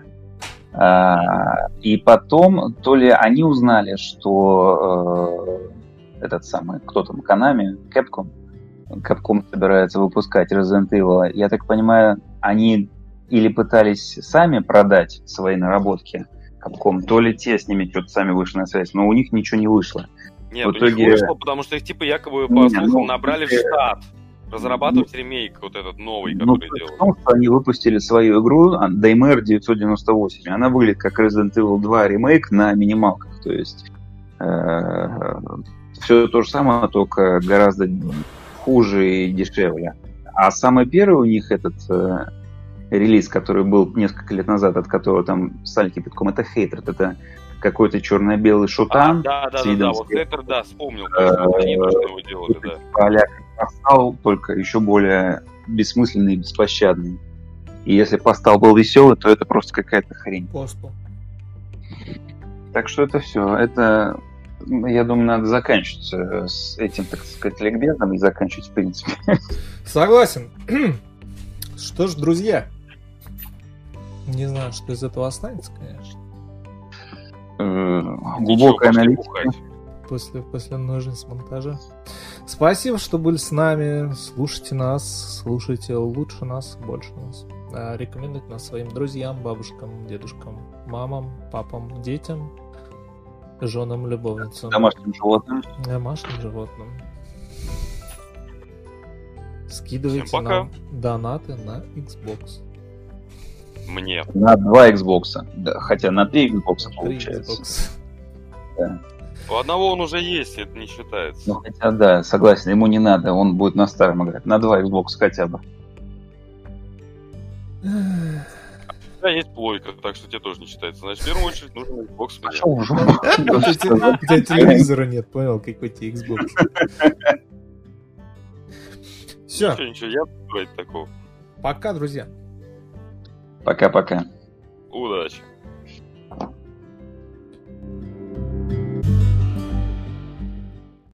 Э, и потом, то ли они узнали, что э, этот самый, кто там, Konami, Capcom, Capcom собирается выпускать Resident Evil. Я так понимаю, они или пытались сами продать свои наработки Capcom, то ли те с ними что-то сами вышли на связь, но у них ничего не вышло. Нет, В у них итоге- вышло, потому что их типа якобы, по Не, слухам, ну, набрали в э, штат разрабатывать ремейк вот этот новый, Ну, который суть в делают. том, что они выпустили свою игру Daymare девятьсот девяносто восемь. Она выглядит как Resident Evil два ремейк на минималках. То есть э, все то же самое, только гораздо хуже и дешевле. А самый первый у них этот э, релиз, который был несколько лет назад, от которого там стали кипятком, это Hatred. Это какой-то черно-белый А, шутан. да, да, с да, видом да, вот сверху. это, да, вспомнил, точно, вот они должны его делали, да. а-ля Постал, только еще более бессмысленный и беспощадный. И если Постал был веселый, то это просто какая-то хрень. Посту. Так что это все. Это, я думаю, надо заканчивать э, с этим, так сказать, ликбезом и заканчивать, в принципе. Согласен. Что ж, друзья, не знаю, что из этого останется, конечно. Э, Ничего, Глубокая пошли аналитика. бухать. После, после ножниц монтажа. Спасибо, что были с нами. Слушайте нас, слушайте лучше нас, больше нас. А, Рекомендуйте нас своим друзьям, бабушкам, дедушкам, мамам, папам, детям, женам, любовницам, Домашним животным. домашним животным. Скидывайте Всем пока. нам донаты на Xbox. Мне. На два Xbox. Да, хотя на три Xbox Три получается. Xbox. У одного он уже есть, это не считается. Ну, хотя, да, согласен, ему не надо, он будет на старом играть. На два Xbox хотя бы. У тебя есть плойка, так что тебе тоже не считается. Значит, в первую очередь нужен Xbox мне. Пошел в жопу. У тебя у тебя телевизора нет, понял, какой тебе Xbox. Все, Ничего, ничего, я буду брать такого. пока, друзья. Пока-пока.